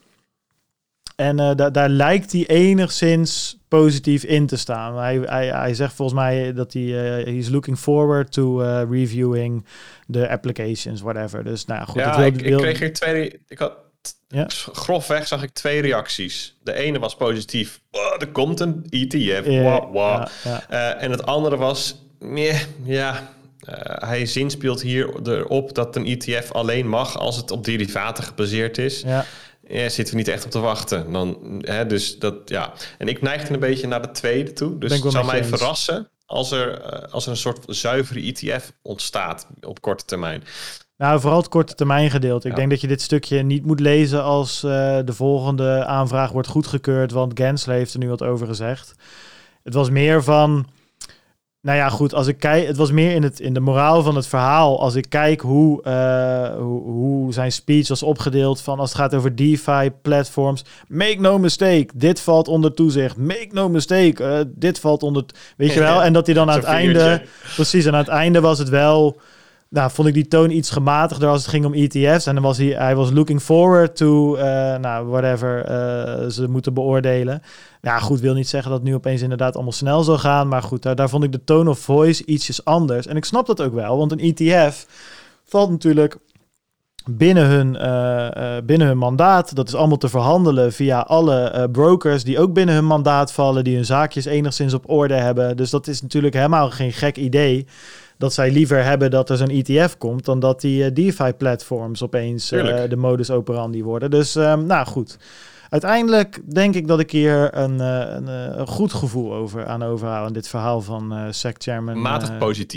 En uh, da- daar lijkt hij enigszins positief in te staan. Hij, hij, hij zegt volgens mij dat hij... Uh, he's looking forward to uh, reviewing the applications, whatever. Dus nou goed. Ja, wil, ik, wil... ik kreeg hier twee... Ik had, ja? Grofweg zag ik twee reacties. De ene was positief. Oh, er komt een E T F. Ja, wow, wow. ja, ja. Uh, en het andere was... Meh, ja... Uh, hij zinspeelt hier erop dat een E T F alleen mag als het op derivaten gebaseerd is. Ja. Ja, zitten we niet echt op te wachten. Dan, hè, dus dat, ja. En ik neigde een beetje naar de tweede toe. Dus het zou mij eens. verrassen als er, uh, als er een soort zuivere E T F ontstaat op korte termijn. Nou, vooral het korte termijn gedeelte. Ik ja. denk dat je dit stukje niet moet lezen als uh, de volgende aanvraag wordt goedgekeurd, want Gensler heeft er nu wat over gezegd. Het was meer van... Nou ja, goed, als ik kijk, het was meer in, het, in de moraal van het verhaal. Als ik kijk hoe, uh, hoe, hoe zijn speech was opgedeeld van als het gaat over DeFi-platforms. Make no mistake, dit valt onder toezicht. Make no mistake, uh, dit valt onder... Weet je wel? En dat hij dan aan het einde... Precies, en aan het einde was het wel... Nou, vond ik die toon iets gematigder als het ging om E T F's. En dan was hij, hij was looking forward to, uh, nou, whatever uh, ze moeten beoordelen. Ja, goed, wil niet zeggen dat het nu opeens inderdaad allemaal snel zou gaan. Maar goed, daar, daar vond ik de tone of voice ietsjes anders. En ik snap dat ook wel, want een E T F valt natuurlijk binnen hun, uh, uh, binnen hun mandaat. Dat is allemaal te verhandelen via alle uh, brokers die ook binnen hun mandaat vallen, die hun zaakjes enigszins op orde hebben. Dus dat is natuurlijk helemaal geen gek idee dat zij liever hebben dat er zo'n E T F komt dan dat die uh, DeFi-platforms opeens uh, de modus operandi worden. Dus, um, nou goed. Uiteindelijk denk ik dat ik hier een, een, een goed gevoel over aan overhoud aan dit verhaal van uh, S E C-chairman. Matig uh, positief.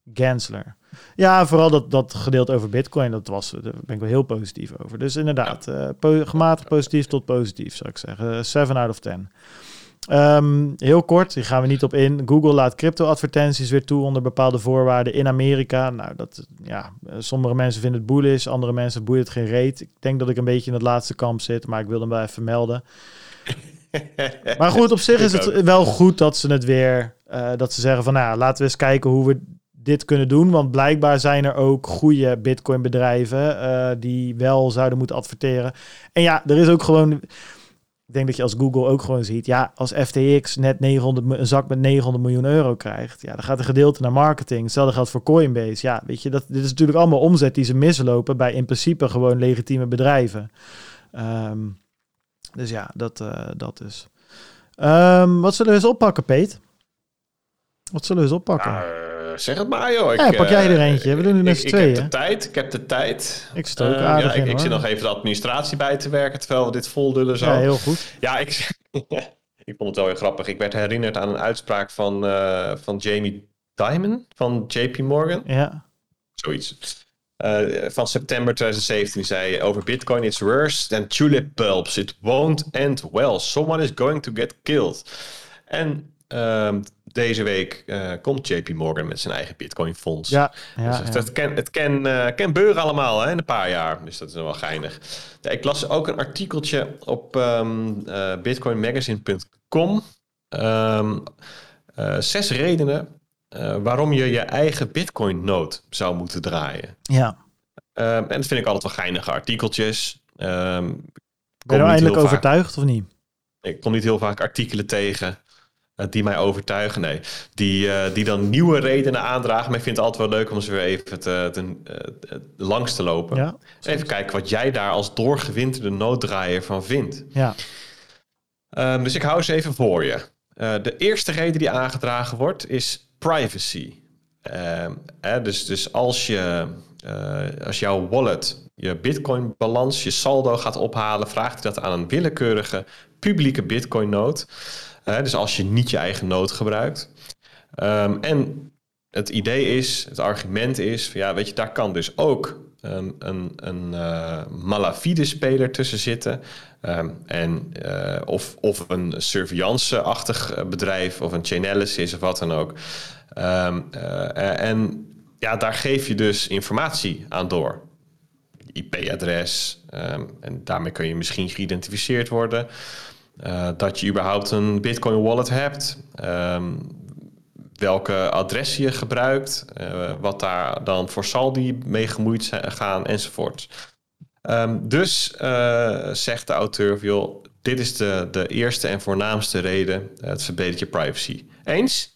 Gensler. Ja, vooral dat, dat gedeelte over Bitcoin, dat was, daar ben ik wel heel positief over. Dus inderdaad, uh, po- gematigd positief tot positief, zou ik zeggen. zeven out of tien. Um, heel kort, die gaan we niet op in. Google laat crypto-advertenties weer toe onder bepaalde voorwaarden in Amerika. Nou, dat, ja, sommige mensen vinden het bullish, andere mensen boeit het geen reet. Ik denk dat ik een beetje in het laatste kamp zit, maar ik wil hem wel even melden. Maar goed, op zich is het wel goed dat ze het weer, uh, dat ze zeggen van, nou, laten we eens kijken hoe we dit kunnen doen. Want blijkbaar zijn er ook goede Bitcoin bedrijven uh, die wel zouden moeten adverteren. En ja, er is ook gewoon... Ik denk dat je als Google ook gewoon ziet... ja, als F T X net negenhonderd, een zak met negenhonderd miljoen euro krijgt... ja, dan gaat een gedeelte naar marketing. Hetzelfde geldt voor Coinbase. Ja, weet je, dat, dit is natuurlijk allemaal omzet die ze mislopen... bij in principe gewoon legitieme bedrijven. Um, dus ja, dat, uh, dat is. Um, wat zullen we eens oppakken, Peet? Wat zullen we eens oppakken? Uh, zeg het maar, joh. Ik, ja, pak jij er eentje. We doen nu met z'n tweeën. Ik heb de tijd. Ik heb de tijd. Ik sta ook aardig uh, ja, in, Ik, ik zit nog even de administratie bij te werken... terwijl we dit voldullen zo. Ja, heel goed. Ja, ik, ik vond het wel heel grappig. Ik werd herinnerd aan een uitspraak van, uh, van Jamie Dimon van J P Morgan. Ja. Zoiets. Uh, van september twintig zeventien zei over Bitcoin: it's worse than tulip bulbs. It won't end well. Someone is going to get killed. En uh, deze week uh, komt J P Morgan met zijn eigen Bitcoin fonds. Ja, ja, dus ja. het kan, het kan, uh, kan beuren allemaal hè, in een paar jaar. Dus dat is wel geinig. Ja, ik las ook een artikeltje op um, uh, bitcoin magazine punt com. Um, uh, zes redenen uh, waarom je je eigen Bitcoin-node zou moeten draaien. Ja. Um, en dat vind ik altijd wel geinige artikeltjes. Um, ben je nou eindelijk overtuigd vaak, of niet? Ik kom niet heel vaak artikelen tegen uh, die mij overtuigen. Nee, die, uh, die dan nieuwe redenen aandragen. Maar ik vind het altijd wel leuk om ze weer even te, te, uh, langs te lopen. Ja, even kijken wat jij daar als doorgewinterde nooddraaier van vindt. Ja. Um, dus ik hou ze even voor je. Uh, de eerste reden die aangedragen wordt is privacy. Uh, eh, dus, dus als je... Uh, als jouw wallet je Bitcoin-balans, je saldo gaat ophalen, vraagt hij dat aan een willekeurige publieke Bitcoin-node. Uh, dus als je niet je eigen node gebruikt. Um, en het idee is, het argument is, ja, weet je, daar kan dus ook een, een, een uh, malafide speler tussen zitten. Um, en, uh, of, of een surveillance-achtig bedrijf of een Chainalysis of wat dan ook. Um, uh, en ja, daar geef je dus informatie aan door. I P-adres. Um, en daarmee kun je misschien geïdentificeerd worden. Uh, dat je überhaupt een Bitcoin wallet hebt. Um, welke adressen je gebruikt. Uh, wat daar dan voor saldi mee gemoeid zijn, gaan enzovoort. Um, dus uh, zegt de auteur, joh, dit is de, de eerste en voornaamste reden. Uh, het verbetert je privacy. Eens?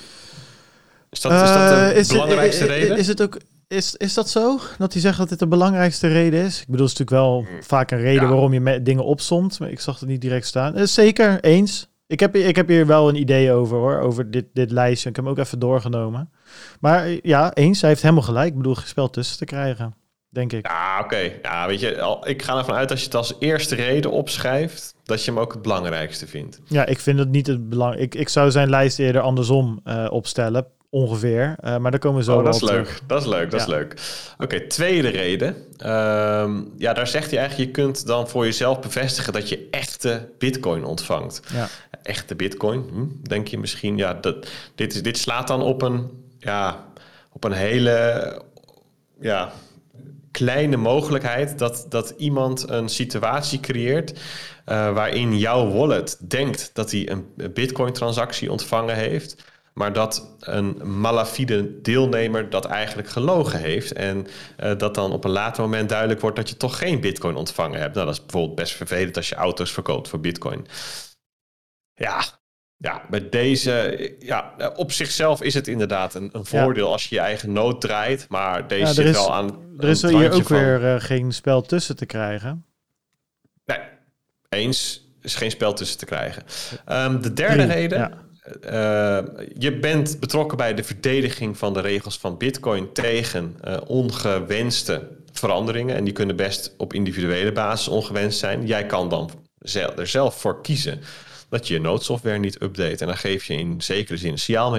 Is dat, is dat de uh, is belangrijkste het, reden? Is, het ook, is, is dat zo? Dat hij zegt dat dit de belangrijkste reden is? Ik bedoel, het is natuurlijk wel vaak een reden ja. waarom je me, dingen opsomt. Maar ik zag het niet direct staan. Uh, zeker, eens. Ik heb, ik heb hier wel een idee over, hoor. Over dit, dit lijstje. Ik heb hem ook even doorgenomen. Maar ja, eens. Hij heeft helemaal gelijk. Ik bedoel, geen spel tussen te krijgen. Denk ik. Ja, oké. Okay. Ja, weet je, ik ga ervan uit als je het als eerste reden opschrijft, dat je hem ook het belangrijkste vindt. Ja, ik vind het niet het belang. Ik, ik zou zijn lijst eerder andersom uh, opstellen. Ongeveer. Uh, maar daar komen we zo oh, dat is leuk. terug. Dat is leuk. Dat ja. is leuk. Oké, okay, tweede reden. Um, ja, daar zegt hij eigenlijk, je kunt dan voor jezelf bevestigen dat je echte Bitcoin ontvangt. Ja. Echte Bitcoin, hm, denk je misschien. Ja, dat, dit, is, dit slaat dan op een, ja, op een hele, ja, kleine mogelijkheid dat, dat iemand een situatie creëert uh, waarin jouw wallet denkt dat hij een Bitcoin-transactie ontvangen heeft, maar dat een malafide deelnemer dat eigenlijk gelogen heeft en uh, dat dan op een later moment duidelijk wordt dat je toch geen Bitcoin ontvangen hebt. Nou, dat is bijvoorbeeld best vervelend als je auto's verkoopt voor Bitcoin. Ja, ja, met deze, ja, op zichzelf is het inderdaad een, een voordeel ja. als je je eigen node draait, maar deze ja, zit is, wel aan. Er is hier ook van, weer uh, geen spel tussen te krijgen. Nee, eens is geen spel tussen te krijgen. Um, de derde Drie, reden. Ja. Uh, je bent betrokken bij de verdediging van de regels van Bitcoin tegen uh, ongewenste veranderingen. En die kunnen best op individuele basis ongewenst zijn. Jij kan dan zelf, er zelf voor kiezen dat je je nodesoftware niet update. En dan geef je in zekere zin een signaal mee af.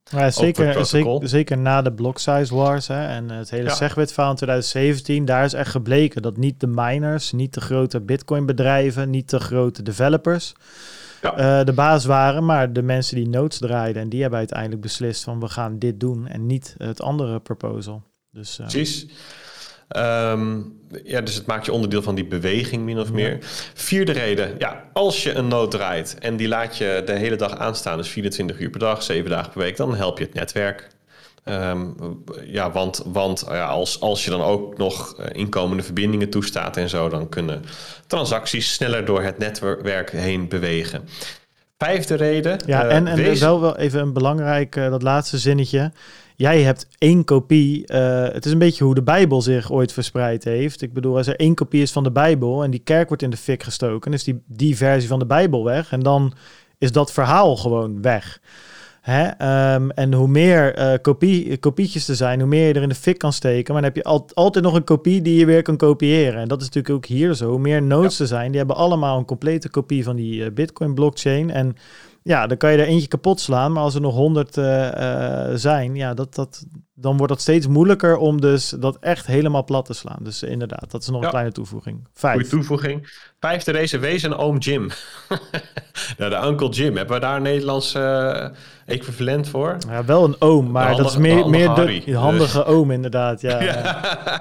Ja, zeker, zeker, zeker na de block size wars hè, en het hele ja. SegWit-verhaal in twintig zeventien, daar is echt gebleken dat niet de miners, niet de grote Bitcoin-bedrijven, niet de grote developers ja. uh, de baas waren, maar de mensen die nodes draaiden. En die hebben uiteindelijk beslist van we gaan dit doen en niet het andere proposal. Dus, uh, Precies. Um, ja, dus het maakt je onderdeel van die beweging, min of meer. Ja. Vierde reden, ja, als je een node draait en die laat je de hele dag aanstaan, dus vierentwintig uur per dag, zeven dagen per week, dan help je het netwerk. Um, ja, want, want ja, als, als je dan ook nog uh, inkomende verbindingen toestaat en zo, dan kunnen transacties sneller door het netwerk heen bewegen. Vijfde reden. Ja, uh, en, en wees... wel, wel even een belangrijk, uh, dat laatste zinnetje. Jij hebt één kopie. Uh, het is een beetje hoe de Bijbel zich ooit verspreid heeft. Ik bedoel, als er één kopie is van de Bijbel en die kerk wordt in de fik gestoken, is die, die versie van de Bijbel weg. En dan is dat verhaal gewoon weg. Hè? Um, en hoe meer uh, kopie, kopietjes er zijn, hoe meer je er in de fik kan steken. Maar dan heb je al, altijd nog een kopie die je weer kan kopiëren. En dat is natuurlijk ook hier zo. Hoe meer nodes ja. er zijn, die hebben allemaal een complete kopie van die uh, Bitcoin blockchain. En ja, dan kan je er eentje kapot slaan. Maar als er nog honderd uh, uh, zijn, ja, dat, dat, dan wordt dat steeds moeilijker om dus dat echt helemaal plat te slaan. Dus uh, inderdaad, dat is nog ja. een kleine toevoeging. Vijf. Goeie toevoeging. Vijfde race, wees een oom Jim. Nou, de Uncle Jim. Hebben we daar een Nederlands uh, equivalent voor? Ja, wel een oom, maar handige, dat is meer, meer de, de handige dus. Oom inderdaad. Ja, ja.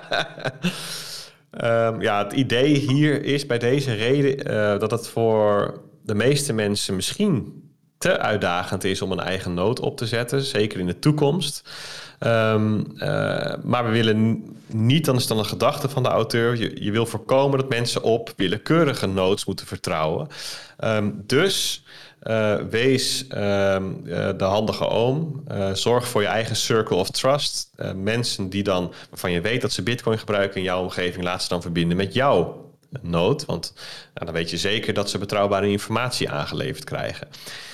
ja. um, ja, het idee hier is bij deze reden uh, dat het voor de meeste mensen misschien te uitdagend is om een eigen node op te zetten, zeker in de toekomst. Um, uh, maar we willen niet, dan is dan een gedachte van de auteur, je, je wil voorkomen dat mensen op willekeurige nodes moeten vertrouwen. Um, dus uh, wees um, uh, de handige oom. Uh, zorg voor je eigen circle of trust. Uh, mensen die dan, waarvan je weet dat ze Bitcoin gebruiken in jouw omgeving, laat ze dan verbinden met jouw node. Want nou, dan weet je zeker dat ze betrouwbare informatie aangeleverd krijgen.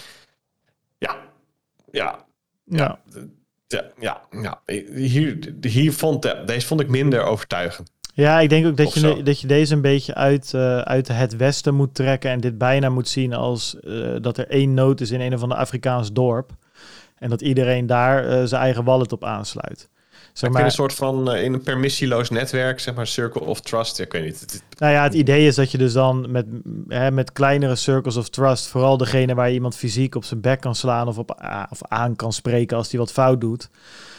Ja, ja, ja, ja, ja, ja. Hier, hier vond, deze vond ik minder overtuigend. Ja, ik denk ook dat je, dat je deze een beetje uit, uh, uit het westen moet trekken en dit bijna moet zien als uh, dat er één node is in een of ander Afrikaans dorp en dat iedereen daar uh, zijn eigen wallet op aansluit. Zeg maar, in een soort van uh, in een permissieloos netwerk, zeg maar circle of trust. Ja, ik weet niet. Het, nou ja, het idee is dat je dus dan met, hè, met kleinere circles of trust, vooral degene waar je iemand fysiek op zijn bek kan slaan of, op, uh, of aan kan spreken als die wat fout doet.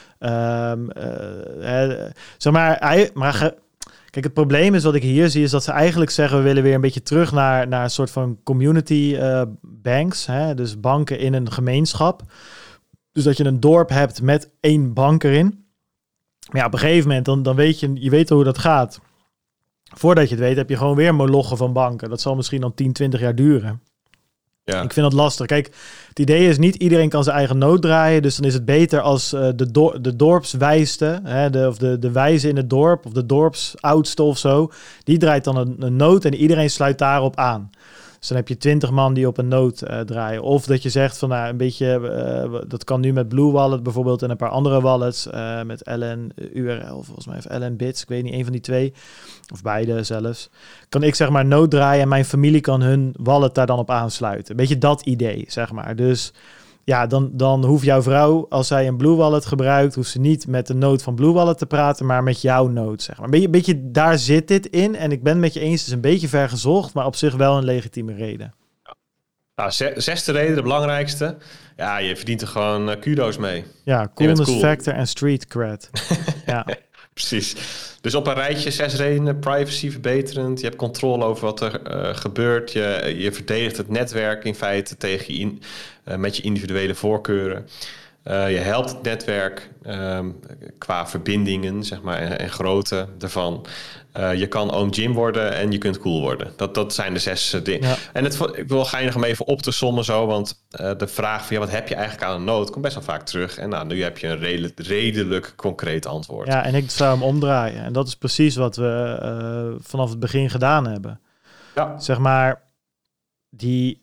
Um, uh, hè, zeg maar, hij, maar ge, kijk, het probleem is wat ik hier zie is dat ze eigenlijk zeggen we willen weer een beetje terug naar, naar een soort van community uh, banks, hè, dus banken in een gemeenschap. Dus dat je een dorp hebt met één bank erin. Maar ja, op een gegeven moment, dan, dan weet je, je weet hoe dat gaat. Voordat je het weet, heb je gewoon weer molochen van banken. Dat zal misschien dan tien, twintig jaar duren. Ja. Ik vind dat lastig. Kijk, het idee is niet iedereen kan zijn eigen node draaien. Dus dan is het beter als uh, de, do- de dorpswijste, hè, de, of de, de wijze in het dorp, of de dorpsoudste of zo, die draait dan een, een node en iedereen sluit daarop aan. Dus dan heb je twintig man die op een node uh, draaien. Of dat je zegt van nou een beetje, uh, dat kan nu met Blue Wallet bijvoorbeeld en een paar andere wallets. Uh, met L N U R L volgens mij of L N Bits, ik weet niet, een van die twee. Of beide zelfs. Kan ik zeg maar node draaien en mijn familie kan hun wallet daar dan op aansluiten. Een beetje dat idee, zeg maar. Dus ja, dan, dan hoeft jouw vrouw, als zij een Blue Wallet gebruikt, hoeft ze niet met de node van Blue Wallet te praten, maar met jouw node, zeg maar. Een beetje, een beetje daar zit dit in. En ik ben het met je eens, het is een beetje ver gezocht, maar op zich wel een legitieme reden. Nou, zesde reden, de belangrijkste. Ja, je verdient er gewoon uh, kudo's mee. Ja, coolness cool. factor en street cred. Ja. Precies. Dus op een rijtje zes redenen. Privacy verbeterend. Je hebt controle over wat er uh, gebeurt. Je, je verdedigt het netwerk in feite tegen je in, uh, met je individuele voorkeuren. Uh, je helpt het netwerk um, qua verbindingen, zeg maar, en, en grootte ervan. Uh, je kan oom Jim worden en je kunt cool worden. Dat, dat zijn de zes uh, dingen. Ja. En het, ik wil geinig om even op te sommen zo, want uh, de vraag van ja, wat heb je eigenlijk aan een node komt best wel vaak terug. En nou, nu heb je een redelijk, redelijk concreet antwoord. Ja, en ik zou hem omdraaien. En dat is precies wat we uh, vanaf het begin gedaan hebben. Ja. Zeg maar, die...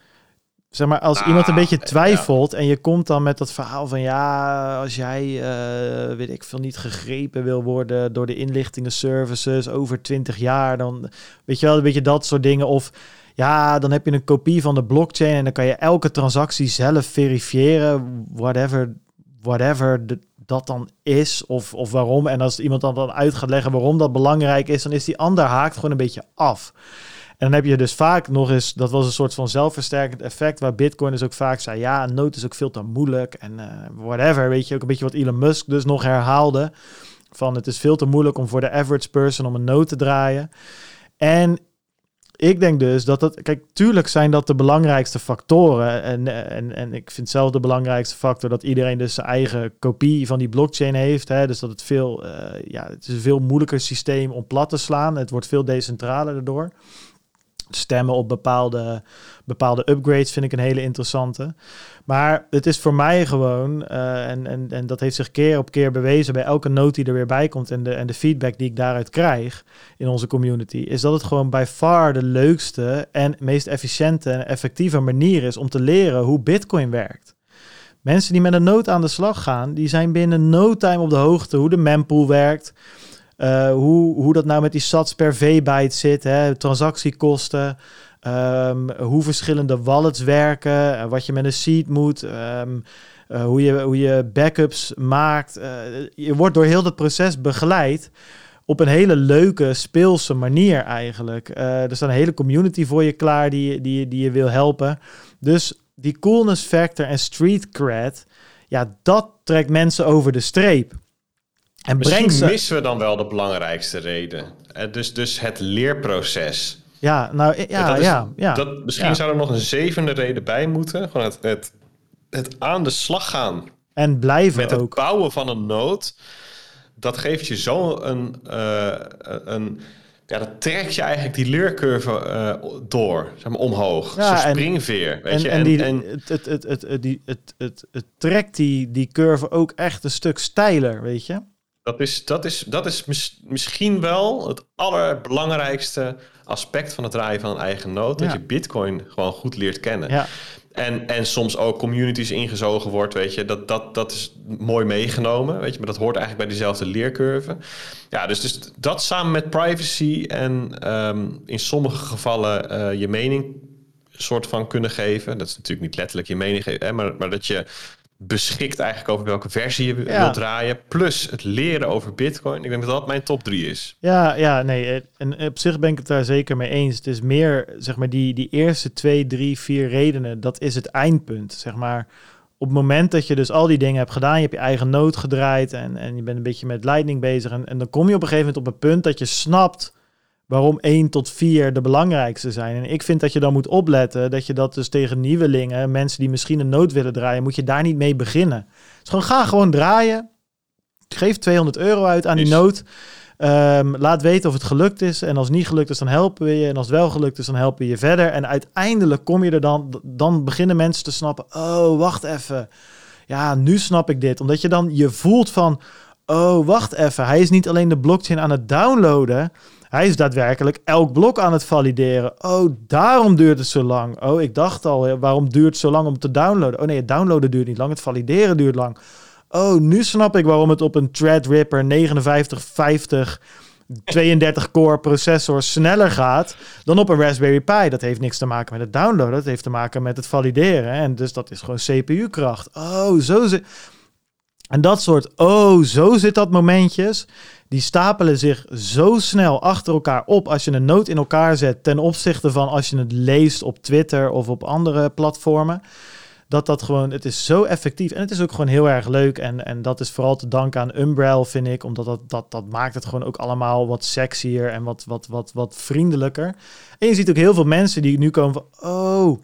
Zeg maar, als ah, iemand een beetje twijfelt ja. en je komt dan met dat verhaal van ja, als jij, uh, weet ik veel, niet gegrepen wil worden door de inlichtingenservices over twintig jaar, dan weet je wel, een beetje dat soort dingen. Of ja, dan heb je een kopie van de blockchain en dan kan je elke transactie zelf verifiëren, whatever, whatever de, dat dan is of, of waarom. En als iemand dan, dan uit gaat leggen waarom dat belangrijk is, dan is die ander haakt gewoon een beetje af. En dan heb je dus vaak nog eens, dat was een soort van zelfversterkend effect, waar Bitcoin dus ook vaak zei, ja, een nood is ook veel te moeilijk en uh, whatever, weet je, ook een beetje wat Elon Musk dus nog herhaalde, van het is veel te moeilijk om voor de average person om een nood te draaien. En ik denk dus dat dat, kijk, tuurlijk zijn dat de belangrijkste factoren. En, en, en ik vind zelf de belangrijkste factor dat iedereen dus zijn eigen kopie van die blockchain heeft. Hè? Dus dat het veel, uh, ja, het is een veel moeilijker systeem om plat te slaan. Het wordt veel decentraler daardoor. Stemmen op bepaalde, bepaalde upgrades vind ik een hele interessante. Maar het is voor mij gewoon, uh, en, en, en dat heeft zich keer op keer bewezen bij elke note die er weer bij komt en de, en de feedback die ik daaruit krijg in onze community, is dat het gewoon by far de leukste en meest efficiënte en effectieve manier is om te leren hoe Bitcoin werkt. Mensen die met een node aan de slag gaan, die zijn binnen no time op de hoogte hoe de mempool werkt, Uh, hoe, hoe dat nou met die sats per V-byte zit, hè, transactiekosten, um, hoe verschillende wallets werken, uh, wat je met een seed moet, um, uh, hoe, je, hoe je backups maakt. Uh, je wordt door heel dat proces begeleid op een hele leuke, speelse manier eigenlijk. Uh, er staat een hele community voor je klaar die, die, die je wil helpen. Dus die coolness factor en street cred, ja, dat trekt mensen over de streep. En Misschien ze... missen we dan wel de belangrijkste reden. Uh, dus, dus het leerproces. Ja, nou ja, dat is, ja, ja. Dat, misschien ja. zou er nog een zevende reden bij moeten. Gewoon het, het, het aan de slag gaan. En blijven met ook. het bouwen van een node. Dat geeft je zo een... Uh, een ja, dat trekt je eigenlijk die leercurve uh, door, zeg maar, omhoog. Ja, Zo'n springveer, weet en, je. En, en, die, en het, het, het, het, het, die, het, het, het trekt die, die curve ook echt een stuk steiler, weet je. Dat is, dat is, dat is mis, misschien wel het allerbelangrijkste aspect van het draaien van een eigen node. Ja. Dat je Bitcoin gewoon goed leert kennen. Ja. En, en soms ook communities ingezogen wordt, weet je. Dat, dat, dat is mooi meegenomen, weet je. Maar dat hoort eigenlijk bij diezelfde leercurve. Ja, dus, dus dat samen met privacy en um, in sommige gevallen uh, je mening soort van kunnen geven. Dat is natuurlijk niet letterlijk je mening geven, hè, maar, maar dat je beschikt eigenlijk over welke versie je ja. wilt draaien. Plus het leren over Bitcoin. Ik denk dat dat mijn top drie is. Ja, ja, nee. En op zich ben ik het daar zeker mee eens. Het is meer, zeg maar, die, die eerste twee, drie, vier redenen. Dat is het eindpunt, zeg maar. Op het moment dat je dus al die dingen hebt gedaan, je hebt je eigen node gedraaid en, en je bent een beetje met Lightning bezig. En, en dan kom je op een gegeven moment op het punt dat je snapt waarom één tot vier de belangrijkste zijn. En ik vind dat je dan moet opletten dat je dat dus tegen nieuwelingen, mensen die misschien een node willen draaien, moet je daar niet mee beginnen. Dus gewoon ga gewoon draaien. Geef tweehonderd euro uit aan die node. Um, laat weten of het gelukt is. En als het niet gelukt is, dan helpen we je. En als het wel gelukt is, dan helpen we je verder. En uiteindelijk kom je er dan, dan beginnen mensen te snappen, oh, wacht even. Ja, nu snap ik dit. Omdat je dan je voelt van, oh, wacht even. Hij is niet alleen de blockchain aan het downloaden. Hij is daadwerkelijk elk blok aan het valideren. Oh, daarom duurt het zo lang. Oh, ik dacht al, waarom duurt het zo lang om te downloaden? Oh nee, het downloaden duurt niet lang, het valideren duurt lang. Oh, nu snap ik waarom het op een Threadripper negenenvijftig vijftig tweeëndertig core processor sneller gaat dan op een Raspberry Pi. Dat heeft niks te maken met het downloaden, dat heeft te maken met het valideren. En dus dat is gewoon C P U-kracht. Oh, zo zit... En dat soort, oh, zo zit dat momentjes, die stapelen zich zo snel achter elkaar op als je een node in elkaar zet ten opzichte van als je het leest op Twitter of op andere platformen. Dat dat gewoon, het is zo effectief en het is ook gewoon heel erg leuk. En, en dat is vooral te danken aan Umbrel, vind ik, omdat dat, dat, dat maakt het gewoon ook allemaal wat sexier en wat, wat, wat, wat vriendelijker. En je ziet ook heel veel mensen die nu komen van, oh,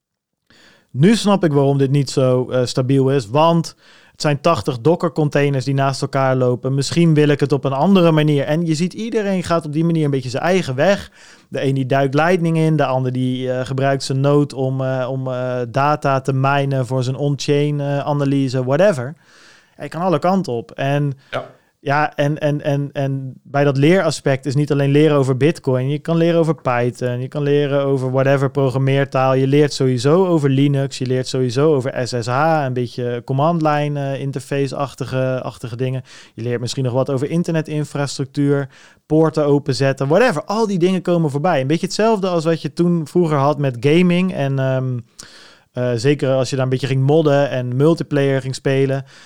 nu snap ik waarom dit niet zo uh, stabiel is, want het zijn tachtig Docker containers die naast elkaar lopen. Misschien wil ik het op een andere manier. En je ziet, iedereen gaat op die manier een beetje zijn eigen weg. De een die duikt Lightning in. De ander die uh, gebruikt zijn node om, uh, om uh, data te minen voor zijn on-chain uh, analyse, whatever. Ja, je kan alle kanten op. En ja, ja en, en, en, en bij dat leeraspect is niet alleen leren over Bitcoin. Je kan leren over Python. Je kan leren over whatever programmeertaal. Je leert sowieso over Linux. Je leert sowieso over S S H. Een beetje command line uh, interface-achtige achtige dingen. Je leert misschien nog wat over internetinfrastructuur. Poorten openzetten. Whatever. Al die dingen komen voorbij. Een beetje hetzelfde als wat je toen vroeger had met gaming. En um, uh, zeker als je daar een beetje ging modden en multiplayer ging spelen.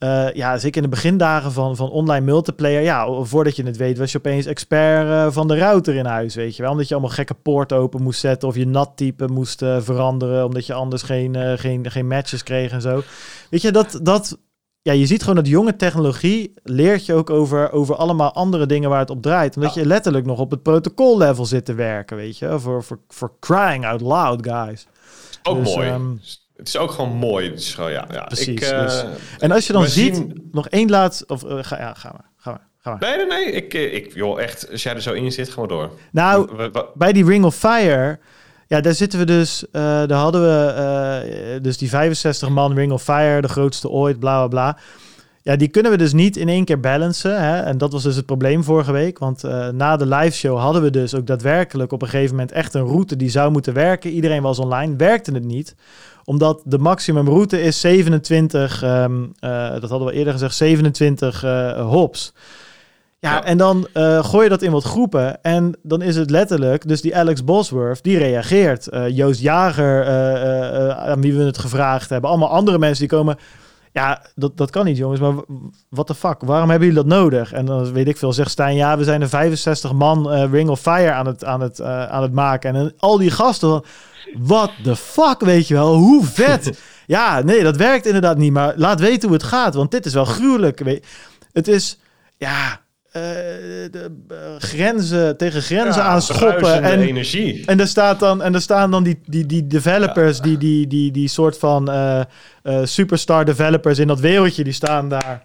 Uh, ja, zeker in de begindagen van, van online multiplayer. Ja, voordat je het weet was je opeens expert uh, van de router in huis, weet je wel. Omdat je allemaal gekke poorten open moest zetten of je NAT-type moest uh, veranderen. Omdat je anders geen, uh, geen, geen matches kreeg en zo. Weet je, dat... dat ja, je ziet gewoon dat jonge technologie leert je ook over, over allemaal andere dingen waar het op draait. Omdat ja. je letterlijk nog op het protocol-level zit te werken, weet je. Voor, voor, voor crying out loud, guys. Ook dus, mooi. Um, het is ook gewoon mooi. Het is gewoon, ja, ja. Precies. Ik, uh, dus. En als je dan ziet, zien... nog één laatste... Of, uh, ga, ja, ga maar. Ga maar. Ga maar. Nee, nee, nee. Ik, ik, joh, echt, als jij er zo in zit, gaan we door. Nou, we, we, bij die Ring of Fire... Ja, daar zitten we dus... Uh, daar hadden we uh, dus die vijfenzestig man Ring of Fire, de grootste ooit, bla, bla, bla. Ja, die kunnen we dus niet in één keer balancen. Hè? En dat was dus het probleem vorige week. Want uh, na de live show hadden we dus ook daadwerkelijk op een gegeven moment echt een route die zou moeten werken. Iedereen was online, werkte het niet. Omdat de maximum route is zevenentwintig, um, uh, dat hadden we eerder gezegd, zevenentwintig uh, hops. Ja, ja, en dan uh, gooi je dat in wat groepen en dan is het letterlijk, dus die Alex Bosworth, die reageert. Uh, Joost Jager, uh, uh, aan wie we het gevraagd hebben. Allemaal andere mensen die komen... Ja, dat, dat kan niet, jongens. Maar what the fuck? Waarom hebben jullie dat nodig? En dan weet ik veel, zegt Stijn, ja, we zijn een vijfenzestig man uh, Ring of Fire aan het, aan, het, uh, aan het maken. En al die gasten, what the fuck, weet je wel? Hoe vet? Ja, nee, dat werkt inderdaad niet. Maar laat weten hoe het gaat, want dit is wel gruwelijk. Het is, ja... Uh, de, uh, grenzen tegen grenzen ja, aan schoppen en energie. En er staat dan en er staan dan die die die developers ja. die die die die soort van uh, uh, superstar developers in dat wereldje, die staan daar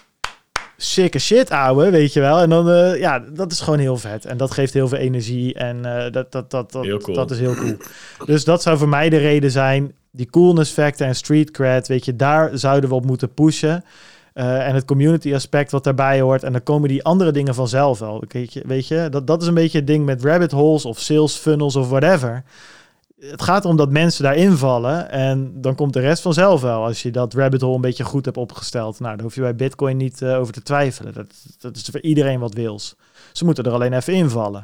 sick shit, ouwe, weet je wel. En dan uh, ja, dat is gewoon heel vet en dat geeft heel veel energie en uh, dat dat dat dat, cool. dat is heel cool. Dus dat zou voor mij de reden zijn, die coolness factor en street cred, weet je, daar zouden we op moeten pushen. Uh, en het community aspect wat daarbij hoort. En dan komen die andere dingen vanzelf wel. Weet je, weet je dat, dat is een beetje het ding met rabbit holes of sales funnels of whatever. Het gaat erom dat mensen daarin vallen. En dan komt de rest vanzelf wel. Als je dat rabbit hole een beetje goed hebt opgesteld. Nou, daar hoef je bij Bitcoin niet uh, over te twijfelen. Dat, dat is voor iedereen wat wils. Ze moeten er alleen even invallen.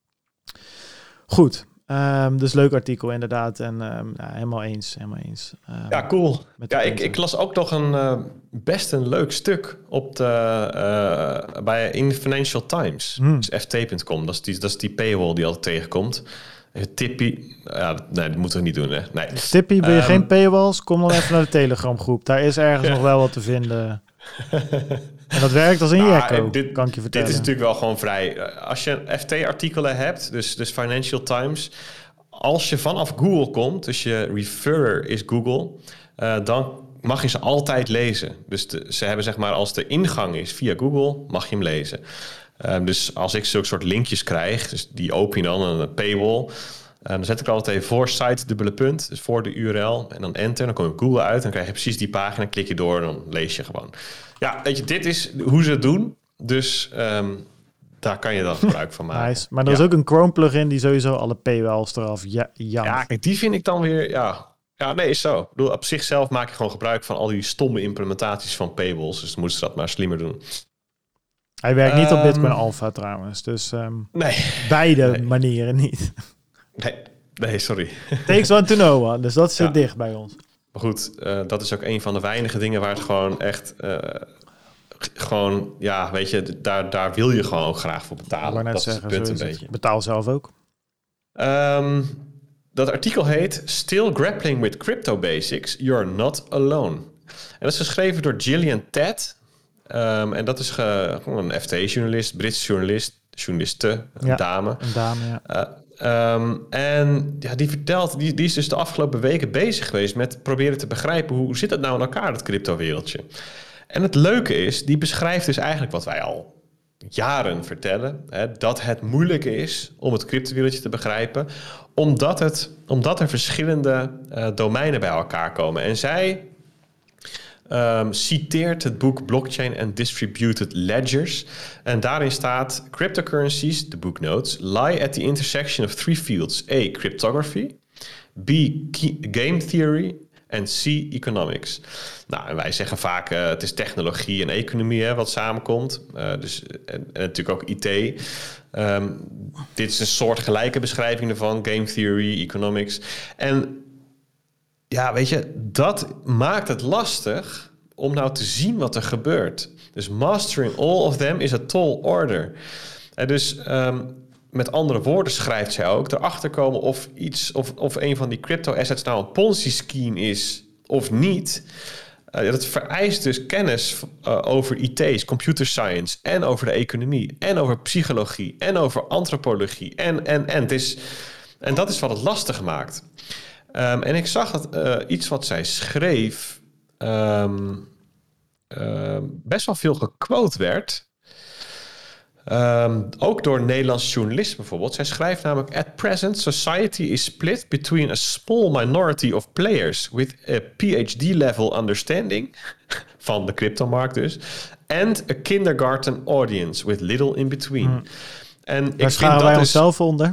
Goed. Um, dus leuk artikel inderdaad. En um, ja, helemaal eens. Helemaal eens. Um, ja, cool. Ja, ik, ik las ook nog een uh, best een leuk stuk op de, uh, bij in Financial Times. Hmm. Dus F T punt com. Dat is die, dat is die paywall die altijd tegenkomt. Tippy. Ja, nee, dat moeten we niet doen, hè. Nee. Tippy, wil je um, geen paywalls? Kom dan even naar de Telegram groep. Daar is ergens ja. nog wel wat te vinden. En dat werkt als een nou, jekko, dit, kan ik je vertellen. Dit is natuurlijk wel gewoon vrij... Als je F T-artikelen hebt, dus, dus Financial Times... Als je vanaf Google komt, dus je referrer is Google... Uh, dan mag je ze altijd lezen. Dus de, ze hebben zeg maar, als de ingang is via Google, mag je hem lezen. Uh, dus als ik zulke soort linkjes krijg, dus die open je dan een paywall... Uh, dan zet ik altijd even voor site dubbele punt, dus voor de U R L... en dan enter, dan kom je op Google uit... en dan krijg je precies die pagina, klik je door en dan lees je gewoon... Ja, weet je, dit is hoe ze het doen. Dus um, daar kan je dan gebruik van maken. Nice. Maar er is ja. ook een Chrome plugin die sowieso alle paywalls eraf ja, ja, kijk, die vind ik dan weer... Ja, ja nee, is zo. Ik bedoel, op zichzelf maak je gewoon gebruik van al die stomme implementaties van paywalls. Dus dan moeten ze dat maar slimmer doen. Hij werkt um, niet op Bitcoin Alpha trouwens. Dus um, nee. beide nee. manieren niet. Nee, nee, sorry. Takes one to know one. Dus dat zit ja. dicht bij ons. Maar goed, uh, dat is ook een van de weinige dingen waar het gewoon echt... Uh, gewoon, ja, weet je, daar, daar wil je gewoon ook graag voor betalen. Dat zeggen, is het punt een beetje. Betaal zelf ook. Um, dat artikel heet Still Grappling with Crypto Basics, You're Not Alone. En dat is geschreven door Gillian Tett. Um, en dat is ge, gewoon een F T-journalist, Britse journalist, journaliste, een ja, dame. Een dame, ja. Uh, um, en ja, die vertelt, die, die is dus de afgelopen weken bezig geweest met proberen te begrijpen hoe zit het nou in elkaar, dat crypto-wereldje. En het leuke is, die beschrijft dus eigenlijk wat wij al jaren vertellen. Hè, dat het moeilijk is om het cryptowereldje te begrijpen. Omdat, het, omdat er verschillende uh, domeinen bij elkaar komen. En zij um, citeert het boek Blockchain and Distributed Ledgers. En daarin staat: cryptocurrencies, de book notes, lie at the intersection of three fields. A. Cryptography. B. Game theory. En C, economics. Nou, en wij zeggen vaak, uh, het is technologie en economie hè, wat samenkomt. Uh, dus, en, en natuurlijk ook I T. Um, dit is een soort gelijke beschrijving ervan. Game theory, economics. En ja, weet je, dat maakt het lastig om nou te zien wat er gebeurt. Dus mastering all of them is a tall order. En dus um, met andere woorden schrijft zij ook erachter komen of iets of, of een van die crypto assets nou een Ponzi scheme is of niet. Uh, dat vereist dus kennis uh, over I T's, computer science en over de economie en over psychologie en over antropologie en en en het is en dat is wat het lastig maakt. Um, en ik zag dat uh, iets wat zij schreef um, uh, best wel veel gequote werd. Um, ook door Nederlandse journalisten bijvoorbeeld. Zij schrijft namelijk: At present, society is split between a small minority of players with a P H D-level understanding van de cryptomarkt dus, and a kindergarten audience with little in between. Hmm. En Daar ik scharen vind wij dat onszelf dus... onder.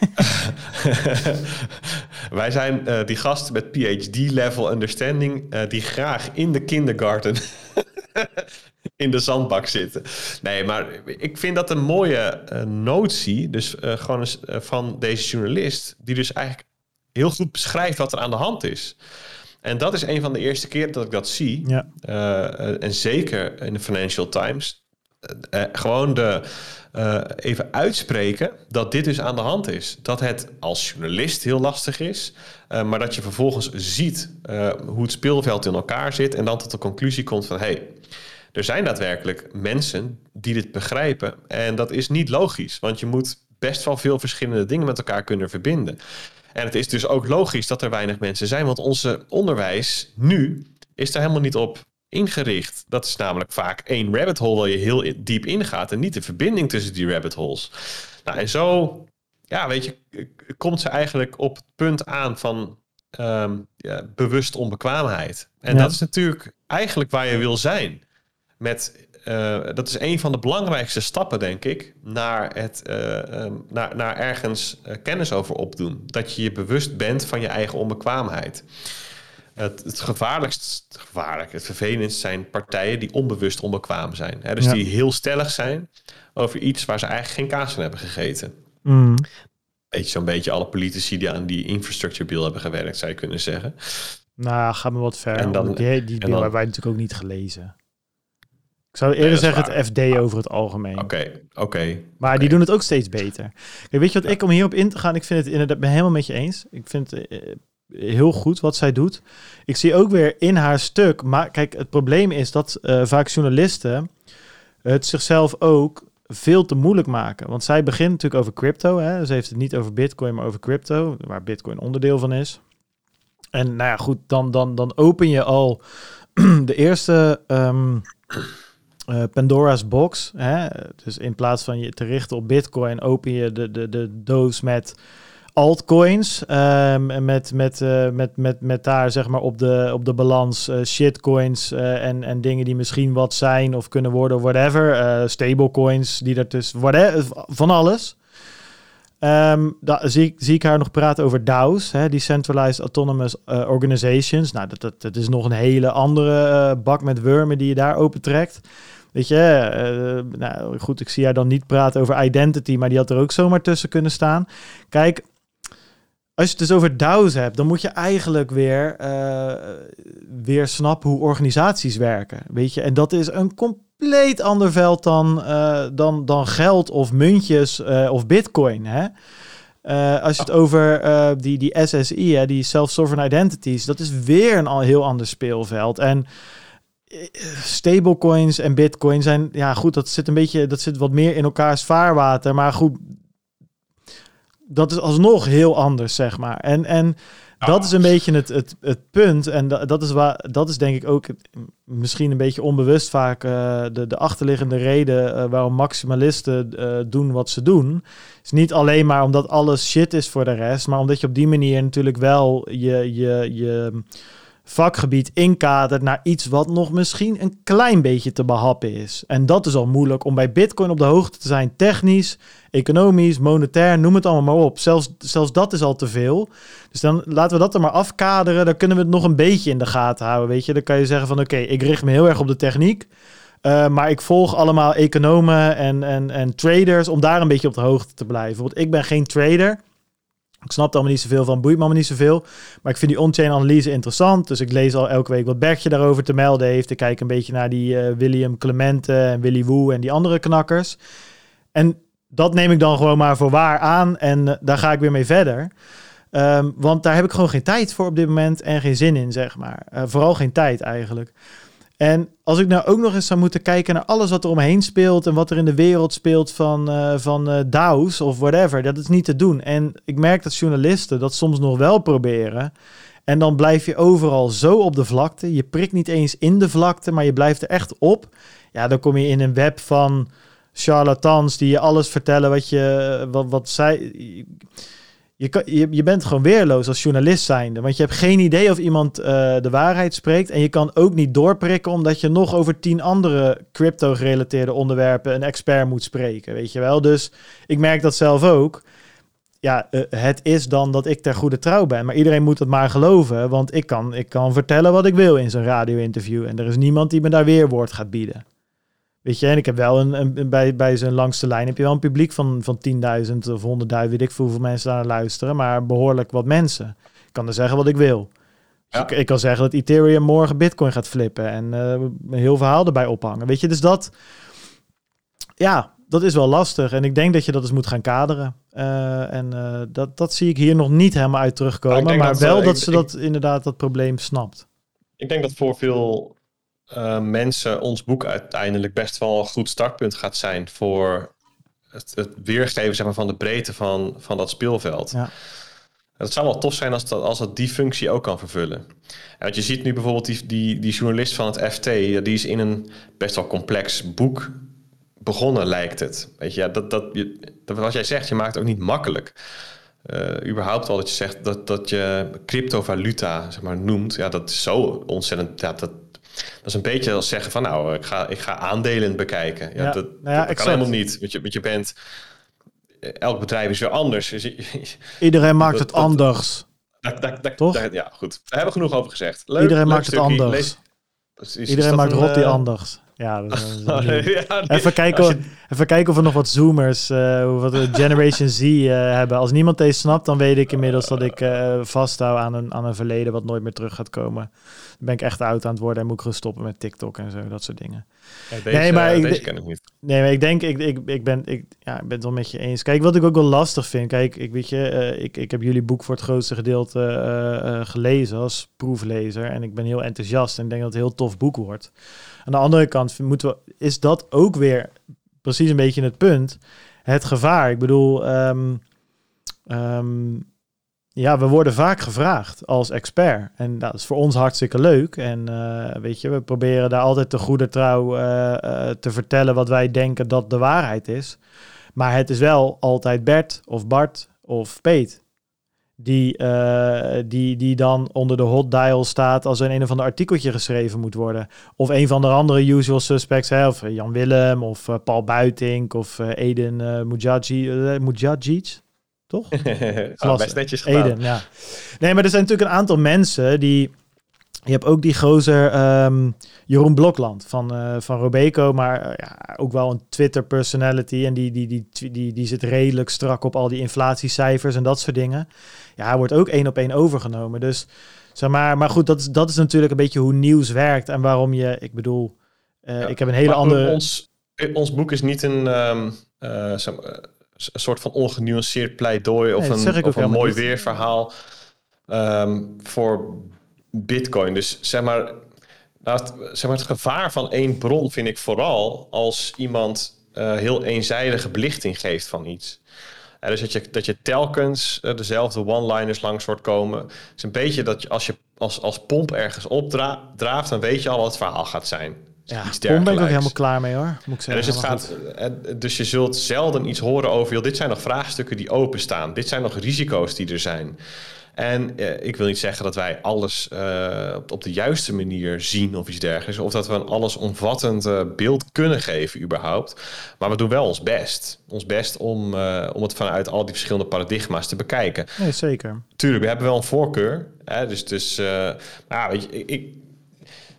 Wij zijn uh, die gasten met P H D-level understanding... Uh, die graag in de kindergarten in de zandbak zitten. Nee, maar ik vind dat een mooie uh, notie... dus uh, gewoon eens, uh, van deze journalist... die dus eigenlijk heel goed beschrijft wat er aan de hand is. En dat is een van de eerste keer dat ik dat zie. Ja. Uh, uh, en zeker in de Financial Times... Uh, uh, gewoon de... Uh, even uitspreken dat dit dus aan de hand is. Dat het als journalist heel lastig is... Uh, maar dat je vervolgens ziet uh, hoe het speelveld in elkaar zit... en dan tot de conclusie komt van... hey, er zijn daadwerkelijk mensen die dit begrijpen... en dat is niet logisch, want je moet best wel veel verschillende dingen met elkaar kunnen verbinden. En het is dus ook logisch dat er weinig mensen zijn... want onze onderwijs nu is daar helemaal niet op ingericht. Dat is namelijk vaak één rabbit hole waar je heel diep ingaat... en niet de verbinding tussen die rabbit holes. Nou, en zo, ja, weet je, komt ze eigenlijk op het punt aan van um, ja, bewust onbekwaamheid. En ja. dat is natuurlijk eigenlijk waar je wil zijn. Met, uh, dat is een van de belangrijkste stappen, denk ik, naar, het, uh, um, naar, naar ergens uh, kennis over opdoen. Dat je je bewust bent van je eigen onbekwaamheid. Het, het gevaarlijkst, gevaarlijk, het vervelendst zijn partijen die onbewust onbekwaam zijn. Hè? Dus ja. die heel stellig zijn over iets waar ze eigenlijk geen kaas van hebben gegeten. Mm. Weet je, zo'n beetje alle politici die aan die infrastructure bill hebben gewerkt, zou je kunnen zeggen. Nou, ga maar wat ver. En dan, die die bill hebben wij natuurlijk ook niet gelezen. Ik zou eerder nee, zeggen waar. Het F D over het algemeen. Oké, okay, oké. Okay, maar okay. die doen het ook steeds beter. Kijk, weet je wat ja. ik om hierop in te gaan? Ik vind het inderdaad, ben helemaal met je eens. Ik vind het uh, heel goed wat zij doet. Ik zie ook weer in haar stuk... Maar kijk, het probleem is dat uh, vaak journalisten het zichzelf ook veel te moeilijk maken. Want zij begint natuurlijk over crypto. Hè? Ze heeft het niet over Bitcoin, maar over crypto. Waar Bitcoin onderdeel van is. En nou ja, goed, dan, dan, dan open je al de eerste um, uh, Pandora's box. Hè? Dus in plaats van je te richten op Bitcoin, open je de, de, de doos met altcoins. Um, met, met, uh, met, met, met daar zeg maar op de, op de balans uh, shitcoins uh, en, en dingen die misschien wat zijn of kunnen worden of whatever. Uh, stablecoins die er dus worden, van alles. Um, da, zie, ik, zie ik haar nog praten over D A O's, hè, Decentralized Autonomous uh, Organizations. Nou, dat, dat, dat is nog een hele andere uh, bak met wormen die je daar opentrekt. Weet je, uh, nou goed, ik zie haar dan niet praten over identity, maar die had er ook zomaar tussen kunnen staan. Kijk, als je het dus over D A O's hebt, dan moet je eigenlijk weer, uh, weer snappen hoe organisaties werken. Weet je, en dat is een compleet ander veld dan, uh, dan, dan geld of muntjes uh, of bitcoin. Hè? Uh, als je het over uh, die, die S S I, hè, die Self-Sovereign Identities, dat is weer een al heel ander speelveld. En stablecoins en bitcoin zijn, ja goed, dat zit een beetje, dat zit wat meer in elkaars vaarwater, maar goed, dat is alsnog heel anders, zeg maar. En, en dat is een beetje het, het, het punt. En dat, dat, is waar, dat is denk ik ook misschien een beetje onbewust vaak uh, de, de achterliggende reden uh, waarom maximalisten uh, doen wat ze doen. Het is niet alleen maar omdat alles shit is voor de rest, maar omdat je op die manier natuurlijk wel je, je, je vakgebied inkadert naar iets wat nog misschien een klein beetje te behappen is. En dat is al moeilijk om bij Bitcoin op de hoogte te zijn, technisch, economisch, monetair, noem het allemaal maar op. Zelfs, zelfs dat is al te veel. Dus dan laten we dat er maar afkaderen. Dan kunnen we het nog een beetje in de gaten houden, weet je. Dan kan je zeggen van oké, okay, ik richt me heel erg op de techniek. Uh, maar ik volg allemaal economen en, en, en traders om daar een beetje op de hoogte te blijven. Want ik ben geen trader. Ik snap er allemaal niet zoveel van, boeit me allemaal niet zoveel. Maar ik vind die on-chain analyse interessant. Dus ik lees al elke week wat Bertje daarover te melden heeft. Ik kijk een beetje naar die uh, William Clemente en Willy Woo en die andere knakkers. En dat neem ik dan gewoon maar voor waar aan. En uh, daar ga ik weer mee verder. Um, want daar heb ik gewoon geen tijd voor op dit moment en geen zin in, zeg maar. Uh, vooral geen tijd eigenlijk. En als ik nou ook nog eens zou moeten kijken naar alles wat er omheen speelt en wat er in de wereld speelt van, uh, van uh, D A O's of whatever, dat is niet te doen. En ik merk dat journalisten dat soms nog wel proberen. En dan blijf je overal zo op de vlakte. Je prikt niet eens in de vlakte, maar je blijft er echt op. Ja, dan kom je in een web van charlatans die je alles vertellen wat je, wat, wat zij... Je, kan, je, je bent gewoon weerloos als journalist zijnde. Want je hebt geen idee of iemand uh, de waarheid spreekt. En je kan ook niet doorprikken omdat je nog over tien andere crypto-gerelateerde onderwerpen een expert moet spreken. Weet je wel? Dus ik merk dat zelf ook. Ja, uh, het is dan dat ik ter goede trouw ben. Maar iedereen moet het maar geloven. Want ik kan, ik kan vertellen wat ik wil in zo'n radio-interview. En er is niemand die me daar weerwoord gaat bieden. Weet je, en ik heb wel een, een bij, bij zo'n langste lijn heb je wel een publiek van, van tienduizend of honderdduizend, weet ik veel hoeveel mensen daar naar luisteren, maar behoorlijk wat mensen. Ik kan er zeggen wat ik wil. Ja. Ik, ik kan zeggen dat Ethereum morgen Bitcoin gaat flippen en uh, een heel verhaal erbij ophangen. Weet je, dus dat, ja, dat is wel lastig. En ik denk dat je dat eens moet gaan kaderen. Uh, en uh, dat, dat zie ik hier nog niet helemaal uit terugkomen, maar, maar dat, wel uh, dat ik, ze ik, dat inderdaad dat probleem snapt. Ik denk dat voor veel Uh, mensen ons boek uiteindelijk best wel een goed startpunt gaat zijn voor het, het weergeven, zeg maar, van de breedte van, van dat speelveld. Ja. Het zou wel tof zijn als dat, als dat die functie ook kan vervullen. En want je ziet nu bijvoorbeeld die, die, die journalist van het F T, die is in een best wel complex boek begonnen, lijkt het. Weet je, ja, dat, dat, je, dat, wat jij zegt, je maakt het ook niet makkelijk. Uh, überhaupt al dat je zegt dat, dat je cryptovaluta, zeg maar, noemt. Ja, dat is zo ontzettend... Ja, dat, Dat is een beetje als zeggen van nou, ik ga, ik ga aandelen bekijken. Ja, ja, dat, nou ja, dat kan helemaal niet. Want je, want je bent... Elk bedrijf is weer anders. Dus je, Iedereen maakt dat, het dat, anders. Dat, dat, dat, Toch? Dat, ja, goed. Daar hebben we genoeg over gezegd. Leuk, Iedereen leuk maakt het anders. Lees, precies, Iedereen maakt Rotti uh... anders. Ja, dat is, ja nee. even, kijken, je... even kijken of we nog wat zoomers, uh, wat we Generation Z uh, hebben. Als niemand deze snapt, dan weet ik inmiddels dat ik uh, vasthoud aan een, aan een verleden wat nooit meer terug gaat komen. Dan ben ik echt oud aan het worden en moet ik gewoon stoppen met TikTok en zo, dat soort dingen. Ja, deze, nee, maar ik, deze ken ik niet. Nee, maar ik denk, ik, ik, ik, ben, ik, ja, ik ben het wel met je eens. Kijk, wat ik ook wel lastig vind. Kijk, ik weet je, uh, ik, ik heb jullie boek voor het grootste gedeelte uh, uh, gelezen als proeflezer. En ik ben heel enthousiast en ik denk dat het een heel tof boek wordt. Aan de andere kant moeten we, is dat ook weer precies een beetje het punt. Het gevaar. Ik bedoel, um, um, ja, we worden vaak gevraagd als expert. En dat is voor ons hartstikke leuk. En uh, weet je, we proberen daar altijd de goede trouw uh, uh, te vertellen wat wij denken dat de waarheid is. Maar het is wel altijd Bert of Bart of Peet. Die, uh, die, die dan onder de hot dial staat als er een of ander artikeltje geschreven moet worden. Of een van de andere usual suspects, hè, of Jan Willem, of uh, Paul Buitink, of uh, Eden uh, Mujagic, uh, Mujagic, toch? oh, best netjes gedaan. Eden, ja. Nee, maar er zijn natuurlijk een aantal mensen die... Je hebt ook die gozer um, Jeroen Blokland van, uh, van Robeco, maar uh, ja, ook wel een Twitter-personality. En die, die, die, die, die, die zit redelijk strak op al die inflatiecijfers en dat soort dingen. Ja, hij wordt ook één op één overgenomen. Dus, zeg maar, maar goed, dat is, dat is natuurlijk een beetje hoe nieuws werkt en waarom je, ik bedoel, uh, ja, ik heb een hele andere... Ons, ons boek is niet een, um, uh, zo, uh, een soort van ongenuanceerd pleidooi of nee, een, of een mooi niet. weerverhaal um, voor... Bitcoin. Dus zeg maar, nou, het, zeg maar, het gevaar van één bron vind ik vooral als iemand uh, heel eenzijdige belichting geeft van iets. Uh, dus dat je, dat je telkens uh, dezelfde one-liners langs wordt komen. Het is een beetje dat je als je als, als pomp ergens opdraaft, dan weet je al wat het verhaal gaat zijn. Ja, pomp ben ik ook helemaal klaar mee hoor. Moet ik zeggen, dus, het gaat, dus je zult zelden iets horen over, joh, dit zijn nog vraagstukken die openstaan. Dit zijn nog risico's die er zijn. En eh, ik wil niet zeggen dat wij alles uh, op, op de juiste manier zien of iets dergelijks. Of dat we een allesomvattend uh, beeld kunnen geven überhaupt. Maar we doen wel ons best. Ons best om, uh, om het vanuit al die verschillende paradigma's te bekijken. Nee, zeker. Tuurlijk, we hebben wel een voorkeur. Hè? Dus, dus uh, maar ja, weet je, ik,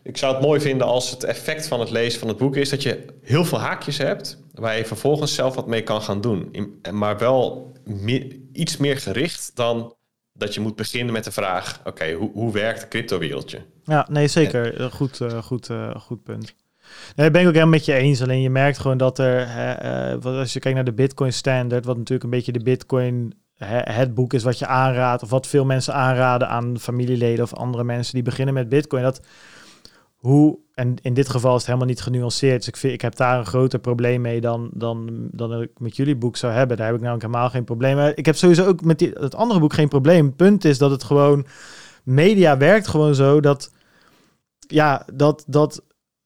ik zou het mooi vinden als het effect van het lezen van het boek is dat je heel veel haakjes hebt waar je vervolgens zelf wat mee kan gaan doen. In, maar wel meer, iets meer gericht dan dat je moet beginnen met de vraag, oké, okay, hoe, hoe werkt het cryptowereldje? Ja, nee, zeker. En, goed, uh, goed, uh, goed punt. Nee, ben ik ook helemaal met je eens. Alleen je merkt gewoon dat er, hè, uh, als je kijkt naar de Bitcoin Standard, wat natuurlijk een beetje de Bitcoin, hè, het boek is wat je aanraadt, of wat veel mensen aanraden aan familieleden of andere mensen die beginnen met Bitcoin, dat hoe, en in dit geval is het helemaal niet genuanceerd, dus ik, vind, ik heb daar een groter probleem mee dan, dan, dan ik met jullie boek zou hebben. Daar heb ik namelijk helemaal geen probleem mee. Ik heb sowieso ook met die, het andere boek geen probleem. Het punt is dat het gewoon, media werkt gewoon zo dat, ja, dat, dat,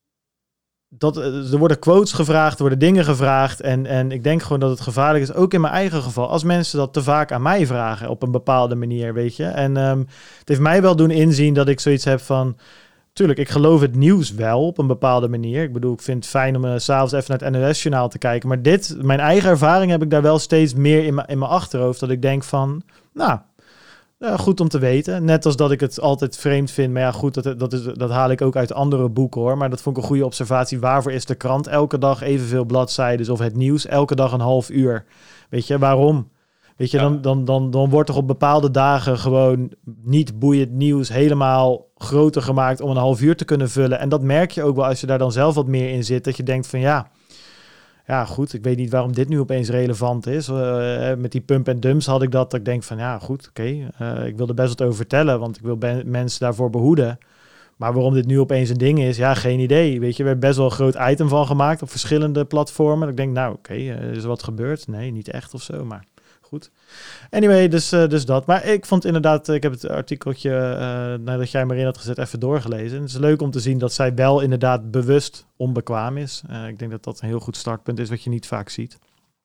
dat er worden quotes gevraagd, er worden dingen gevraagd en, en ik denk gewoon dat het gevaarlijk is, ook in mijn eigen geval, als mensen dat te vaak aan mij vragen op een bepaalde manier, weet je. En um, het heeft mij wel doen inzien dat ik zoiets heb van, tuurlijk, ik geloof het nieuws wel op een bepaalde manier. Ik bedoel, ik vind het fijn om uh, 's avonds even naar het N O S-journaal te kijken. Maar dit, mijn eigen ervaring heb ik daar wel steeds meer in, in mijn achterhoofd. Dat ik denk van, nou, ja, goed om te weten. Net als dat ik het altijd vreemd vind. Maar ja, goed, dat, dat, is, dat haal ik ook uit andere boeken hoor. Maar dat vond ik een goede observatie. Waarvoor is de krant elke dag evenveel bladzijden? Of het nieuws elke dag een half uur? Weet je, waarom? Weet je, ja. dan, dan, dan, dan wordt er op bepaalde dagen gewoon niet boeiend nieuws helemaal groter gemaakt om een half uur te kunnen vullen. En dat merk je ook wel als je daar dan zelf wat meer in zit. Dat je denkt van ja, ja goed, ik weet niet waarom dit nu opeens relevant is. Uh, met die pump en dumps had ik dat, dat ik denk van ja goed, oké. Okay, uh, ik wil er best wat over vertellen, want ik wil ben, mensen daarvoor behoeden. Maar waarom dit nu opeens een ding is, ja, geen idee. Weet je, we hebben best wel een groot item van gemaakt op verschillende platformen. Dat ik denk, nou oké, okay, uh, is er wat gebeurd? Nee, niet echt of zo, maar goed. Anyway, dus, uh, dus dat. Maar ik vond inderdaad, ik heb het artikeltje, uh, nadat jij me in had gezet, even doorgelezen. En het is leuk om te zien dat zij wel inderdaad bewust onbekwaam is. Uh, ik denk dat dat een heel goed startpunt is, wat je niet vaak ziet.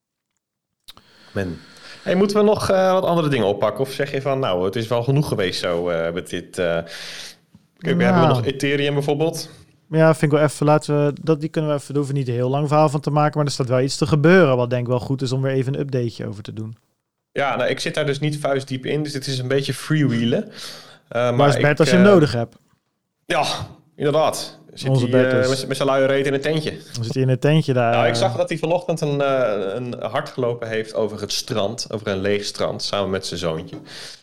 Men. Hey, moeten we nog uh, wat andere dingen oppakken? Of zeg je van, nou, het is wel genoeg geweest zo uh, met dit... Uh... Kijk, we nou. hebben nog Ethereum bijvoorbeeld. Ja, vind ik wel even, laten we, dat, die kunnen we even, daar hoeven we niet een heel lang verhaal van te maken, maar er staat wel iets te gebeuren, wat denk ik wel goed is om weer even een updateje over te doen. Ja, nou, ik zit daar dus niet vuistdiep in, dus dit is een beetje freewheelen. Uh, maar maar is Bert als je hem uh, nodig hebt? Ja, inderdaad. Zit Onze hij uh, met, met zijn luie reet in een tentje. Dan zit hij in een tentje daar. Nou, ik zag dat hij vanochtend een, uh, een hard gelopen heeft over het strand, over een leeg strand, samen met zijn zoontje.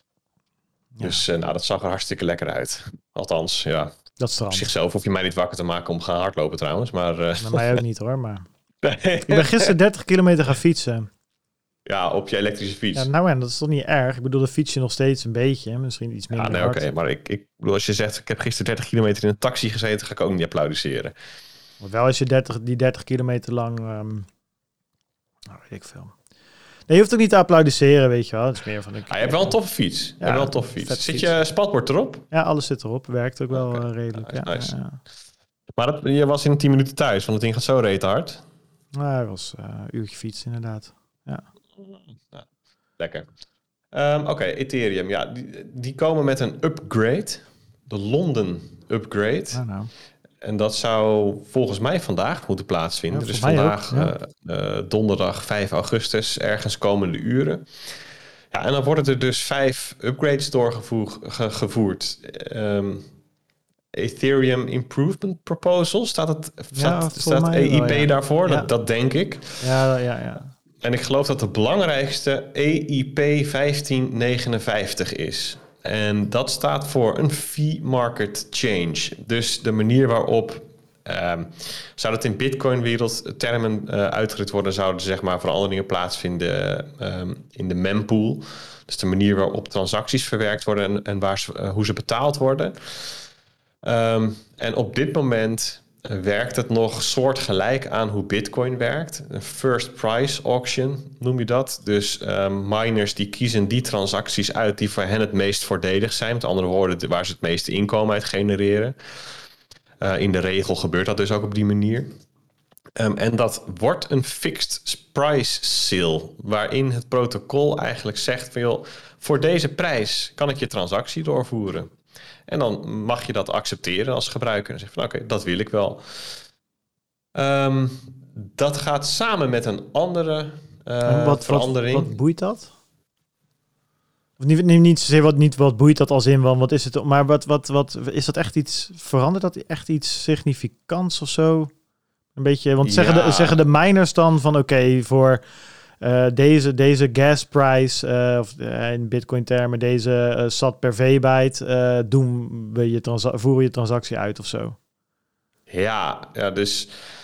Ja. Dus uh, nou, dat zag er hartstikke lekker uit. Althans, ja. Dat strand. Op zichzelf hoef je mij niet wakker te maken om te gaan hardlopen trouwens. Maar, uh... nou, mij ook niet hoor, maar... ik ben gisteren dertig kilometer gaan fietsen. Ja, op je elektrische fiets. Ja, nou en dat is toch niet erg? Ik bedoel, de fiets je nog steeds een beetje. Misschien iets minder ja, nee, hard. Oké, okay, maar ik, ik bedoel, als je zegt, ik heb gisteren dertig kilometer in een taxi gezeten, ga ik ook niet applaudisseren. Maar wel als je dertig, die dertig kilometer lang... Um... Nou, weet ik veel. Nee, je hoeft ook niet te applaudisseren, weet je wel. Het is meer van... Ik, ah, je hebt wel een toffe fiets. Je ja, hebt wel een toffe fiets. Zit fiets. Je spatbord erop? Ja, alles zit erop. Werkt ook wel okay. uh, redelijk. Nice, ja, nice. Ja, ja. Maar dat, je was in tien minuten thuis, want het ding gaat zo reet hard. Nou, het was uh, een uurtje fiets inderdaad. Ja. Ja, lekker. Um, Oké, okay, Ethereum. Ja, die, die komen met een upgrade. De London upgrade. Nou, nou. En dat zou volgens mij vandaag moeten plaatsvinden. Ja, dus vandaag, ja. uh, uh, donderdag vijf augustus, ergens komende uren. Ja, en dan worden er dus vijf upgrades doorgevoerd. Um, Ethereum Improvement Proposal, staat het staat, ja, staat E I P wel, ja. daarvoor? Ja. Dat, dat denk ik. Ja, ja, ja. En ik geloof dat de belangrijkste E I P vijftien negenenvijftig is. En dat staat voor een fee market change. Dus de manier waarop, um, zou dat in Bitcoin-wereld termen uh, uitgedrukt worden, zouden zeg maar veranderingen plaatsvinden um, in de mempool. Dus de manier waarop transacties verwerkt worden en, en waar ze, uh, hoe ze betaald worden. Um, en op dit moment uh, werkt het nog soortgelijk aan hoe Bitcoin werkt. Een first price auction noem je dat. Dus um, miners die kiezen die transacties uit die voor hen het meest voordelig zijn. Met andere woorden, waar ze het meeste inkomen uit genereren. Uh, in de regel gebeurt dat dus ook op die manier. Um, en dat wordt een fixed price sale, waarin het protocol eigenlijk zegt van joh, voor deze prijs kan ik je transactie doorvoeren. En dan mag je dat accepteren als gebruiker. En zeg van oké, okay, dat wil ik wel. Um, dat gaat samen met een andere uh, wat, verandering. Wat, wat boeit dat? Of niet, niet, niet zozeer wat, niet wat boeit dat als in, want wat is het? Maar wat, wat, wat is dat echt iets, verandert dat echt iets significants of zo? Een beetje, want zeggen, Ja. de, zeggen de miners dan van oké, okay, voor uh, deze, deze gasprijs, uh, of uh, in bitcoin termen, deze uh, sat per V-byte, uh, doen we je transa- voeren je transactie uit of zo? Ja, ja dus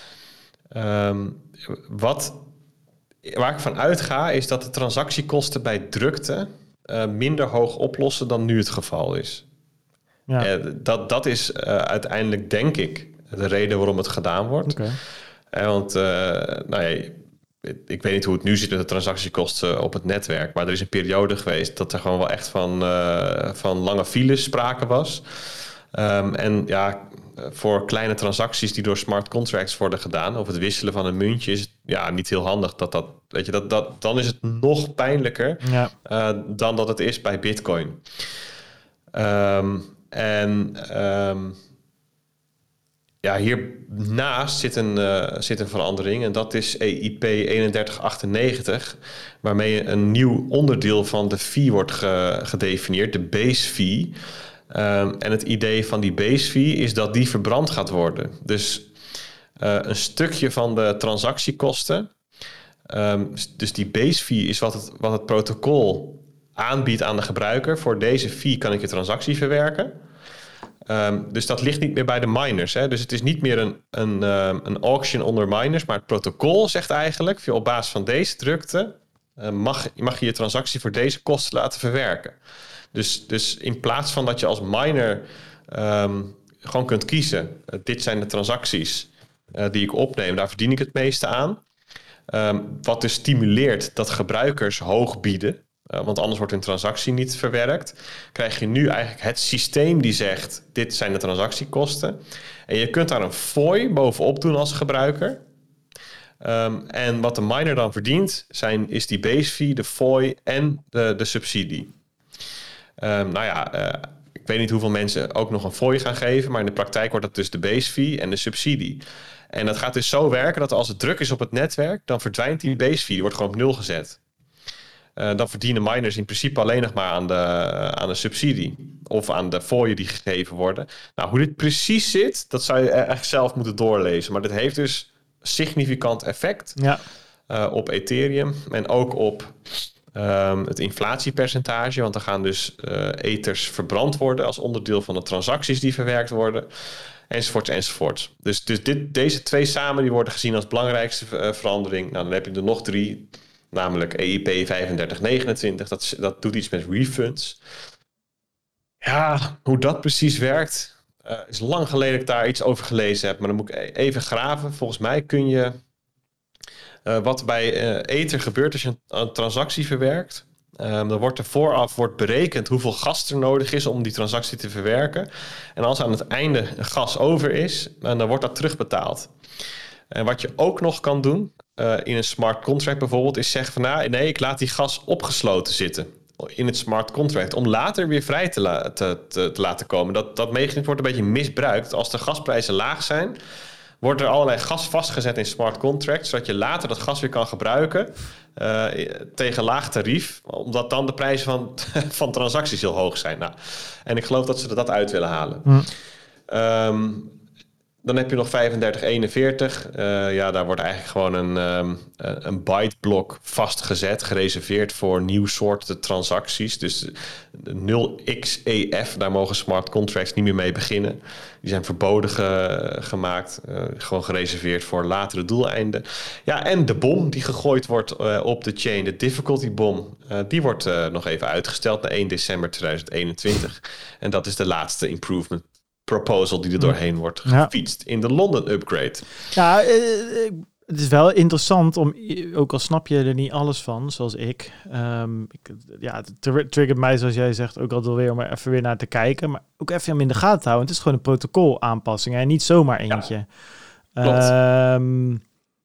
um, wat, waar ik van uitga is dat de transactiekosten bij drukte uh, minder hoog oplossen dan nu het geval is. Ja. Uh, dat, dat is uh, uiteindelijk, denk ik, de reden waarom het gedaan wordt. Okay. Uh, want, uh, nou ja, ik weet niet hoe het nu zit met de transactiekosten op het netwerk, maar er is een periode geweest dat er gewoon wel echt van, uh, van lange files sprake was. Um, en ja, voor kleine transacties die door smart contracts worden gedaan, of het wisselen van een muntje, is het ja niet heel handig dat dat, weet je, dat, dat dan is het nog pijnlijker ja. uh, dan dat het is bij Bitcoin. Um, en um, ja, hiernaast zit een, uh, zit een verandering en dat is E I P eenendertig achtennegentig, waarmee een nieuw onderdeel van de fee wordt ge- gedefinieerd, de base fee. Um, en het idee van die base fee is dat die verbrand gaat worden. Dus uh, een stukje van de transactiekosten. Um, dus die base fee is wat het, wat het protocol aanbiedt aan de gebruiker. Voor deze fee kan ik je transactie verwerken. Um, dus dat ligt niet meer bij de miners. Hè? Dus het is niet meer een, een, um, een auction onder miners. Maar het protocol zegt eigenlijk, op basis van deze drukte uh, mag, mag je je transactie voor deze kosten laten verwerken. Dus, dus in plaats van dat je als miner um, gewoon kunt kiezen, uh, dit zijn de transacties uh, die ik opneem, daar verdien ik het meeste aan. Um, wat dus stimuleert dat gebruikers hoog bieden, uh, want anders wordt hun transactie niet verwerkt. Krijg je nu eigenlijk het systeem die zegt, dit zijn de transactiekosten. En je kunt daar een fooi bovenop doen als gebruiker. Um, en wat de miner dan verdient, zijn, is die base fee, de fooi en de, de subsidie. Um, nou ja, uh, ik weet niet hoeveel mensen ook nog een fooi gaan geven, maar in de praktijk wordt dat dus de base fee en de subsidie. En dat gaat dus zo werken dat als het druk is op het netwerk, dan verdwijnt die base fee, die wordt gewoon op nul gezet. Uh, dan verdienen miners in principe alleen nog maar aan de, uh, aan de subsidie of aan de fooien die gegeven worden. Nou, hoe dit precies zit, dat zou je echt zelf moeten doorlezen. Maar dit heeft dus significant effect ja. uh, op Ethereum en ook op Um, het inflatiepercentage, want er gaan dus uh, ethers verbrand worden als onderdeel van de transacties die verwerkt worden, enzovoorts, enzovoorts. Dus, dus dit, deze twee samen die worden gezien als belangrijkste uh, verandering. Nou, dan heb je er nog drie, namelijk E I P vijfendertig negenentwintig, dat, dat doet iets met refunds. Ja, hoe dat precies werkt, uh, is lang geleden dat ik daar iets over gelezen heb, maar dan moet ik even graven. Volgens mij kun je Uh, wat bij uh, Ether gebeurt als je een, een transactie verwerkt. Um, dan wordt er vooraf wordt berekend hoeveel gas er nodig is om die transactie te verwerken. En als aan het einde gas over is, dan wordt dat terugbetaald. En wat je ook nog kan doen uh, in een smart contract bijvoorbeeld, is zeggen van nou, nee, ik laat die gas opgesloten zitten in het smart contract om later weer vrij te, la- te, te, te laten komen. Dat, dat mechanisme wordt een beetje misbruikt. Als de gasprijzen laag zijn, wordt er allerlei gas vastgezet in smart contracts, zodat je later dat gas weer kan gebruiken uh, tegen laag tarief, omdat dan de prijzen van, van transacties heel hoog zijn. Nou, en ik geloof dat ze er dat uit willen halen. Hm. Um, dan heb je nog vijfendertig eenenveertig. Uh, ja, daar wordt eigenlijk gewoon een, um, een byteblok vastgezet, gereserveerd voor nieuw soorten transacties. Dus nul x E F, daar mogen smart contracts niet meer mee beginnen. Die zijn verboden ge- gemaakt, uh, gewoon gereserveerd voor latere doeleinden. Ja, en de bom die gegooid wordt uh, op de chain, de difficulty bom, uh, die wordt uh, nog even uitgesteld naar één december tweeduizend eenentwintig. En dat is de laatste improvement proposal die er doorheen wordt gefietst ja. in de London upgrade. Ja, uh, het is wel interessant om, ook al snap je er niet alles van, zoals ik. Um, ik ja, het tr- triggert mij, zoals jij zegt, ook altijd weer om er even weer naar te kijken, maar ook even om in de gaten te houden. Het is gewoon een protocol aanpassing en niet zomaar eentje. Ja, um,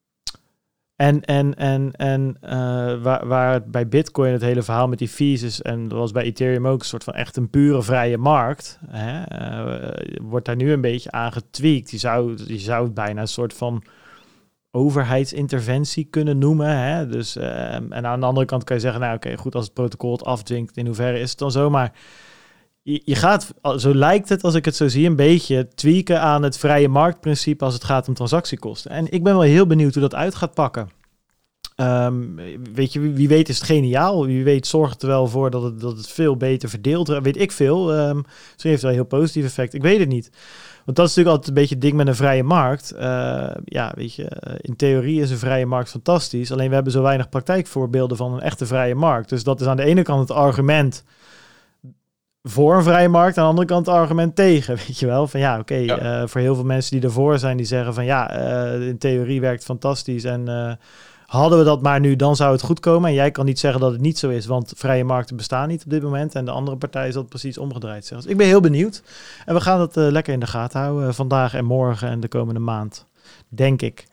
En, en, en, en uh, waar, waar het bij Bitcoin het hele verhaal met die fees is, en dat was bij Ethereum ook een soort van echt een pure vrije markt, hè, uh, wordt daar nu een beetje aan getweakt. Je zou, je zou het bijna een soort van overheidsinterventie kunnen noemen. Hè? Dus, uh, en aan de andere kant kan je zeggen, nou oké, okay, goed, als het protocol het afdwingt, in hoeverre is het dan zo? Maar je, je gaat, zo lijkt het, als ik het zo zie, een beetje tweaken aan het vrije marktprincipe als het gaat om transactiekosten. En ik ben wel heel benieuwd hoe dat uit gaat pakken. Um, weet je, wie, wie weet is het geniaal. Wie weet zorgt er wel voor dat het, dat het veel beter verdeeld. Weet ik veel. Um, zo heeft wel een heel positief effect. Ik weet het niet. Want dat is natuurlijk altijd een beetje het ding met een vrije markt. Uh, ja, weet je, in theorie is een vrije markt fantastisch. Alleen we hebben zo weinig praktijkvoorbeelden van een echte vrije markt. Dus dat is aan de ene kant het argument voor een vrije markt, aan de andere kant het argument tegen, weet je wel. Van ja, oké, okay, ja. uh, voor heel veel mensen die ervoor zijn, die zeggen van ja, uh, in theorie werkt het fantastisch en uh, hadden we dat maar nu, dan zou het goed komen. En jij kan niet zeggen dat het niet zo is, want vrije markten bestaan niet op dit moment. En de andere partij is dat precies omgedraaid. Dus ik ben heel benieuwd. En we gaan het uh, lekker in de gaten houden. Uh, vandaag en morgen en de komende maand. Denk ik.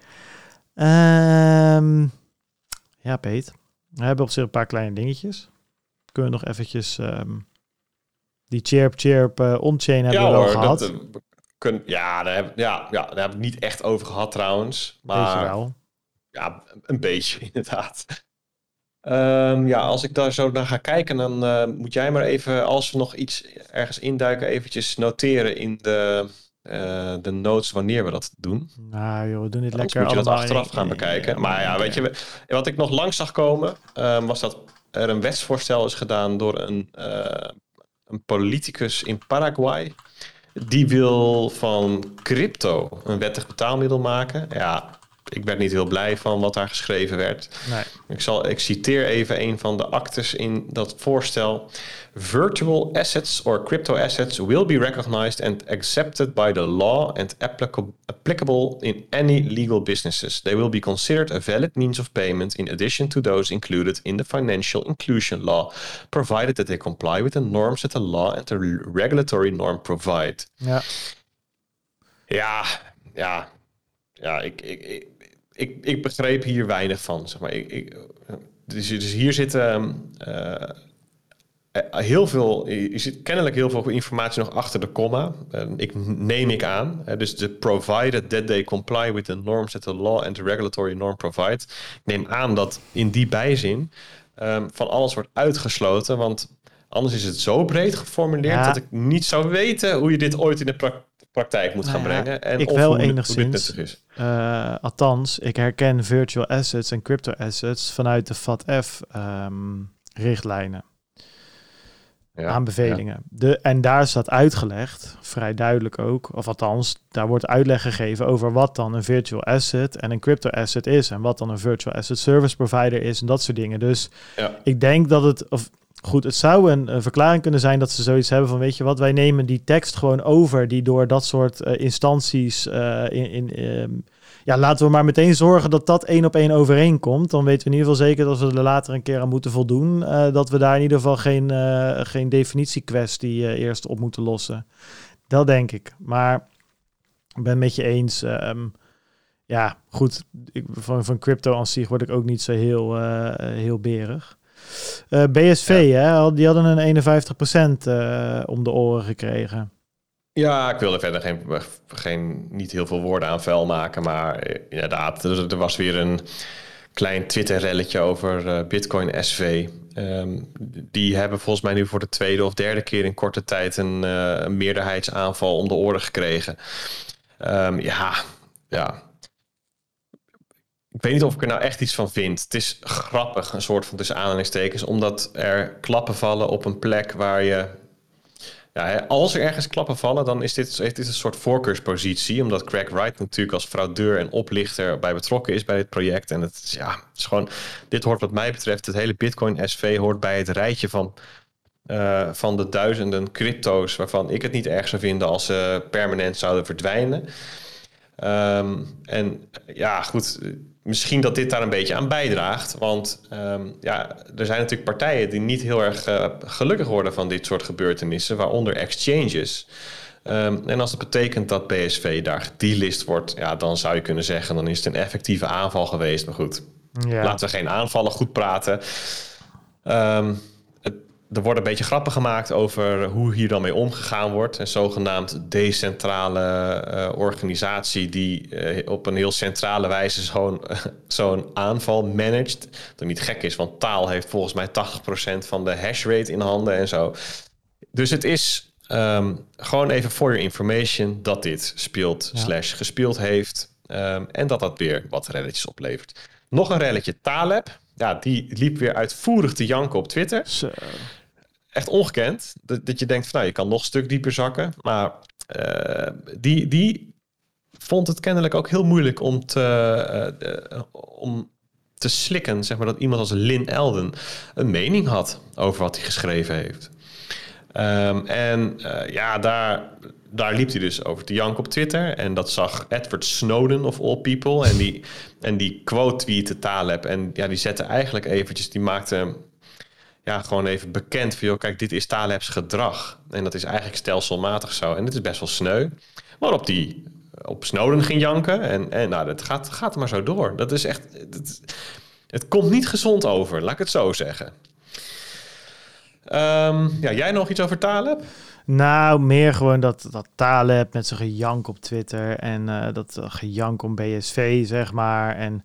Um, ja, Peet. We hebben op zich een paar kleine dingetjes. Kunnen we nog eventjes Um, die chirp, chirp, uh, on-chain hebben ja, we wel hoor, gehad. Dat, uh, kun, ja, daar heb, ja, ja, daar heb ik niet echt over gehad trouwens. Maar wel. Ja, een beetje inderdaad. Um, ja, als ik daar zo naar ga kijken, dan uh, moet jij maar even, als we nog iets ergens induiken, eventjes noteren in de, uh, de notes wanneer we dat doen. Nou joh, we doen dit Anders lekker moet je dat achteraf in, gaan bekijken. Ja, maar ja, weet je, wat ik nog langs zag komen, um, was dat er een wetsvoorstel is gedaan door een, uh, een politicus in Paraguay. Die wil van crypto een wettig betaalmiddel maken. Ja, ik werd niet heel blij van wat daar geschreven werd. Nee. Ik, zal, ik citeer even een van de actes in dat voorstel. Virtual assets or crypto assets will be recognized and accepted by the law and applicable, applicable in any legal businesses. They will be considered a valid means of payment in addition to those included in the financial inclusion law, provided that they comply with the norms that the law and the regulatory norm provide. Ja, ja, ja, ja ik... ik, ik Ik, ik begreep hier weinig van, zeg maar. Ik, ik, dus, dus hier zitten uh, heel veel, je zit kennelijk heel veel informatie nog achter de komma. Uh, ik neem ik aan. Uh, dus de provided that they comply with the norms that the law and the regulatory norm provide. Ik neem aan dat in die bijzin um, van alles wordt uitgesloten, want anders is het zo breed geformuleerd ja. dat ik niet zou weten hoe je dit ooit in de praktijk praktijk moet gaan nou ja, brengen. En ik of wel hoe enigszins. Dit is. Uh, althans, ik herken virtual assets en crypto assets vanuit de V A T F um, richtlijnen. Ja, aanbevelingen. Ja. De, en daar staat uitgelegd, vrij duidelijk ook, of althans, daar wordt uitleg gegeven over wat dan een virtual asset en een crypto asset is en wat dan een virtual asset service provider is en dat soort dingen. Dus ja. ik denk dat het, of goed, het zou een, een verklaring kunnen zijn dat ze zoiets hebben van, weet je wat, wij nemen die tekst gewoon over die door dat soort uh, instanties uh, in, in um, ja, laten we maar meteen zorgen dat dat één op één overeenkomt. Dan weten we in ieder geval zeker dat we er later een keer aan moeten voldoen. Uh, dat we daar in ieder geval geen, uh, geen definitiekwestie uh, eerst op moeten lossen. Dat denk ik. Maar ik ben het met je eens. Um, ja, goed. Ik, van, van crypto aan zich word ik ook niet zo heel, uh, heel berig. Uh, B S V, ja. hè, die hadden een eenenvijftig procent uh, om de oren gekregen. Ja, ik wilde verder geen, geen, niet heel veel woorden aan vuil maken. Maar inderdaad, er, er was weer een klein Twitter-relletje over uh, Bitcoin S V. Um, die hebben volgens mij nu voor de tweede of derde keer in korte tijd een, uh, een meerderheidsaanval om de oren gekregen. Um, ja, ja. Ik weet niet of ik er nou echt iets van vind. Het is grappig, een soort van tussen aanhalingstekens, omdat er klappen vallen op een plek waar je... Ja, als er ergens klappen vallen, dan is dit, heeft dit een soort voorkeurspositie. Omdat Craig Wright natuurlijk als fraudeur en oplichter bij betrokken is bij dit project. En het is, ja, het is gewoon, dit hoort wat mij betreft, het hele Bitcoin S V hoort bij het rijtje van, uh, van de duizenden crypto's waarvan ik het niet erg zou vinden als ze permanent zouden verdwijnen. Um, en ja, goed, misschien dat dit daar een beetje aan bijdraagt. Want um, ja, er zijn natuurlijk partijen die niet heel erg uh, gelukkig worden van dit soort gebeurtenissen, waaronder exchanges. Um, en als dat betekent dat B S V daar gedelist wordt, ja, dan zou je kunnen zeggen, dan is het een effectieve aanval geweest. Maar goed, ja. Laten we geen aanvallen goed praten. Um, het, er worden een beetje grappen gemaakt over hoe hier dan mee omgegaan wordt. Een zogenaamd decentrale uh, organisatie die uh, op een heel centrale wijze zo'n, uh, zo'n aanval managt. Dat niet gek is, want taal heeft volgens mij tachtig procent van de hashrate in handen en zo. Dus het is um, gewoon even for your information dat dit speelt ja. slash gespeeld heeft. Um, en dat dat weer wat relletjes oplevert. Nog een relletje, Taleb. Ja, die liep weer uitvoerig te janken op Twitter. Zo. Echt ongekend. Dat, dat je denkt van nou, je kan nog een stuk dieper zakken. Maar uh, die, die vond het kennelijk ook heel moeilijk om te, uh, uh, om te slikken. Zeg maar dat iemand als Lynn Elden een mening had over wat hij geschreven heeft. Um, en uh, ja, daar, daar liep hij dus over te janken op Twitter. En dat zag Edward Snowden of all people. En die, en die quote-tweette Taleb. En ja, die zette eigenlijk eventjes, die maakte ja, gewoon even bekend van, joh, kijk, dit is Taleb's gedrag. En dat is eigenlijk stelselmatig zo. En dit is best wel sneu. Waarop die op Snowden ging janken. En, en nou, dat gaat, gaat maar zo door. Dat is echt, het, het komt niet gezond over, laat ik het zo zeggen. Um, ja, jij nog iets over Taleb? Nou, meer gewoon dat, dat Taleb met zijn gejank op Twitter en uh, dat uh, gejank om B S V, zeg maar. En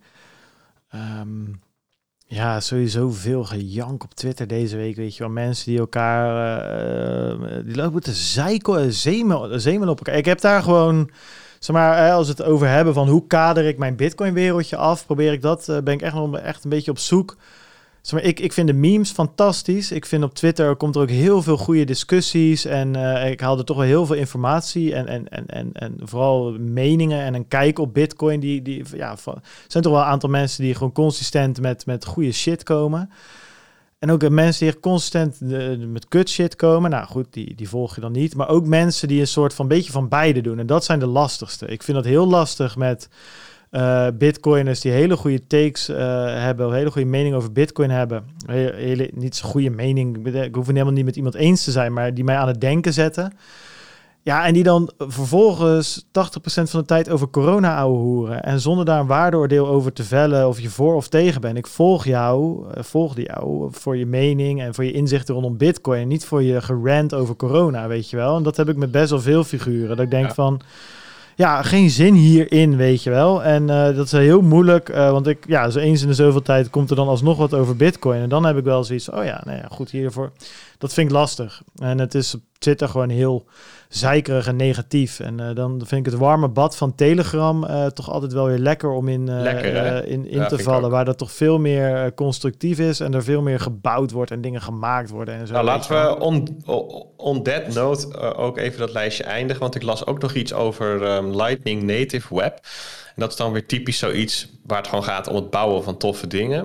um, ja, sowieso veel gejank op Twitter deze week, weet je wel. Mensen die elkaar, uh, die lopen te zeiken, zemel, zemel op elkaar. Ik heb daar gewoon, zeg maar, als we het over hebben van hoe kader ik mijn Bitcoin-wereldje af, probeer ik dat, uh, ben ik echt, nog echt een beetje op zoek. Zeg maar, ik, ik vind de memes fantastisch. Ik vind op Twitter komt er ook heel veel goede discussies. En uh, ik haal er toch wel heel veel informatie. En, en, en, en, en vooral meningen en een kijk op Bitcoin. Die, die, ja, van, er zijn toch wel een aantal mensen die gewoon consistent met, met goede shit komen. En ook mensen die echt consistent uh, met kut shit komen. Nou goed, die, die volg je dan niet. Maar ook mensen die een soort van beetje van beide doen. En dat zijn de lastigste. Ik vind dat heel lastig met Uh, Bitcoiners die hele goede takes uh, hebben, of hele goede mening over Bitcoin hebben. Hele, hele, niet zo'n goede mening, ik hoef het helemaal niet met iemand eens te zijn, maar die mij aan het denken zetten. Ja, en die dan vervolgens tachtig procent van de tijd over corona ouwe hoeren. En zonder daar een waardeoordeel over te vellen of je voor of tegen bent. Ik volg jou, uh, volgde jou voor je mening en voor je inzichten rondom Bitcoin. En niet voor je gerant over corona, weet je wel. En dat heb ik met best wel veel figuren. Dat ik denk ja. van, ja, geen zin hierin, weet je wel. En uh, dat is heel moeilijk, uh, want ik, ja, zo eens in de zoveel tijd komt er dan alsnog wat over Bitcoin. En dan heb ik wel zoiets, oh ja, nou ja, goed, hiervoor. Dat vind ik lastig. En het is op Twitter gewoon heel zeikerig en negatief. En uh, dan vind ik het warme bad van Telegram uh, toch altijd wel weer lekker om in, uh, lekker, uh, in, in ja, te vallen. Waar dat toch veel meer uh, constructief is en er veel meer gebouwd wordt en dingen gemaakt worden. En zo. Nou, laten we on, on that note uh, ook even dat lijstje eindigen. Want ik las ook nog iets over um, Lightning Native Web. En dat is dan weer typisch zoiets waar het gewoon gaat om het bouwen van toffe dingen.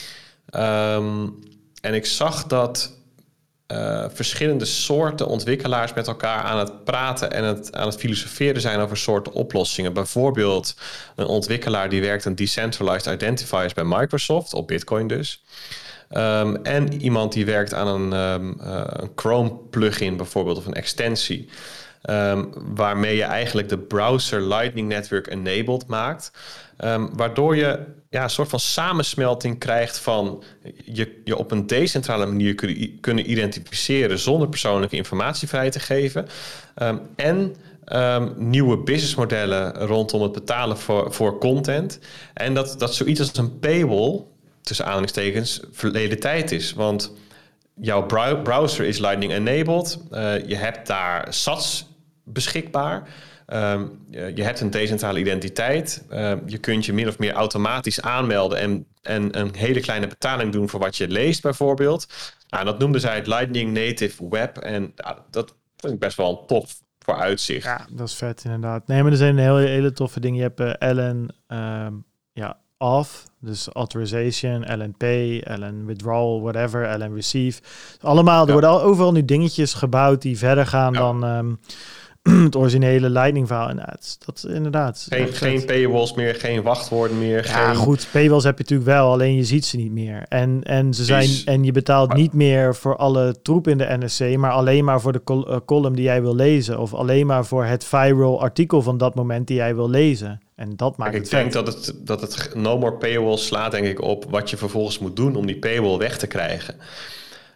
Um, en ik zag dat Uh, verschillende soorten ontwikkelaars met elkaar aan het praten en het, aan het filosoferen zijn over soorten oplossingen. Bijvoorbeeld een ontwikkelaar die werkt aan decentralized identifiers bij Microsoft, op Bitcoin dus. Um, en iemand die werkt aan een, um, uh, een Chrome plugin bijvoorbeeld, of een extensie. Um, waarmee je eigenlijk de browser Lightning Network enabled maakt. Um, waardoor je ja, een soort van samensmelting krijgt van je, je op een decentrale manier kun, kunnen identificeren zonder persoonlijke informatie vrij te geven. Um, en um, nieuwe businessmodellen rondom het betalen voor, voor content. En dat, dat zoiets als een paywall, tussen aanhalingstekens, verleden tijd is. Want jouw browser is Lightning enabled. Uh, je hebt daar sats beschikbaar. Um, je hebt een decentrale identiteit. Uh, je kunt je min of meer automatisch aanmelden en, en een hele kleine betaling doen voor wat je leest bijvoorbeeld. Nou, dat noemden zij het Lightning Native Web. En ja, dat vind ik best wel een tof vooruitzicht. Ja, dat is vet inderdaad. Nee, maar er zijn hele, hele toffe dingen. Je hebt uh, L N um, ja, Auth, dus authorization, L N P, L N withdrawal, whatever, L N receive. Allemaal, er ja. worden al, overal nu dingetjes gebouwd die verder gaan ja. dan Um, het originele Lightning verhaal. En dat, dat inderdaad. Geen, geen paywalls meer, geen wachtwoorden meer. Ja, geen... goed. Paywalls heb je natuurlijk wel, alleen je ziet ze niet meer. En, en, ze zijn, is... en je betaalt maar... niet meer voor alle troep in de N S C, maar alleen maar voor de col- uh, column die jij wil lezen. Of alleen maar voor het viral artikel van dat moment die jij wil lezen. En dat maakt Kijk, het Ik denk dat het, dat het no more paywall slaat, denk ik, op wat je vervolgens moet doen om die paywall weg te krijgen.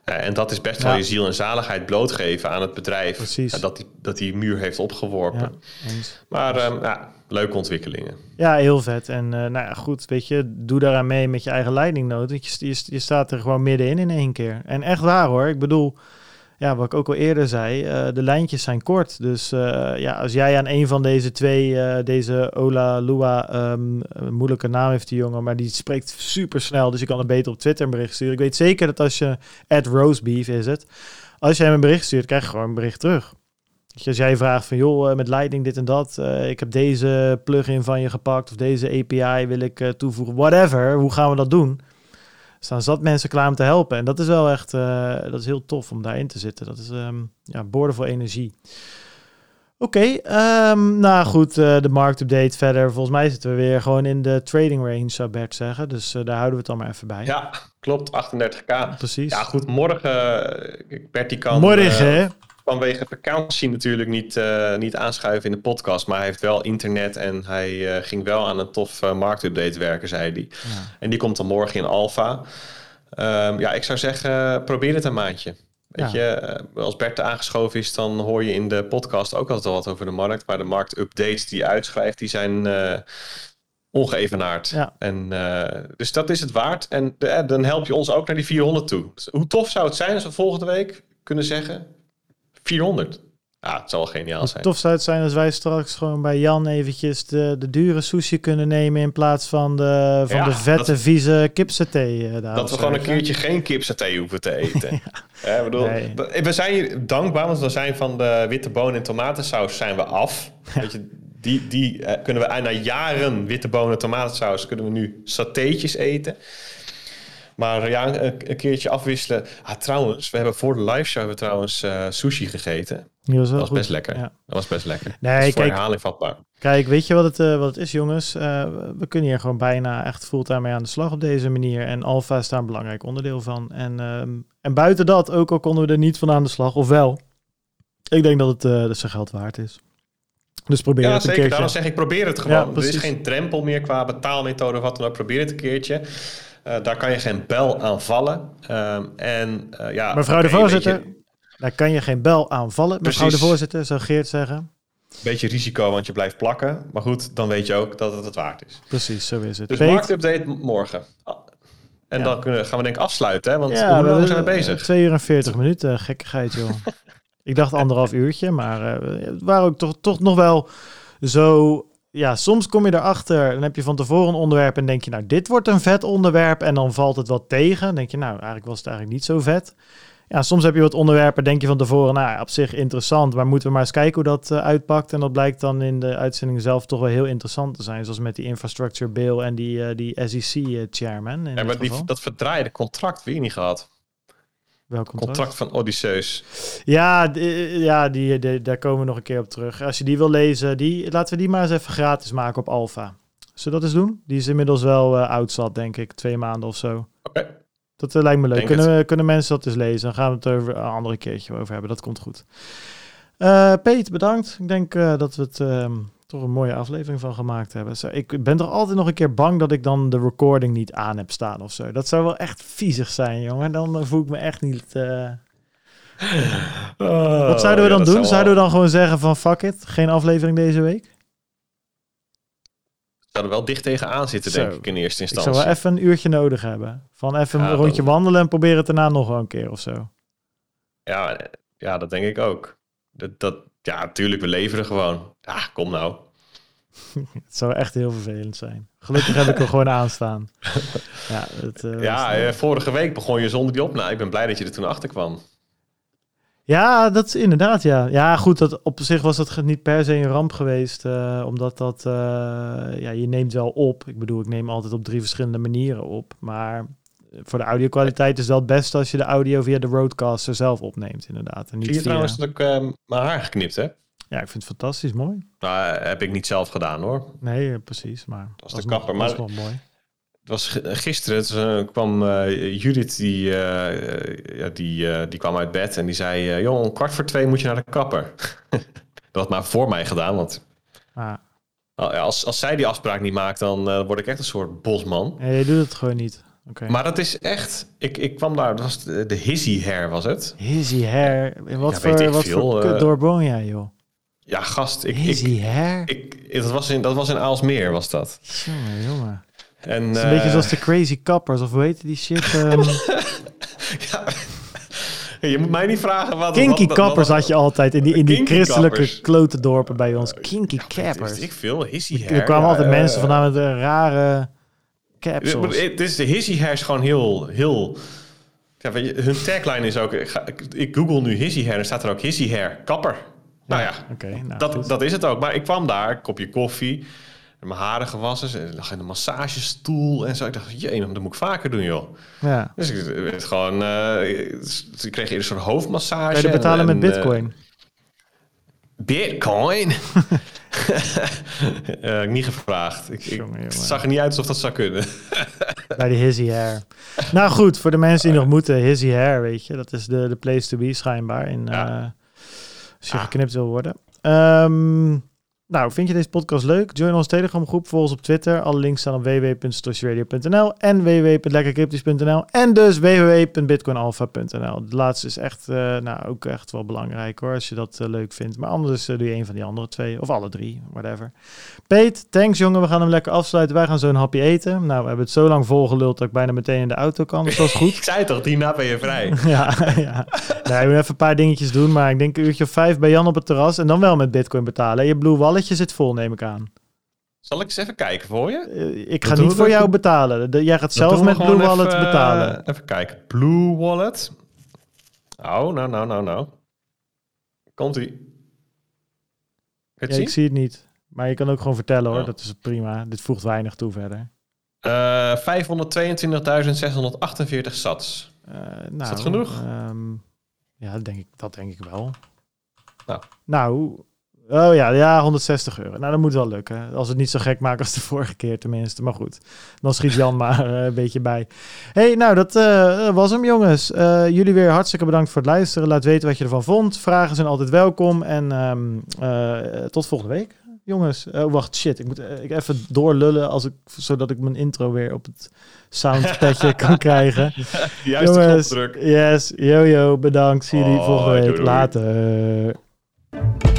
Uh, en dat is best Ja. wel je ziel en zaligheid blootgeven aan het bedrijf. Precies. Uh, dat, die, dat die muur heeft opgeworpen. Ja, eens. Maar um, ja, leuke ontwikkelingen. Ja, heel vet. En uh, nou ja, goed, weet je, doe daaraan mee met je eigen leiding nood. Je, je, je staat er gewoon middenin in één keer. En echt waar hoor. Ik bedoel, ja, wat ik ook al eerder zei, uh, de lijntjes zijn kort. Dus uh, ja, als jij aan een van deze twee, uh, deze Ola Lua, um, een moeilijke naam heeft die jongen, maar die spreekt super snel. Dus je kan het beter op Twitter een bericht sturen. Ik weet zeker dat als je, at roastbeef is het, als jij hem een bericht stuurt, krijg je gewoon een bericht terug. Als jij vraagt van, joh, met Lightning dit en dat, uh, ik heb deze plugin van je gepakt of deze A P I wil ik uh, toevoegen, whatever, hoe gaan we dat doen? Er staan zat mensen klaar om te helpen. En dat is wel echt, uh, dat is heel tof om daarin te zitten. Dat is, um, ja, boordevol energie. Oké, okay, um, nou goed, uh, de marktupdate verder. Volgens mij zitten we weer gewoon in de trading range, zou Bert zeggen. Dus uh, daar houden we het dan maar even bij. Ja, klopt, achtendertig k. Precies. Ja goed, morgen, Bert die kan... Morgen, hè? Uh, vanwege vakantie natuurlijk niet, uh, niet aanschuiven in de podcast. Maar hij heeft wel internet en hij uh, ging wel aan een tof uh, marktupdate werken, zei hij. Ja. En die komt dan morgen in alpha. Um, ja, ik zou zeggen, uh, probeer het een maandje. Weet ja. je, uh, als Bert aangeschoven is, dan hoor je in de podcast ook altijd al wat over de markt. Maar de marktupdates die hij uitschrijft, die zijn uh, ongeëvenaard. Ja. En, uh, dus dat is het waard. En uh, dan help je ons ook naar die vierhonderd toe. Dus hoe tof zou het zijn als we volgende week kunnen zeggen... vierhonderd. Ja, het zal wel geniaal zijn. Tof zou het zijn als wij straks gewoon bij Jan eventjes de, de dure sushi kunnen nemen in plaats van de, van ja, de vette, dat, vieze kipsaté. Uh, dat we gewoon een keertje geen kipsaté hoeven te eten. ja. Ja, bedoel, nee. We zijn hier dankbaar, want we zijn van de witte bonen en tomatensaus zijn we af. Ja. Weet je, die, die uh, kunnen we na jaren witte bonen en tomatensaus kunnen we nu satéetjes eten. Maar ja, een, een keertje afwisselen. Ah, trouwens, we hebben voor de live show hebben we trouwens uh, sushi gegeten. Die was wel dat was goed. best lekker. Ja. Dat was best lekker. Nee, dat is voor kijk, herhaling vatbaar. Kijk, weet je wat het, uh, wat het is, jongens? Uh, we kunnen hier gewoon bijna echt fulltime mee aan de slag op deze manier. En Alpha is daar een belangrijk onderdeel van. En, um, en buiten dat, ook al konden we er niet van aan de slag, of wel. Ik denk dat het uh, dat zijn geld waard is. Dus probeer ja, het een zeker. keertje. Daarom zeg ik, probeer het gewoon. Ja, er is geen drempel meer qua betaalmethode of wat dan ook. Probeer het een keertje. Uh, daar kan je geen bel aan vallen. Um, en, uh, ja, mevrouw okay, de voorzitter, beetje, daar kan je geen bel aan vallen. Precies. Mevrouw de voorzitter, zou Geert zeggen. Beetje risico, want je blijft plakken. Maar goed, dan weet je ook dat het het waard is. Precies, zo is het. Dus Peet. marktupdate morgen. En ja. dan kunnen, gaan we denk ik afsluiten. Hè? Want ja, hoe lang we, zijn we bezig? twee uur en veertig minuten. Gekkigheid, joh. Ik dacht anderhalf uurtje, maar uh, het waren ook toch, toch nog wel zo... Ja, soms kom je erachter, dan heb je van tevoren een onderwerp en denk je, nou, dit wordt een vet onderwerp en dan valt het wat tegen. Dan denk je, nou, eigenlijk was het eigenlijk niet zo vet. Ja, soms heb je wat onderwerpen, denk je van tevoren, nou, op zich interessant, maar moeten we maar eens kijken hoe dat uh, uitpakt. En dat blijkt dan in de uitzending zelf toch wel heel interessant te zijn, zoals met die infrastructure bill en die, uh, die S E C-chairman. Ja, maar die, dat verdraaide contract weer niet gehad. Welk contract? Contract van Odysseus. Ja, d- ja die, die, daar komen we nog een keer op terug. Als je die wil lezen, die, laten we die maar eens even gratis maken op Alpha. Zullen we dat eens doen? Die is inmiddels wel uh, oud zat, denk ik. Twee maanden of zo. Oké. Okay. Dat uh, lijkt me leuk. Kunnen, we, kunnen mensen dat eens lezen? Dan gaan we het er een andere keertje over hebben. Dat komt goed. Uh, Peet, bedankt. Ik denk uh, dat we het... Uh, toch een mooie aflevering van gemaakt hebben. Zo, ik ben toch altijd nog een keer bang dat ik dan de recording niet aan heb staan of zo. Dat zou wel echt viezig zijn, jongen. Dan voel ik me echt niet... Uh... Oh, wat zouden we dan ja, doen? Zou zouden we dan gewoon zeggen van fuck it, geen aflevering deze week? We zouden wel dicht tegenaan zitten, zo. Denk ik, in eerste instantie. Ik zou wel even een uurtje nodig hebben. Van even ja, een rondje dat... wandelen en proberen het daarna nog wel een keer of zo. Ja, ja dat denk ik ook. Dat... dat... Ja, natuurlijk, we leveren gewoon. Ja, kom nou. Het zou echt heel vervelend zijn. Gelukkig heb ik er gewoon aanstaan. Ja, het, uh, ja uh, vorige week begon je zonder die opname. Ik ben blij dat je er toen achter kwam. Ja, dat is inderdaad, ja. Ja, goed, dat, op zich was dat niet per se een ramp geweest. Uh, omdat dat, uh, ja, je neemt wel op. Ik bedoel, ik neem altijd op drie verschillende manieren op. Maar voor de audio-kwaliteit is het wel het beste als je de audio via de Rodecaster zelf opneemt, inderdaad. En niet Zie je via... trouwens dat ik uh, mijn haar geknipt heb? Ja, ik vind het fantastisch mooi. Nou, heb ik niet zelf gedaan, hoor. Nee, uh, precies. Maar dat was de kapper. Nog, maar dat is wel mooi. Het was gisteren, toen uh, kwam uh, Judith, die, uh, uh, ja, die, uh, die kwam uit bed en die zei... Uh, joh, om kwart voor twee moet je naar de kapper. Dat had maar voor mij gedaan, want... Ah. Als, als zij die afspraak niet maakt, dan uh, word ik echt een soort bosman. Nee, je doet het gewoon niet. Okay. Maar dat is echt... Ik, ik kwam daar, dat was de, de Hizzy Hair was het. Hizzy Hair. En wat Ja, voor, weet ik wat veel, voor uh, kutdorp woon jij, joh? Ja, gast. Ik, Hizzy ik, Hair? ik, ik, dat, was in, dat was in Aalsmeer, was dat. Jongen, jongen. En, het is een uh, beetje zoals de Crazy Kappers, of hoe heet die shit? Um... ja... Je moet mij niet vragen wat... Kinky wat, Kappers wat, had je altijd in die, in die christelijke kappers. klote dorpen bij ons. Kinky ja, Cappers. Ik veel, Hizzy Hair. Er kwamen ja, altijd uh, mensen uh, vandaan met een rare capsules. Het is de Hizzy Hair is gewoon heel... heel ja, weet je, hun tagline is ook... Ik, ga, ik, ik google nu Hizzy Hair en er staat er ook Hizzy Hair Kapper. Nou ja, ja okay, nou, dat, dat is het ook. Maar ik kwam daar, een kopje koffie... Mijn haren gewassen. Ze lag in een massagestoel en zo. Ik dacht, jee, dat moet ik vaker doen, joh. Ja. Dus ik werd gewoon... Uh, ik kreeg eerst een soort hoofdmassage. Kan je betalen en, met bitcoin? Uh, bitcoin? uh, niet gevraagd. Ik, jongen, jongen. ik zag er niet uit alsof dat zou kunnen. Bij de Hizzy Hair. Nou goed, voor de mensen die nog moeten, Hizzy Hair, weet je. Dat is de, de place to be, schijnbaar. In, ja. uh, als je ah. geknipt wil worden. Um, Nou, vind je deze podcast leuk? Join onze Telegram groep, volg ons op Twitter. Alle links staan op w w w punt stosjeradio punt n l en w w w punt lekker cryptisch punt n l en dus w w w punt bitcoin alpha punt n l. De laatste is echt, uh, nou, ook echt wel belangrijk hoor, als je dat uh, leuk vindt. Maar anders uh, doe je een van die andere twee, of alle drie, whatever. Peet, thanks jongen, we gaan hem lekker afsluiten. Wij gaan zo een hapje eten. Nou, we hebben het zo lang volgeluld dat ik bijna meteen in de auto kan, dus dat is goed. Ik zei toch, hierna ben je vrij. ja, ja. Nee, we moeten even een paar dingetjes doen, maar ik denk een uurtje of vijf bij Jan op het terras en dan wel met bitcoin betalen. Je Blue Walletje zit vol, neem ik aan. Zal ik eens even kijken voor je? Uh, ik ga niet voor jou betalen. De, jij gaat zelf met Blue Wallet even, betalen. Even kijken. Blue Wallet. Oh, nou, nou, nou, nou. Komt-ie. Ja, ik zie het niet. Maar je kan ook gewoon vertellen hoor. Oh. Dat is prima. Dit voegt weinig toe verder. Uh, vijfhonderdtweeëntwintigduizend zeshonderdachtenveertig sats. Uh, nou, is dat genoeg? Um, ja, dat denk ik, dat denk ik wel. Nou. Nou... Oh ja, ja, honderdzestig euro. Nou, dat moet wel lukken. Als we het niet zo gek maken als de vorige keer tenminste. Maar goed, dan schiet Jan maar uh, een beetje bij. Hey, nou, dat uh, was hem jongens. Uh, jullie weer hartstikke bedankt voor het luisteren. Laat weten wat je ervan vond. Vragen zijn altijd welkom. En um, uh, tot volgende week, jongens. Oh, wacht, shit. Ik moet uh, ik even doorlullen als ik, zodat ik mijn intro weer op het soundpadje kan krijgen. Juist jongens, yes, yo, yo, bedankt. Zie jullie oh, volgende week. Doei, doei. Later.